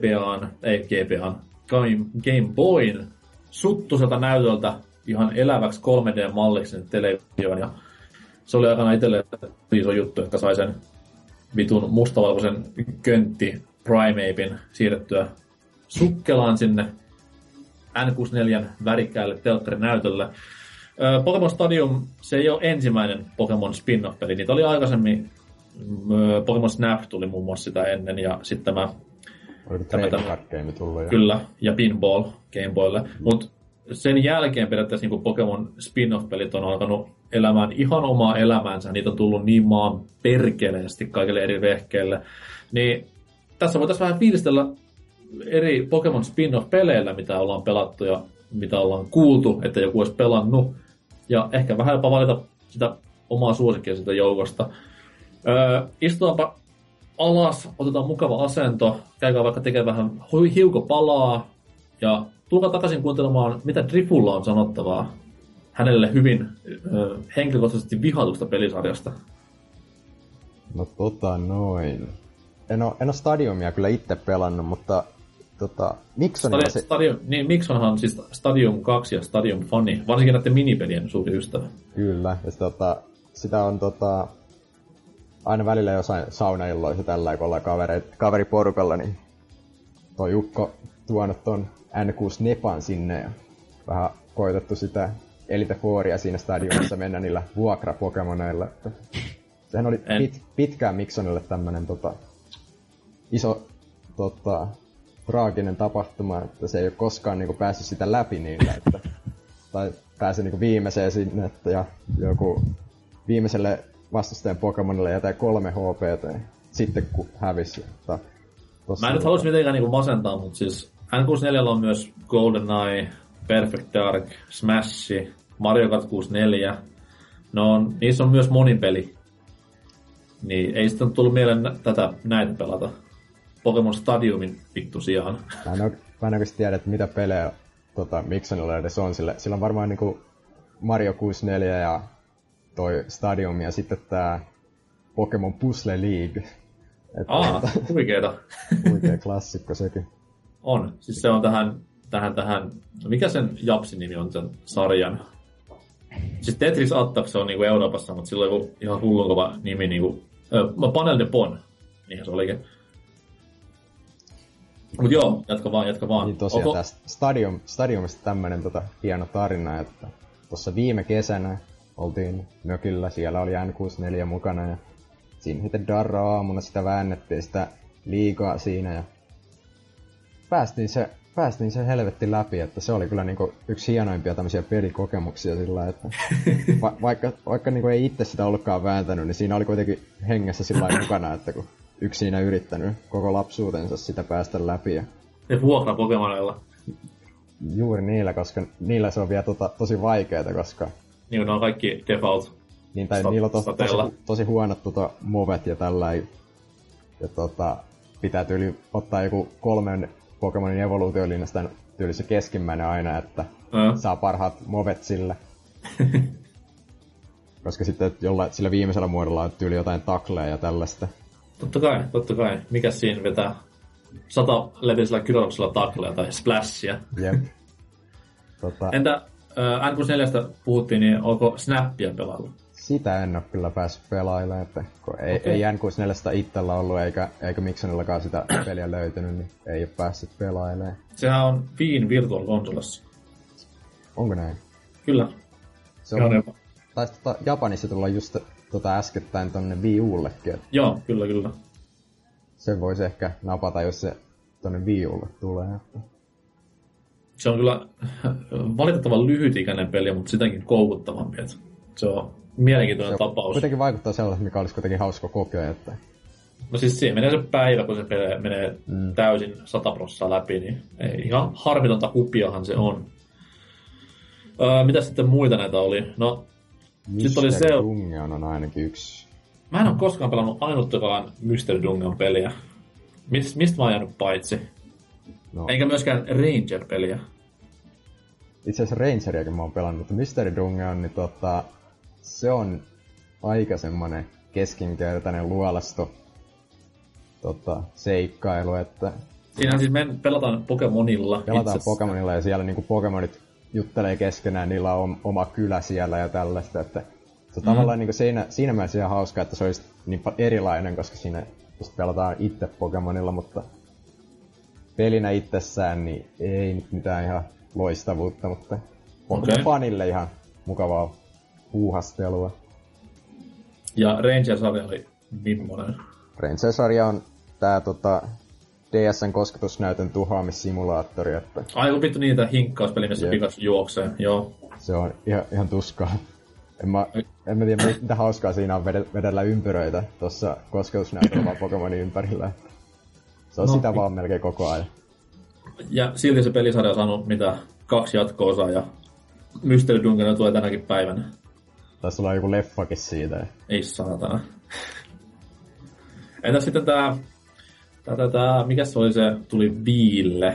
Game Boyn suttuiselta näytöltä ihan eläväksi 3D-malliksi televisioon. Ja se oli aikana itselle iso juttu, että sai sen vitun mustavalkoisen köntti Primeapin siirrettyä sukkelaan sinne N64 värikkäälle telkkarinäytölle. Pokémon Stadium, se ei ole ensimmäinen Pokémon spin-off-peli. Niitä oli aikaisemmin, Pokémon Snap tuli muun muassa sitä ennen, ja sitten tämä... Oliko Trading Card Game tullut jo? Kyllä, ja Pinball Game Boylle. Mutta sen jälkeen periaatteessa niin Pokémon spin-off-pelit on alkanut elämään ihan omaa elämäänsä. Niitä on tullut niin maan perkeleesti kaikille eri vehkeille. Niin tässä voitaisiin vähän fiilistellä eri Pokemon spin-off-peleillä, mitä ollaan pelattu ja mitä ollaan kuultu, että joku olisi pelannut. Ja ehkä vähän jopa valita sitä omaa suosikkia sitä joukosta. Istutaanpa alas, otetaan mukava asento, käykää vaikka tekemään vähän hiukopalaa ja tulkaa takaisin kuuntelemaan, mitä Drifulla on sanottavaa hänelle hyvin henkilökohtaisesti vihatusta pelisarjasta. No noin. En oo Stadiumia kyllä itse pelannut, mutta Miksonilla Miksonhan siis Stadium 2 ja Stadium Fani, varsinkin näiden minipelien suuri ystävä. Kyllä, ja sitä on aina välillä jossain saunailloissa tällä, kun ollaan kaveriporukalla, niin toi Jukko tuonut ton N6 Nepan sinne ja vähän koitettu sitä Elite Fouria siinä Stadiumissa mennä niillä vuokra-pokemoneilla. Sehän oli pitkään Miksonille tämmönen iso traaginen tapahtuma, että se ei ole koskaan niinku päässyt sitä läpi niillä, tai pääsi niinku viimeiseen sinne, ja joku viimeiselle vastustajan Pokemonille jätää 3 HP:tä, sitten kun hävisi. Mä en nyt haluaisi mitenkään niinku masentaa, mutta siis N64 on myös GoldenEye, Perfect Dark, Smash, Mario Kart 64. No, niissä on myös monin peli. Niin ei sitten tullut mieleen näitä pelata. Pokemon Stadiumin vittu sijaan. Mä en oikeasti tiedä, että mitä pelejä Miksonilla edes on. Sillä on varmaan niinku Mario 64 ja toi Stadium ja sitten tää Pokemon Puzzle League. Huikeeta. Huikea klassikko sekin. On. Siis se on tähän mikä sen Japsin nimi on sen sarjan? Siis Tetris Attack se on niinku Euroopassa, mutta sillä on joku ihan hullun kova nimi niinku Panel de Pon. Niinhän se olikin. Mut joo, jatka vaan. Niin tosiaan tästä Stadiumista tämmönen hieno tarina, että tossa viime kesänä oltiin mökillä, siellä oli N64 mukana ja siinä sitten Darra-aamuna sitä väännettiin sitä liigaa siinä ja päästiin se helvetti läpi, että se oli kyllä niinku yksi hienoimpia tämmöisiä pelikokemuksia sillä, että vaikka niinku ei itse sitä ollutkaan vääntänyt, niin siinä oli kuitenkin hengessä sillä mukana, että kun yksi siinä yrittänyt koko lapsuutensa sitä päästä läpi. Ja vuokra Pokemonilla. Juuri niillä, koska niillä se on vielä tosi vaikeeta, koska niin ne on kaikki default. Niin, tai niillä on tosi huonot movet ja tällä ja pitää ottaa joku 3 Pokemonin evoluutiolinjasta tyyli se keskimmäinen aina, että saa parhaat movet sillä. Koska sitten sillä viimeisellä muodolla on tyyli jotain takleja ja tällaista. Totta kai. Mikäs siinä vetää 100-levisellä Kyroksella takleja tai splashia? Jep. Entä N64 puhuttiin, niin onko Snappia pelailu? Sitä en ole kyllä päässyt pelailemaan, että ei N64 itsellä ollut eikä Miksonillakaan sitä peliä löytynyt, niin ei ole päässyt pelailemaan. Sehän on Wien Virtual Consolessa. Onko näin? Kyllä. Se on, taisi Japanissa tulla just äskettäin tonne Wii Ullekin. Joo, kyllä. Se voisi ehkä napata, jos se tonne Wii Ulle tulee. Se on kyllä valitettavan lyhytikäinen peli, mutta sitäkin koukuttavampi. Se on mielenkiintoinen tapaus. Kuitenkin vaikuttaa sellaiset, mikä olisi kuitenkin hauska kokea. Että no siis siihen menee se päivä, kun se menee täysin 100% läpi, niin ei, ihan harmitonta hupiahan se on. Mitä sitten muita näitä oli? No, sitten oli se Dungeon on ainakin yksi. Mä en ole koskaan pelannut ainuttakaan Mystery Dungeon peliä. Mistä mä oon jäänyt paitsi? No. Eikä myöskään Ranger-peliä. Itse asiassa Rangeriakin mä oon pelannut, mutta Mystery Dungeon, niin se on aika semmonen keskinkertainen luolasto seikkailu, että siinähän siis me pelataan Pokemonilla. Pelataan Pokemonilla ja siellä niinku Pokemonit juttelee keskenään, niillä on oma kylä siellä ja tällaista, että se on tavallaan niinku siinä mielessä ihan hauskaa, että se olisi niin erilainen, koska siinä just pelataan itse Pokemonilla, mutta pelinä itsessään niin ei nyt mitään ihan loistavuutta, mutta Pokemon-fanille ihan mukavaa puuhastelua. Ja Ranger-sarja oli millainen? Ranger-sarja on tää DS:n kosketusnäytön tuhoamissimulaattori, että aivan vittu niitä hinkkauspeli, missä Pikachu juoksee, joo. Se on ihan tuskaa. En mä tiedä, mitä hauskaa siinä on vedellä ympyröitä tuossa kosketusnäytöllä vaan Pokemonin ympärillä. Se on sitä vaan melkein koko ajan. Ja silti se pelisarja on saanut 2 jatko-osaa ja Mystery Dungeon tulee tänäkin päivänä. Taisi olla joku leffakin siitä. Ei saatana. Entäs sitten tää mikä se oli se, tuli Viille?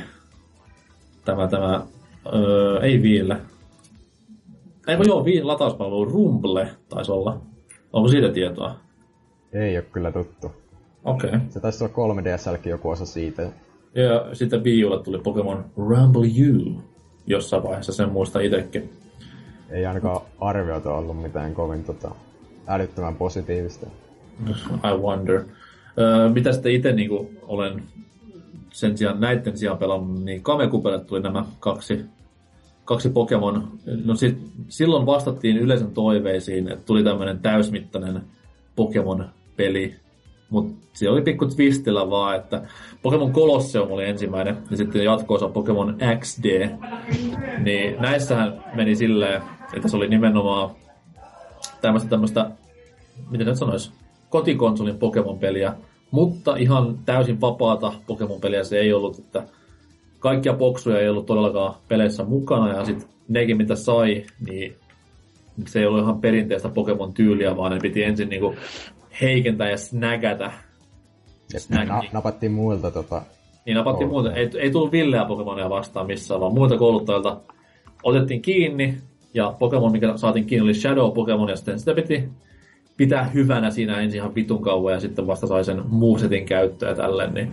Ei Viille. Eikö joo, Viin latauspalvelu Rumble taisi olla. Onko siitä tietoa? Ei oo kyllä tuttu. Okei. Okay. Se taisi olla 3DSLkin joku osa siitä. Ja sitten Wii Ulle tuli Pokemon Rumble U. Jossain vaiheessa, sen muista itekin. Ei ainakaan arvioita ollut mitään kovin älyttömän positiivista. I wonder. Mitä sitten itse niinku olen sen sijaan näitten sijaan pelannut, niin Kamekupelle tuli nämä kaksi Pokemon. No silloin vastattiin yleisön toiveisiin, että tuli tämmönen täysmittainen Pokemon-peli. Mutta siellä oli pikku twistillä vaan, että Pokemon Colosseum oli ensimmäinen, ja sitten jatko-osa Pokemon XD. Niin näissähän meni silleen, että se oli nimenomaan tämmöistä, miten nyt sanois, kotikonsolin Pokemon-peliä, mutta ihan täysin vapaata Pokemon-peliä se ei ollut, että kaikkia boksuja ei ollut todellakaan peleissä mukana, ja sitten nekin mitä sai, niin se ei ollut ihan perinteistä Pokemon-tyyliä, vaan ne piti ensin niinku heikentää ja snägätä. Napattiin muilta Niin napattiin muilta. Ei tullut villeä Pokemonia vastaan missään, vaan muilta kouluttajilta otettiin kiinni, ja Pokemon, mikä saatiin kiinni, oli Shadow Pokemon, ja sitten sitä piti pitää hyvänä siinä ensin ihan vitun kauan, ja sitten vasta sai sen movesetin käyttöön ja tälleen, niin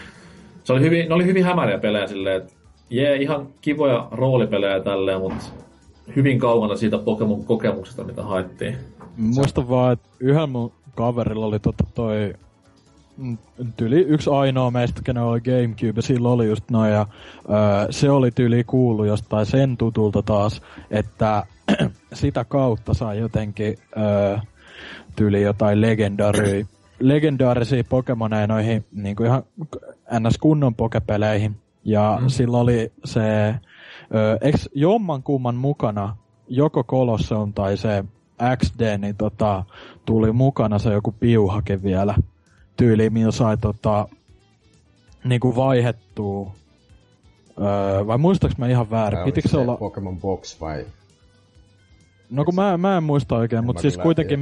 ne oli hyvin hämäriä pelejä silleen, että ihan kivoja roolipelejä ja tälleen, mutta hyvin kaukana siitä Pokemon-kokemuksesta, mitä haettiin. Muistan vaan, että yhdellä mun kaverilla oli toi tyli yksi ainoa meistä, kenen oli Gamecube, ja sillä oli just noin, ja se oli tyli kuullut jostain sen tutulta taas, että sitä kautta sai jotenkin tyli jotain legendaarisia Pokemoneja noihin niinku ihan ns. Kunnon pokepeleihin, ja sillä oli se, eiks jomman kumman mukana, joko Colosseum tai se XD, niin tuli mukana se joku piuhake vielä tyyliin, millä sai niinku vaihettua. Vai muistaaks mä ihan väärin? Pitikö se olla Pokemon Box vai? No kun mä en muista oikein, mutta siis kuitenkin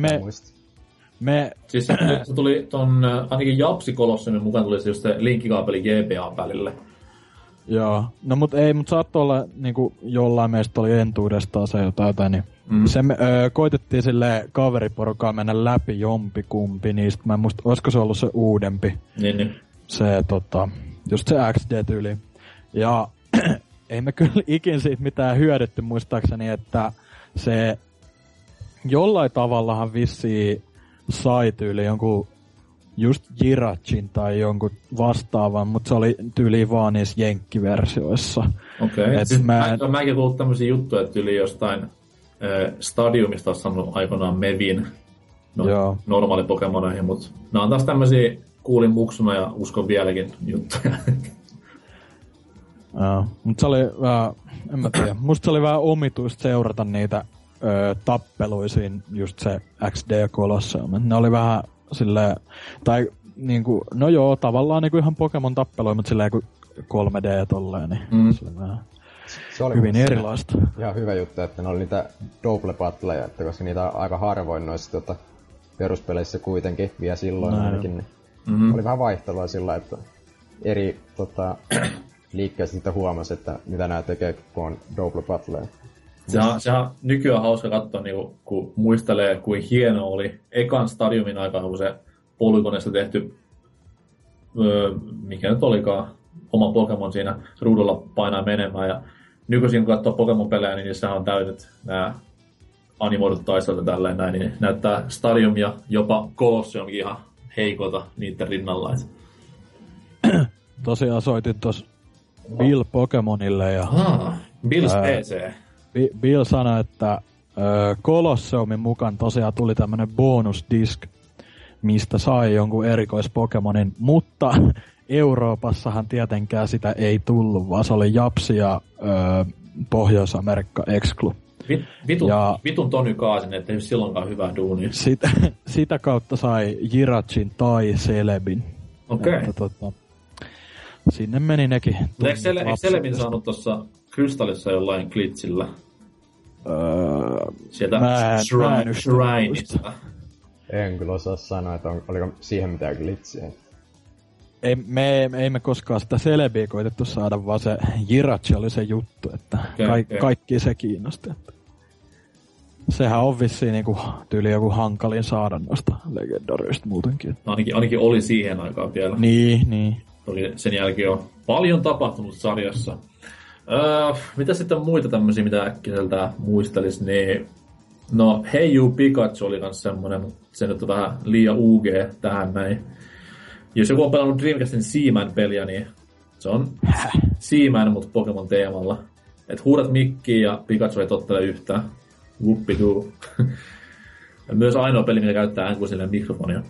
Siis se tuli ton, ainakin Japsi Colosseumin mukaan tuli just se linkkikaapeli GBA välille. Joo, no mut saattoi olla niinku jollain meistä oli entuudestaan se jotain, niin se koitettiin silleen kaveriporukaan mennä läpi jompikumpi niistä, mä en muista, olisiko se ollut se uudempi. Niin. Se just se XD-tyyli. Ja ei me kyllä ikin siitä mitään hyödytty muistaakseni, että se jollain tavallahan vissiin sai tyyli jonkun just Jirachin tai jonkun vastaavan, mutta se oli tyyliin vaan niissä jenkkiversioissa. Okei. Siis mäkin kuullut tämmösiä juttuja, että tyyliin jostain Stadiumista olisi saanut aikoinaan Mevin normaali Pokemoneihin, mutta nämä on taas tämmösiä kuulin muksuna ja uskon vieläkin juttuja. Mutta se oli vähän, en mä tiedä, musta se oli vähän omituista seurata niitä tappeluisiin, just se XD ja Colosseum. Ne oli vähän silleen, tai niinku, no joo, tavallaan niinku ihan Pokemon tappeluja, mutta silleen kuin 3D tolleen, niin se oli vähän se oli hyvin erilaista. Ihan hyvä juttu, että ne oli niitä double battleja, että koska niitä aika harvoin noissa peruspeleissä kuitenkin vielä silloin ainakin, niin oli vähän vaihtelua sillä, että eri liikkeessä sitten huomasi, että mitä nämä tekee, kun on double battleja. Se on nykyään hauska katsoa, niin kun muistelee, kuin hieno oli ekan Stadiumin aikana, kun se Polygonista tehty, mikä nyt olikaan, oma Pokemon siinä ruudulla painaa menemään. Ja nykyisin kun katsoo Pokemon-pelejä, niin niissä on täydet nämä animoidut taistelut ja tälleen näin, niin näyttää Stadium ja jopa Colosseumkin ihan heikolta niiden rinnalla. Tosiaan soitin tuossa Bill Pokemonille ja Bill's PC. Bill sanoi, että Colosseumin mukaan tosiaan tuli tämmönen bonusdisk, mistä sai jonkun erikoispokemonin, mutta Euroopassahan tietenkään sitä ei tullut, vaan se oli Japsi ja Pohjois-Amerikka Exclu. Vitun Tony Kaasin, ettei silloinkaan hyvää duunia. Sitä kautta sai Jirachin tai Celebin. Okei. Okay. Sinne meni nekin. Eikö Celebin saanut tuossa Krystallissa jollain glitchillä? Sieltä Shrineista. En kyllä osaa sanoa, että oliko siihen mitään glitchiä. Ei me koskaan sitä Celebiä koitettu saada, vaan se Jirachi oli se juttu, että kaikki se kiinnosti. Että. Sehän on vissiin niinku tyyli joku hankalin saada noista legendarista muutenkin. Ainakin oli siihen aikaan vielä. Niin. Toki sen jälkeen on paljon tapahtunut sarjassa. Mitä sitten muita tämmöisiä, mitä äkkiseltä muistelis, niin... No, Hey You Pikachu oli kans semmonen, mutta se nyt on vähän liian UG tähän näin. Jos joku on pelannut Dreamcastin Seaman-peliä, niin se on Seaman, mutta Pokemon teemalla. Et huudat mikkiin ja Pikachu ei tottele yhtään. Whoopidoo. Myös ainoa peli, mikä käyttää NQC:lle mikrofonia.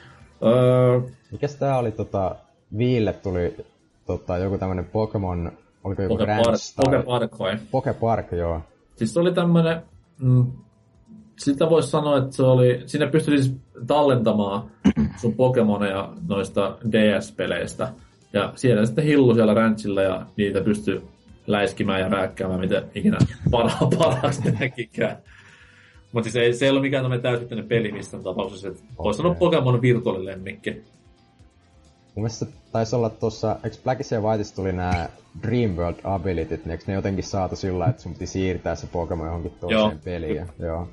Mikäs tää oli Viille tuli joku tämmönen Pokemon... Oliko joku Pokepark vai? Pokepark, joo. Siis se oli tämmönen... Sitä voisi sanoa, että se oli... Sinne pystyi siis tallentamaan sun Pokemoneja noista DS-peleistä. Ja siellä sitten hillu siellä ranchilla ja niitä pystyi läiskimään ja rääkkäämään, mitä ikinä parhaasti näkikään. Mutta siis se ei ollut mikään tämmöinen täysittäinen peli missään tapauksessa. Voisi sanoa Pokemon virtuaalilemmikki. Mun mielestä taisi olla tuossa, eikö Blackissa ja Whiteissa tuli nää Dreamworld abilityt, niin eikö ne jotenkin saatu sillä, että sun piti siirtää se Pokemon johonkin toiseen peliin? Joo.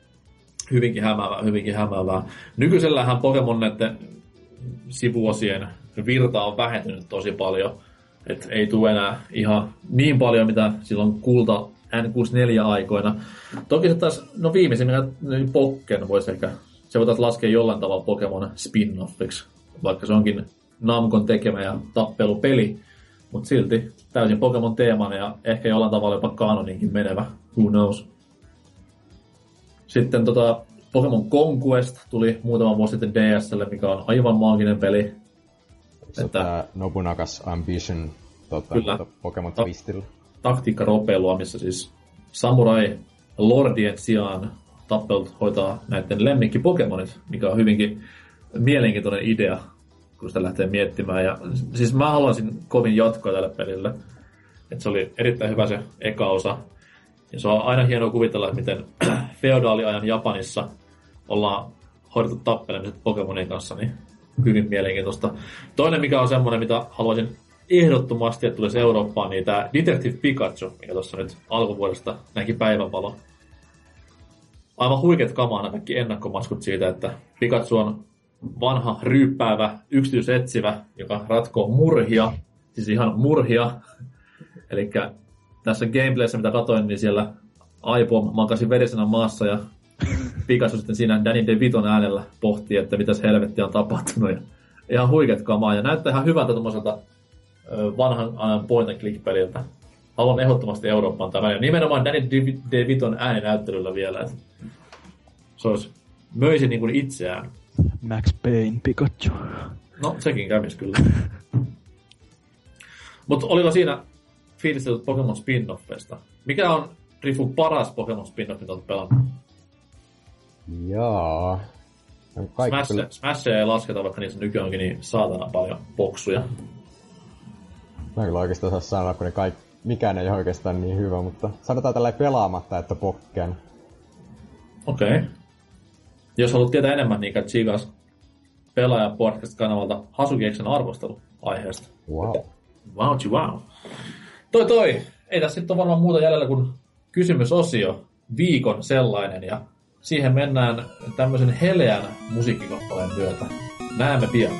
Hyvinkin hämäävää. Nykyisellähän Pokemon näiden sivuosien virta on vähentynyt tosi paljon. Et ei tule enää ihan niin paljon, mitä silloin kulta N64-aikoina. Toki se taas, no viimeisimmillä Pokken voisi ehkä, se voitaisiin laskea jollain tavalla Pokemon spin-offiksi, vaikka se onkin Namcon tekemä ja tappelupeli, mutta silti täysin Pokemon teeman ja ehkä jollain tavalla jopa kanoninkin menevä, who knows. Sitten Pokemon Conquest tuli muutama vuosi sitten DS:lle, mikä on aivan maaginen peli. Että Nobunagas Ambition Pokemon Twistillä. Taktiikkaropeilua, missä siis samurai lordien sijaan tappelut hoitaa näiden lemmikki-Pokemonit, mikä on hyvinkin mielenkiintoinen idea, kun sitä lähtee miettimään. Ja siis mä haluaisin kovin jatkoa tälle pelille. Että se oli erittäin hyvä se eka osa. Ja se on aina hienoa kuvitella, miten feodaaliajan Japanissa ollaan hoidettu tappelemiset Pokemonien kanssa, niin hyvin mielenkiintoista. Toinen, mikä on semmoinen, mitä haluaisin ehdottomasti, että tulisi Eurooppaan, niin tämä Detective Pikachu, mikä tuossa nyt alkuvuodesta näki päivänvalo. Aivan huikeat kamaa nämä kaikki ennakkomaskut siitä, että Pikachu on vanha, ryyppäävä, yksityisetsivä, joka ratkoo murhia, siis ihan murhia. Elikkä tässä gameplayssä, mitä katoin, niin siellä Aipo makasi verisenä maassa ja Pikachu sitten siinä Danny DeViton äänellä pohtii, että mitäs helvettiä on tapahtunut. Ja ihan huikeat kamaa ja näyttää ihan hyvältä tommoselta vanhan ajan point and click -peliltä. Haluan ehdottomasti Eurooppaan tämän. Ja nimenomaan Danny DeViton ääninäyttelyllä vielä. Että se olisi möisi niin kuin itseään. Max Payne Pikachu. No, sekin kävis kyllä. Mutta oliko siinä fiilistellyt Pokemon spin-offeista? Mikä on Rifun paras Pokemon spin-off, mitä olet pelannut? Jaa. Smashia ei lasketa, vaikka niissä nykyäänkin niin saatana paljon boksuja. Mä kyllä oikeastaan saa sanoa, kun mikään ei ole oikeastaan niin hyvä, mutta sanotaan tällä pelaamatta, että Pokken. Okei. Jos haluat tietää enemmän, niin käy tsiikas Pelaaja podcast-kanavalta Hasukieksen arvostelu aiheesta. Wow. Wow. Ei tässä sitten ole varmaan muuta jäljellä kuin kysymysosio, viikon sellainen, ja siihen mennään tämmöisen heleän musiikkikappaleen myötä. Näemme pian.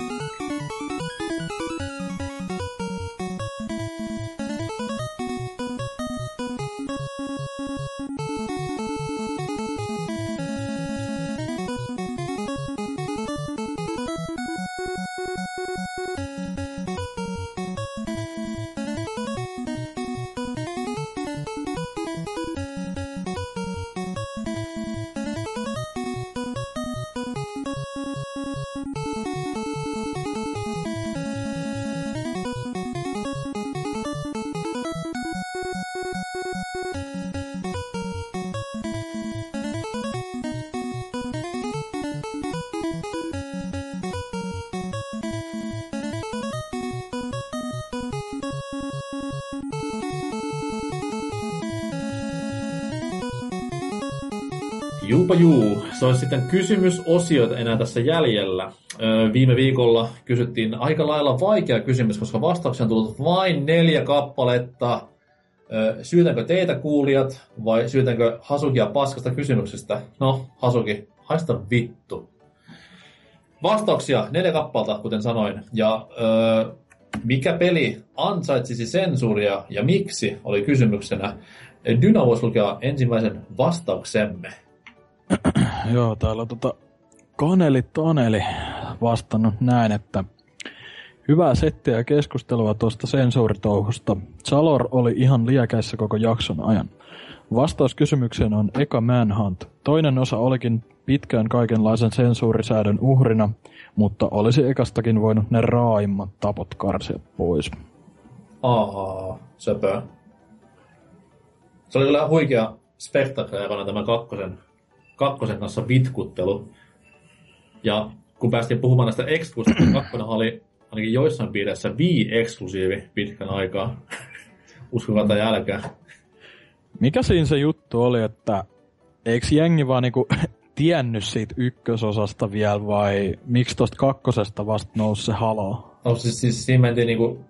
Juupa juu. Se olisi sitten kysymysosioita enää tässä jäljellä. Viime viikolla kysyttiin aika lailla vaikea kysymys, koska vastauksia on tullut vain 4 kappaletta. Syytänkö teitä kuulijat vai syytänkö Hasukia paskasta kysymyksestä? No, Hasuki, haista vittu. Vastauksia 4 kappaletta, kuten sanoin. Ja mikä peli ansaitsisi sensuuria ja miksi, oli kysymyksenä. Dyna voisi lukea ensimmäisen vastauksemme. Joo, täällä on Kaneli Taneli vastannut näin, että hyvää settiä ja keskustelua tuosta sensuuritouhusta. Zalor oli ihan liekäissä koko jakson ajan. Vastaus kysymykseen on eka Manhunt. Toinen osa olikin pitkään kaikenlaisen sensuurisäädön uhrina, mutta olisi ekastakin voinut ne raaimmat tapot karsia pois. Ahaa, söpö. Se oli kyllä huikea spektakleerona tämä kakkosen kanssa vitkuttelu. Ja kun päästiin puhumaan näistä eksklusiivista, kakkonen oli ainakin joissain piirissä Wii-eksklusiivi pitkän aikaa. Uskokaa tai älkää. Mikä siinä se juttu oli, että eikö jengi vaan niinku tiennyt siitä ykkösosasta vielä vai miksi tosta kakkosesta vasta nousi se halo? No siis siinä mentiin niinku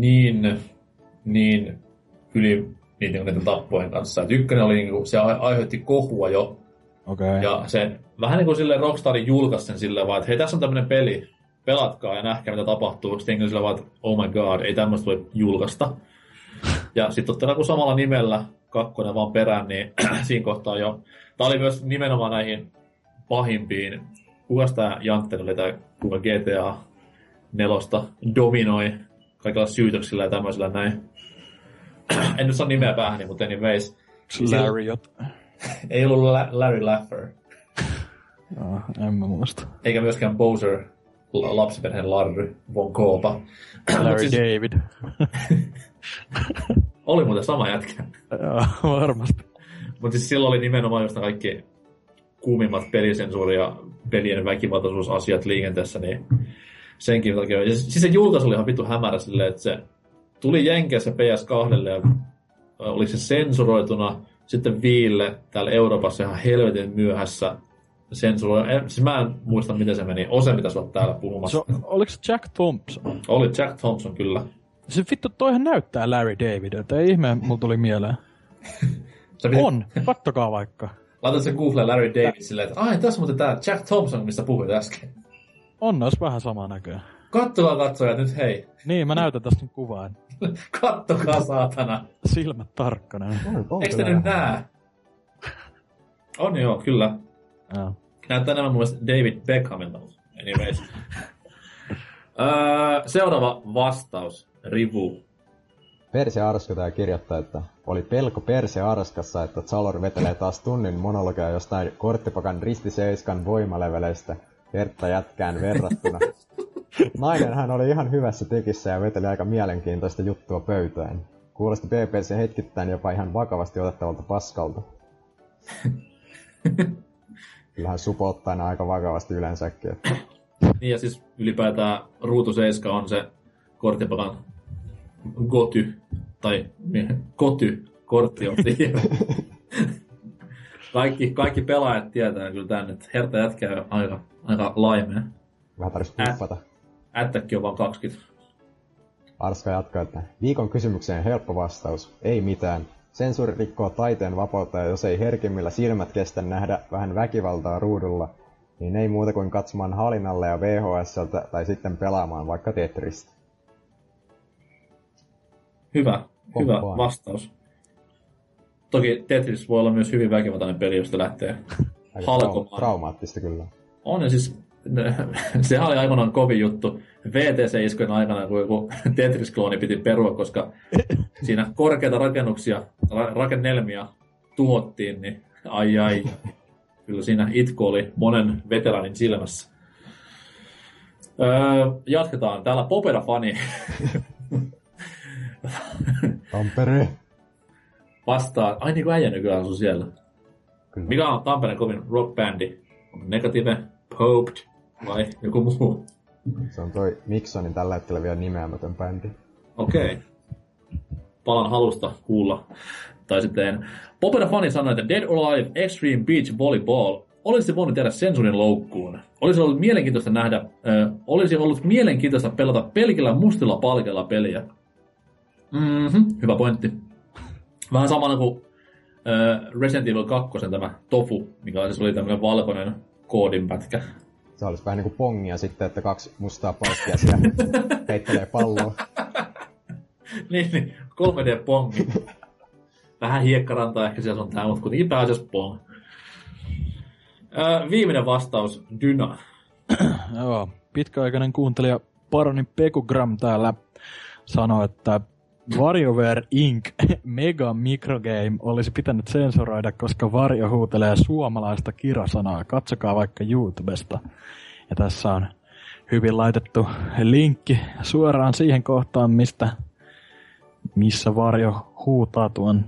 niin yli niiden tappojen kanssa. Et ykkönen oli niinku, se aiheutti kohua jo. Okay. Ja se vähän niinku silleen Rockstarin julkaisi sen silleen vaan, että hei tässä on tämmönen peli, pelatkaa ja nähkää mitä tapahtuu. Sitten jengi silleen vaan, että oh my god, ei tämmöistä voi julkaista. Ja sitten totta kun samalla nimellä kakkonen vaan perään, niin siinä kohtaa jo. Tää oli myös nimenomaan näihin pahimpiin. Kukas tää Jantten oli tää, kuka GTA 4 dominoi kaikilla syytöksillä ja tämmöisillä näin. En nyt saa nimeä päähäni, mutta anyways. Larry Ei ollut Larry Laffer. No, en mä muista. Eikä myöskään Bowser, lapsiperheen Larry von Koopa. Larry siis David. Oli muuten sama jätkä. Joo, varmasti. Mutta siis silloin oli nimenomaan just kaikki kuumimmat pelisensuuri- ja pelien väkivaltaisuusasiat liikenteessä, niin senkin takia. Ja siis se julkaisu oli ihan vittu hämärä silleen, että se tuli Jenkeissä PS2 ja oliko se sensuroituna, sitten Viille täällä Euroopassa ihan helvetin myöhässä sensuroituna. Siis mä en muista, miten se meni. Ose pitäisi olla täällä puhumassa. Oliko se Jack Thompson? Oli Jack Thompson, kyllä. Se vittu, toihan näyttää Larry Davidiltä. Ei ihme, mulla tuli mieleen. On, kattokaa vaikka. Laitat sen Googleen Larry David silleen, että ai, tässä on muuten tää Jack Thompson, mistä puhuit äsken. On, olisi vähän sama näköä. Kattokaa katsojat nyt, hei. Niin, mä näytän tästä nyt kuvaa. Kattokaa, saatana. Silmät tarkkana. Eikö te nyt nää? On joo, kyllä. Joo. Näyttää enemmän mun mielestä David Beckhamilta. Anyways. Seuraava vastaus. Rivu. Perse Arska tää kirjoittaa, että oli pelko Perse Arskassa, että Zalor vetelee taas tunnin monologia jostain korttipakan ristiseiskan voimaleveleistä Hertta jätkään verrattuna. Nainenhan oli ihan hyvässä tekissä ja veteli aika mielenkiintoista juttua pöytään. Kuulosti BBC hetkittäin jopa ihan vakavasti otettavalta paskalta. Kyllähän Supo ottaa aina aika vakavasti yleensäkin. Että... Niin ja siis ylipäätään Ruutu 7 on se korttipakan goty, tai kortti on kaikki pelaajat tietää kyllä tän, että Hertta jätkää aika laimea. Vähän tarvitsisi puffata. Ättäkki on vaan 20. Arska jatkaa, että viikon kysymykseen helppo vastaus. Ei mitään. Sensuuri rikkoo taiteen vapautta ja jos ei herkimmillä silmät kestä nähdä vähän väkivaltaa ruudulla, niin ei muuta kuin katsomaan Halinalle ja VHS:ltä tai sitten pelaamaan vaikka Tetristä. Hyvä vastaus. Toki Tetris voi olla myös hyvin väkivaltainen peli, josta lähtee halkomaan. Traumaattista kyllä. On ja siis, sehän oli aikanaan kovin juttu VTC-iskujen aikana, kun joku Tetris-klooni piti perua, koska siinä korkeita rakennuksia, rakennelmia tuhottiin, niin ai. Kyllä siinä itku oli monen veteraanin silmässä. Jatketaan. Täällä Popera-fani. Tampere. Vastaa. Ai niin kuin äijä nykyään asuu siellä. Kyllä. Mikä on Tampereen kovin rockbändi? Negative, Poped vai joku muu? Se on toi Miksonin tällä hetkellä vielä nimeämätön bändi. Okei. Palan halusta kuulla Tai sitten Popera Fani sanoi, että Dead or Alive Extreme Beach Volleyball olisi voinut jäädä sensuurin loukkuun. Olisi ollut mielenkiintoista pelata pelkillä mustilla palkilla peliä. Hyvä pointti. Vähän samana kuin Resident Evil 2 tämä Tofu, mikä siis oli tämmöinen valkoinen koodinpätkä. Se olisi vähän niinku pongia sitten, että 2 mustaa palkkia siellä heittelee palloa. niin, 3D-pongi. Vähän hiekkarantaa ehkä siellä on tää, mutta kuitenkin pääasiassa pong. Viimeinen vastaus, Dyna. Joo, pitkäaikainen kuuntelija Paroni Pekugram täällä sanoi, että WarioWare Inc. Mega Microgame olisi pitänyt sensuroida, koska Wario huutelee suomalaista kirosanaa. Katsokaa vaikka YouTubesta. Ja tässä on hyvin laitettu linkki suoraan siihen kohtaan, missä Wario huutaa tuon.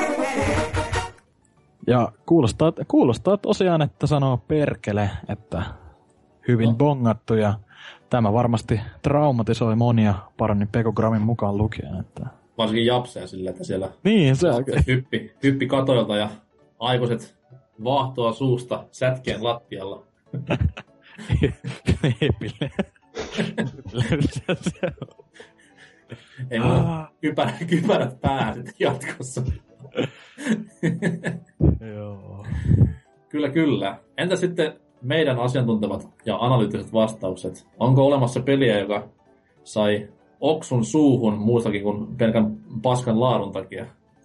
Ja kuulostaa tosiaan, että sanoo perkele, että hyvin bongattu ja tämä varmasti traumatisoi monia Paronin Pekogrammin mukaan lukien. Että... Varsinkin japseja sillä, että siellä niin, se hyppi katoilta ja aikuiset vaahtoa suusta sätkeen lattialla. Ei mulla kypärät päähän sitten jatkossa. Joo. Kyllä. Entä sitten meidän asiantuntevat ja analyyttiset vastaukset? Onko olemassa peliä, joka sai oksun suuhun muustakin kuin pelkän paskan laadun takia?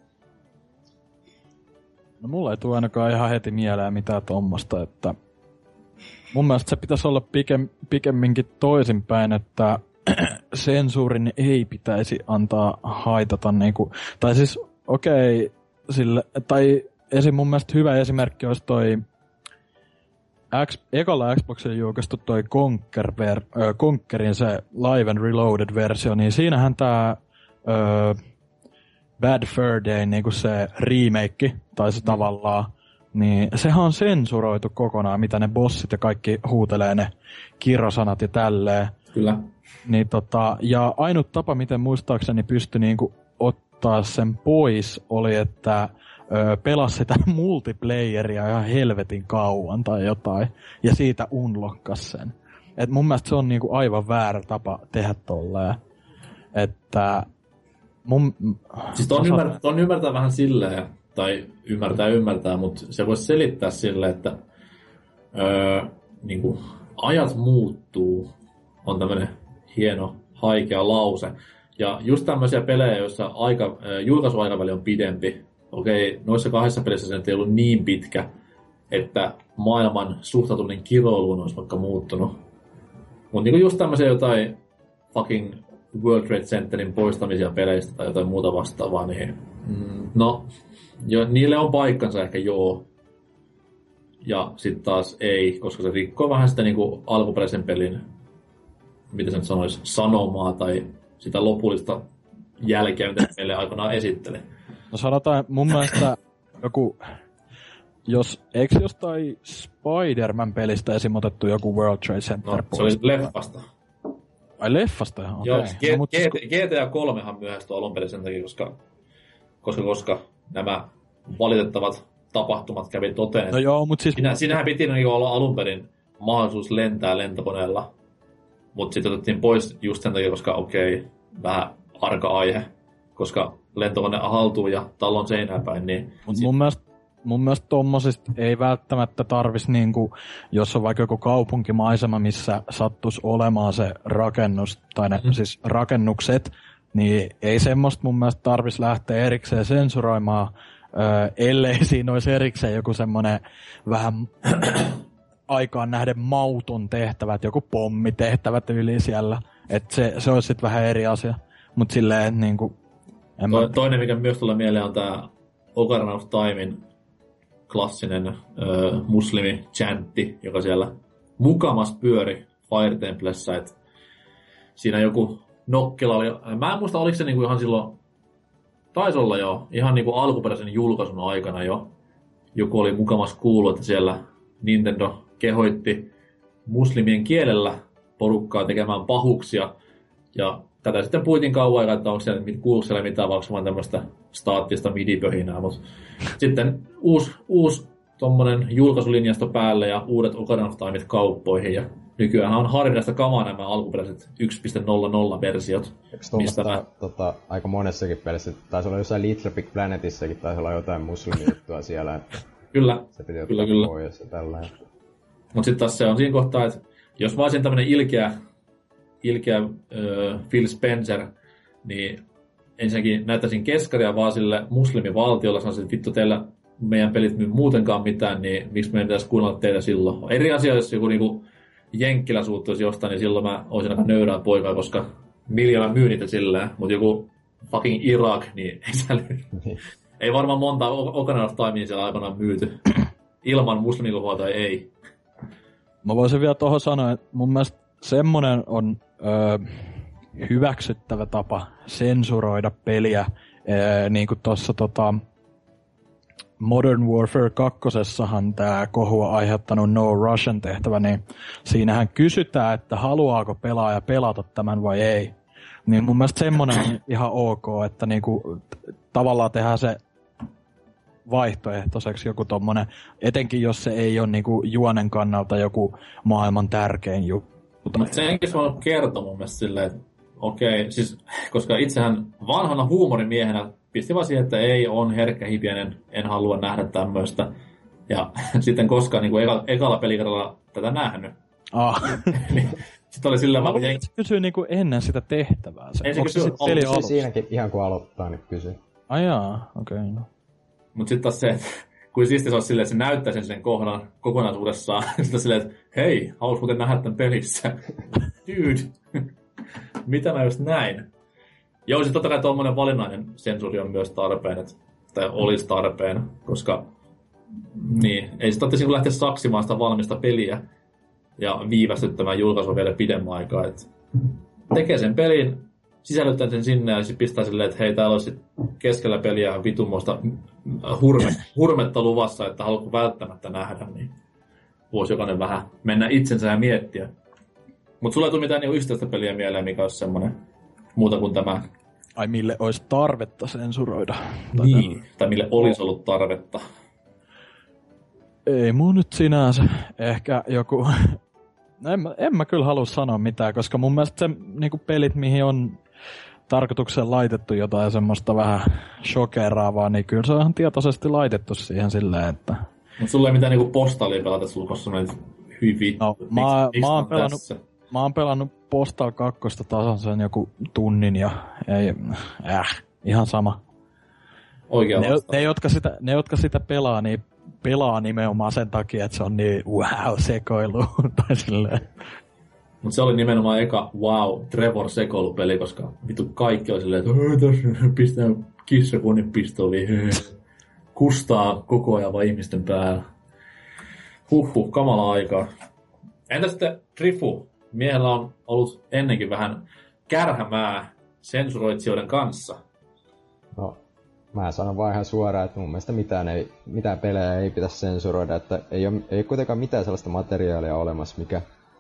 No mulla ei tule ainakaan ihan heti mieleen mitään tommosta, että mun mielestä se pitäisi olla pikemminkin toisinpäin, että sensuurin ei pitäisi antaa haitata niinku, tai siis okei, sille, tai esim. Mun mielestä hyvä esimerkki olisi toi ekalla Xboxilla julkaistu toi Conquerin se Live and Reloaded-versio, niin siinähän tää Bad Fur Day, niinku se remake, tai se tavallaan, niin sehän on sensuroitu kokonaan, mitä ne bossit ja kaikki huutelee ne kirrosanat ja tälleen. Kyllä. Niin ja ainut tapa, miten muistaakseni pystyi niinku ottaa sen pois, oli, että pelasi sitä multiplayeria ihan helvetin kauan tai jotain, ja siitä unlockas sen. Et mun mielestä se on niinku aivan väärä tapa tehdä tolleen. Että siis ton ymmärtää vähän silleen, tai ymmärtää, mutta se voisi selittää silleen, että niinku, ajat muuttuu, on tämmönen hieno, haikea lause. Ja just tämmöisiä pelejä, joissa julkaisuaikaväli on pidempi. Okei, noissa 2 pelissä se ei ollut niin pitkä, että maailman suhtautuminen kiroiluun olisi vaikka muuttunut. Mutta niinku just tämmöisiä jotain fucking World Trade Centerin poistamisia peleistä tai jotain muuta vastaavaa, niin niille on paikkansa ehkä joo. Ja sitten taas ei, koska se rikkoo vähän sitä niinku alkuperäisen pelin, mitä se nyt sanoisi, sanomaa tai sitä lopullista jälkeä, mitä meille aikanaan esitteli. No sanotaan, mun mielestä eikö jostain Spider-Man-pelistä esim. Otettu joku World Trade Center pois? Se oli leffasta. Ai leffasta ihan, okei. Joo, GTA 3han myöhästyi alun perin sen takia, koska nämä valitettavat tapahtumat kävi toteen. No joo, mutta siis... Siinähän piti olla alun perin mahdollisuus lentää lentokoneella, mutta sitten otettiin pois just sen takia, koska vähän arka aihe, koska lentokone haltuu ja talon seinään päin, niin... Mun mielestä tommosista ei välttämättä tarvis niinku, jos on vaikka joku kaupunkimaisema, missä sattuisi olemaan se rakennus, tai ne siis rakennukset, niin ei semmoista mun mielestä tarvis lähteä erikseen sensuroimaan, ellei siinä olisi erikseen joku semmonen vähän aikaan nähden mauton tehtävät, joku pommitehtävät yli siellä, että se olisi sitten vähän eri asia, mut silleen niinku... Toinen, mikä myös tulee mieleen, on tää Ocarina of Timein klassinen muslimi-chantti, joka siellä mukamas pyöri Fire Templessä, että siinä joku nokkela oli... Mä en muista, oliko se niinku ihan silloin... Taisi olla jo, ihan niinku alkuperäisen julkaisun aikana jo. Joku oli mukamas kuullut, että siellä Nintendo kehoitti muslimien kielellä porukkaa tekemään pahuksia, ja tätä sitten puitin kauan aikaa, että onko siellä, kuuluuko siellä mitään, vaikka vaan tämmöistä staattista midi-pöhinää, mutta sitten uusi tommonen julkaisulinjasto päälle ja uudet Ocarina of Timeit kauppoihin, ja nykyään on harvinaista kamaa nämä alkuperäiset 1.00-versiot. Eikö tuommoista aika monessakin pelissä? Taisi olla jossain Little Big Planetissakin, taisi olla jotain muslimijuttua siellä, että kyllä, se piti ottaa pois ja tällainen. Mutta sitten taas se on siinä kohtaa, että jos mä olisin tämmönen ilkeä Phil Spencer, niin ensinnäkin näyttäisin keskaria vaan sille muslimivaltiolla, sanoisin, että vittu teillä meidän pelit myy muutenkaan mitään, niin miksi meidän pitäisi kuunnella teitä silloin? Eri asia, jos joku niinku jenkkilä suuttuisi jostain, niin silloin mä olisin aika nöyrää poikaa, koska miljoona myy niitä silleen, mutta joku fucking Irak, niin ei varmaan monta Ocarina of Timea siellä aikanaan myyty. Ilman muslimiluvaa tai ei. Mä voisin vielä tuohon sanoa, että mun mielestä semmonen on hyväksyttävä tapa sensuroida peliä, niin kuin tuossa Modern Warfare 2:ssahan tää kohua aiheuttanut No Russian -tehtävä, niin siinähän kysytään, että haluaako pelaaja pelata tämän vai ei. Niin mun mielestä semmonen on ihan ok, että niinku tavallaan tehdään se vaihtoehtoiseksi joku tommonen, etenkin jos se ei ole niinku juonen kannalta joku maailman tärkein juttu. Mutta senkin se on kertoa mun mielestä silleen, että okei, siis koska itsehän vanhana huumorimiehenä pisti vaan siihen, että ei, on herkkä hipiäinen, en halua nähdä tämmöistä. Ja sitten koskaan niin kuin ekalla pelikerralla tätä nähnyt. Sitten oli sillä tavalla... Se kysyy niin kuin ennen sitä tehtävää. Ei se kysyy peli alussa. Siinäkin ihan kun aloittaa, niin kysyy. Jaa, okei. Okay, no. Mutta sitten taas se, että kuin siistiä se olisi silleen, että se näyttäisi sen kohdan kokonaisuudessaan. Sitten silleen, että hei, haluais muuten nähdä tämän pelissä. Dude, mitä mä just näin? Joo, siis totta kai tuommoinen valinnainen sensuuri on myös tarpeen, tai olisi tarpeen, koska niin, ei sitä ottaisi lähteä saksimaan sitä valmista peliä ja viivästyttämään julkaisua vielä pidemmän aikaa. Et tekee sen pelin, sisällyttää sen sinne ja sitten pistää silleen, että hei, täällä olisi keskellä peliä vitunmoista hurmetta luvassa, että haluatko välttämättä nähdä, niin voisi jokainen vähän mennä itsensä ja miettiä. Mutta sulla ei tule mitään niin yksittäistä peliä mieleen, mikä olisi semmoinen muuta kuin tämä. Ai mille olisi tarvetta sensuroida? Niin, tai mille olisi ollut tarvetta. Ei mun nyt sinänsä. Ehkä joku... en mä kyllä halua sanoa mitään, koska mun mielestä se niinku pelit, mihin on tarkoitukseen laitettu jotain semmoista vähän shokeraavaa, niin kyllä se on ihan tietoisesti laitettu siihen silleen, että... Mutta sulla ei mitään niinku postaalia pelata, sulla koska hyvin vittu. No, mä oon pelannut Postal 2 tasan sen joku tunnin ja ei, ihan sama. Oikea ne, jotka sitä pelaa, niin pelaa nimenomaan sen takia, että se on niin sekoilu tai silleen. Mut se oli nimenomaan eka Trevor sekoilupeli, koska vittu kaikki oli silleen, että tässä pistää kissakonepistooliin, kustaa koko ajan vaan ihmisten päällä. Kamala aikaa. Entä sitten Trifu? Miehellä on ollut ennenkin vähän kärhämää sensuroitsijoiden kanssa. No, mä sanon vaan ihan suoraan, että mun mielestä mitään pelejä ei pitäisi sensuroida, että ei ole kuitenkaan mitään sellaista materiaalia olemassa, mikä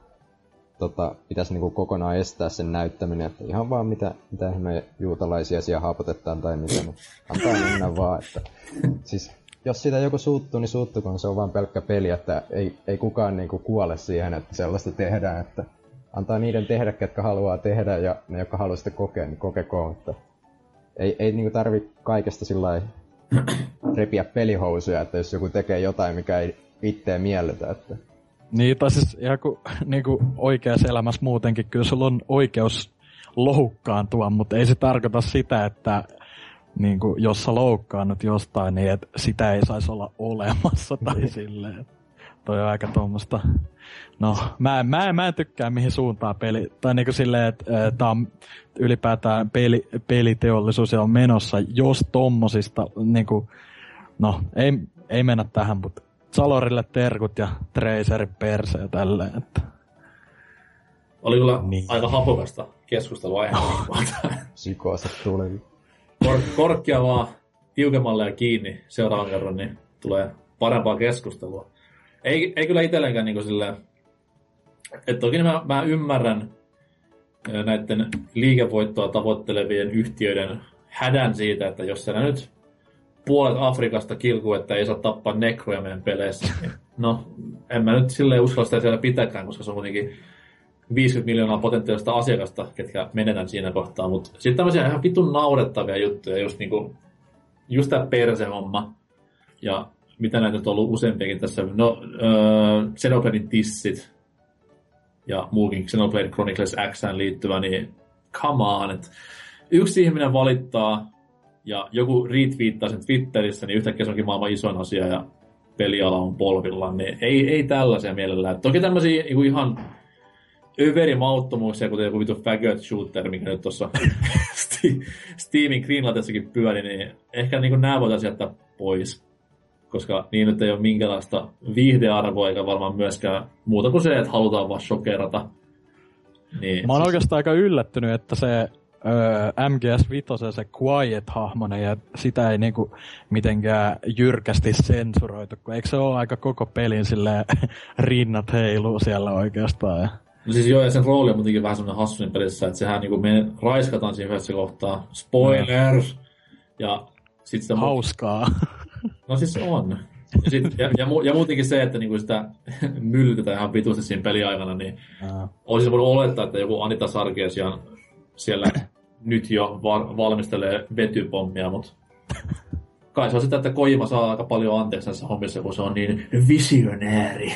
pitäisi niinku kokonaan estää sen näyttäminen, että ihan vaan mitä ihme juutalaisia siellä haapotetaan tai mitä, niin antaa mennä vaan, että siis jos siitä joku suuttuu, niin suuttukoon, se on vaan pelkkä peli, että ei kukaan niinku kuole siihen, että sellaista tehdään, että antaa niiden tehdä, ketkä haluaa tehdä, ja ne, jotka haluaa sitä kokea, niin kokekoon, että ei niinku tarvi kaikesta sillai repiä pelihousuja, että jos joku tekee jotain, mikä ei itteen miellytä, että... Niin, tai siis ihan niinku oikeassa elämässä muutenkin, kyllä sulla on oikeus loukkaantua, mutta ei se tarkoita sitä, että niinku, jos sä loukkaannut jostain, niin et sitä ei saisi olla olemassa tai silleen. Toi on aika tommoista... No, mä en tykkää mihin suuntaan peli... Tai niinku silleen, että tää on ylipäätään peliteollisuus ja on menossa, jos tommosista niinku... No, ei mennä tähän, mutta Salorille terkut ja Tracerin perse ja tälleen, että... Oli kyllä niin aika hapokasta keskustelua aiheesta. Psykooset tuli. Korkkia vaan tiukemmalle ja kiinni seuraavan kerran, niin tulee parempaa keskustelua. Ei kyllä itsellenkään niin silleen, että toki mä ymmärrän näiden liikevoittoa tavoittelevien yhtiöiden hädän siitä, että jos siellä nyt puolet Afrikasta kilkuu, että ei saa tappaa nekroja meidän peleissä, niin no, en mä nyt silleen uskalla sitä siellä pitääkään, koska se on kuitenkin 50 miljoonaa potentiaalista asiakasta, ketkä menetään siinä kohtaa, mutta sitten tämmöisiä ihan vitun naurettavia juttuja, just tää persehomma, ja mitä näitä on ollut useampiakin tässä, no, Xenobladein tissit, ja muukin Xenoblade Chronicles X:ään liittyvä, niin come on, että yksi ihminen valittaa, ja joku retweettaa sen Twitterissä, niin yhtäkkiä se onkin maailman isoin asia, ja peliala on polvillaan, niin ei tällaisia mielellään. Toki tämmöisiä ihan överimauttomuuksia, kuten joku vitu faggot shooter, mikä nyt tuossa Steamin Greenlightessakin pyöri, niin ehkä niin nämä voitaisiin jättää pois. Koska niin nyt ei ole minkälaista viihdearvoa, eikä varmaan myöskään muuta kuin se, että halutaan vaan shokerata. Niin, mä oon oikeastaan aika yllättynyt, että se MGS5, se Quiet-hahmonen, ja sitä ei niinku mitenkään jyrkästi sensuroitu, kun eikö se ole aika koko pelin silleen rinnat heiluu siellä oikeastaan. Ja... No siis joo, ja sen rooli on muutenkin vähän semmoinen hassu pelissä, että sehän niinku me raiskataan siinä yhdessä kohtaa. Spoilers! Ja sit sitä hauskaa. No siis on. Ja muutenkin se, että niinku sitä myllytetään ihan vitusti siinä peliaikana, niin olisi voinut olettaa, että joku Anita Sarkeesian siellä nyt jo valmistelee vetypommia, mutta kai se on sitä, että Kojima saa aika paljon anteeksi näissä hommissa, kun se on niin visionääri.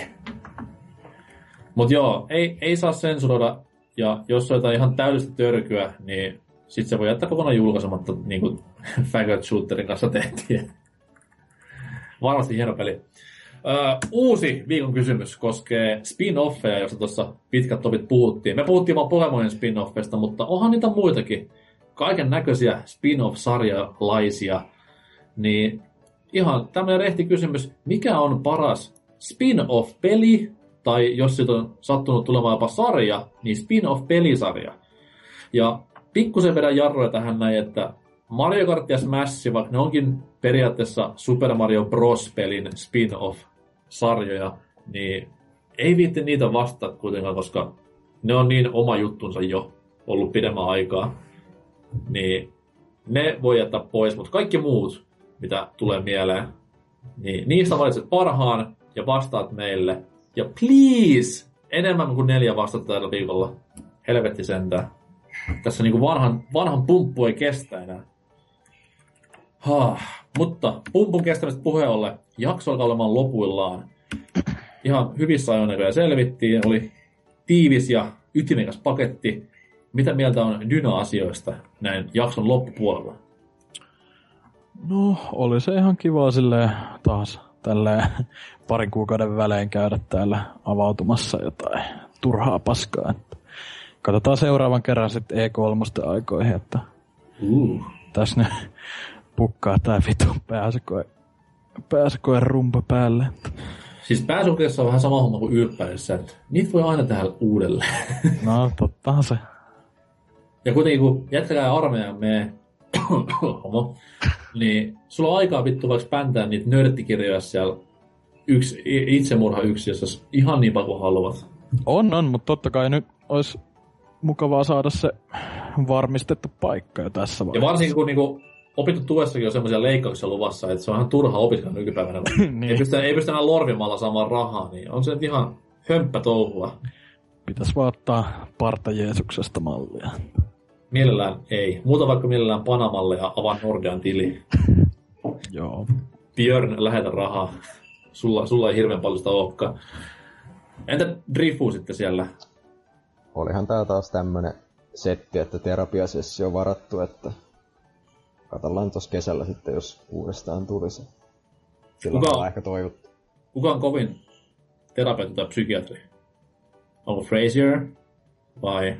Mutta joo, ei saa sensuroida, ja jos on jotain ihan täydellistä törkyä, niin sit se voi jättää kokonaan julkaisematta, niin kuin Faggot Shooterin kanssa tehtiin. Varmasti hieno peli. Uusi viikon kysymys koskee spin-offeja, josta tuossa pitkät topit puhuttiin. Me puhuttiin vaan Pokemonin spin-offeista, mutta onhan niitä muitakin. Kaiken näköisiä spin-off-sarjalaisia. Niin ihan tämmöinen rehti kysymys. Mikä on paras spin-off-peli, tai jos siitä on sattunut tulemaan jopa sarja, niin spin-off-pelisarja. Ja pikkusen vedän jarroja tähän näin, että Mario Kart ja Smash, vaikka ne onkin periaatteessa Super Mario Bros-pelin spin-off-sarjoja, niin ei viitti niitä vastata kuitenkaan, koska ne on niin oma juttunsa jo ollut pidemmän aikaa. Niin ne voi jättää pois, mutta kaikki muut, mitä tulee mieleen, niin niistä valitset parhaan ja vastaat meille. Ja please, enemmän kuin 4 vastata tällä viikolla. Helvetti sentään. Tässä niinku vanhan pumppu ei kestä enää. Mutta pumpun kestämistä puheen ollen, jakso alkaa olemaan lopuillaan. Ihan hyvissä ajoin selvittiin, oli tiivis ja ytimekäs paketti. Mitä mieltä on Dyna-asioista näin jakson loppupuolella? No, oli se ihan kiva silleen taas tälleen parin kuukauden välein käydä täällä avautumassa jotain turhaa paskaa. Katsotaan seuraavan kerran sitten E3 aikoihin, että tässä ne pukkaa tää vitun pääsykoe rumpa päälle. Siis pääsykokeessa on vähän sama homma kuin ylppäydessä, että niitä voi aina tehdä uudelleen. No, tottahan se. Ja kuitenkin kun jättäkää armeijan homo, niin sulla on aikaa vittu vaikka päntää niitä nörttikirjoja siellä itsemurhayksiössä ihan niin paljon kuin haluat. On, mutta totta kai nyt olisi mukavaa saada se varmistettu paikka jo tässä vaiheessa. Ja varsinkin kun niinku opittu tuessakin on semmoisia leikkauksia luvassa, että se on ihan turha opiskella nykypäivänä. Niin. Ei pysty enää lorvimalla saamaan rahaa, niin on se nyt ihan hömppä touhua. Pitäis vaan ottaa Parta Jeesuksesta mallia. Mielellään ei. Muuta vaikka mielellään Panamalle ja avaa Nordean tili. Joo. Björn, lähetä rahaa. Sulla ei hirveän paljon sitä olekaan. Entä Drifu sitten siellä? Olihan tää taas tämmönen setti, että terapiasessio on varattu, että katsellaan tossa kesällä sitten, jos uudestaan tulisi. Silloin on ehkä toivottu. Kuka on kovin terapeutti tai psykiatri? Onko Frazier vai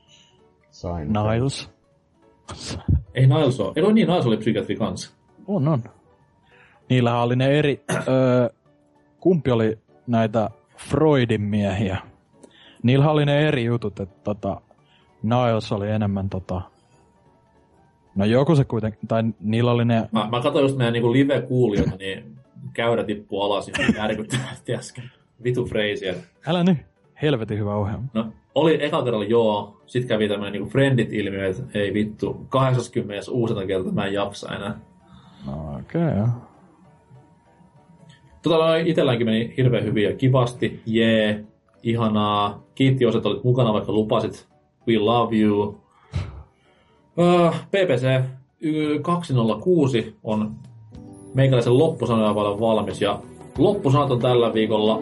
Niles? Ei Niles ole. Eikö niin, Niles oli psykiatri kanssa? On. Niillähän oli ne eri... kumpi oli näitä Freudin miehiä? Niillähän oli ne eri jutut, että Niles oli enemmän no joku se kuitenkin, tai niillä oli ne... Mä katsoin just meidän niinku live-kuulijoita, niin käyrä tippuu alas ja järkyttävästi äsken. Vitu Frazier. Älä nyt, helvetin hyvä ohjelma. No, Oli eka kerralla joo, sit kävi tämmönen niinku friendit-ilmiö, että ei vittu, 80 uusina kertaa mä en jaksa enää. No okei, joo. Itelläänkin meni hirveän hyvin ja kivasti, ihanaa. Kiitti jos, että olit mukana, vaikka lupasit. We love you. PPC 206 on meikäläisen loppusanoja paljon valmis, ja loppusanat on tällä viikolla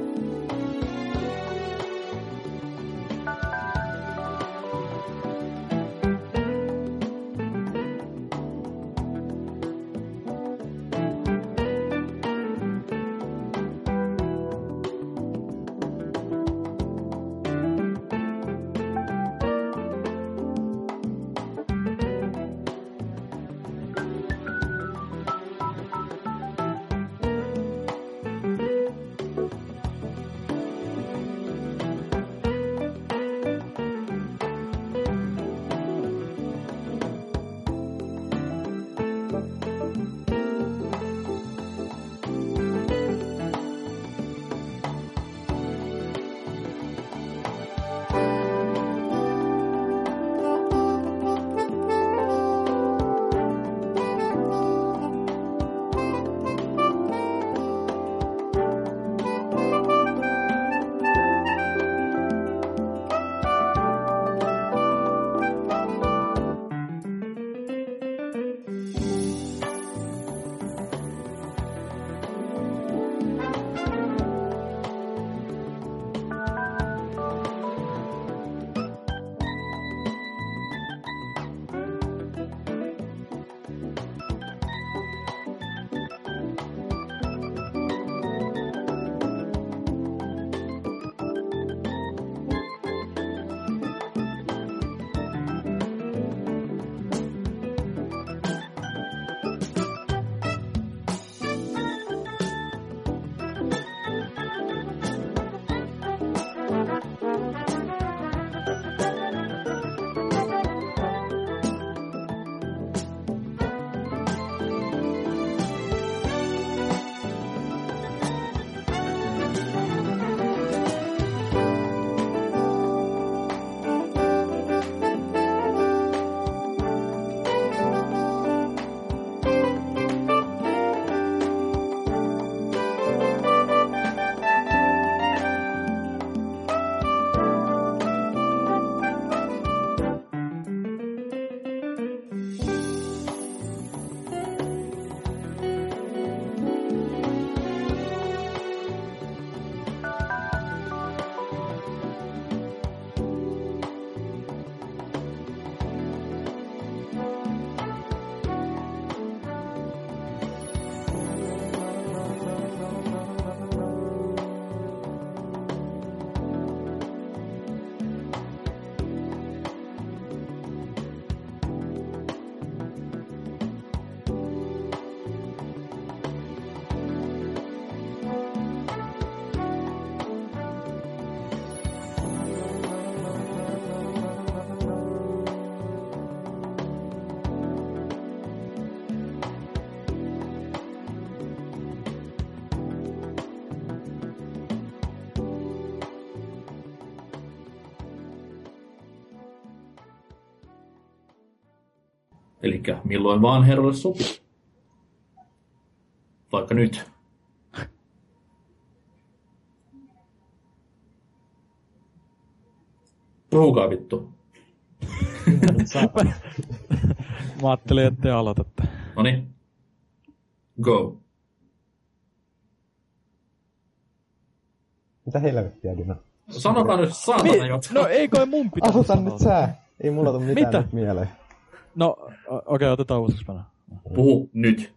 Elikkä milloin vaan herralle sopii. Vaikka nyt. Puhukaa vittu. Mä ajattelin, että te aloitatte. Noniin. Go. Mitä helvettiä, Dino? Sanotaan nyt saatana jotain. No ei kai mun pitää Aloita nyt sä. Ei mulla tule mitään Mitä? nyt mieleen. No okei, otetaan uusiksi mennä. Puhu nyt.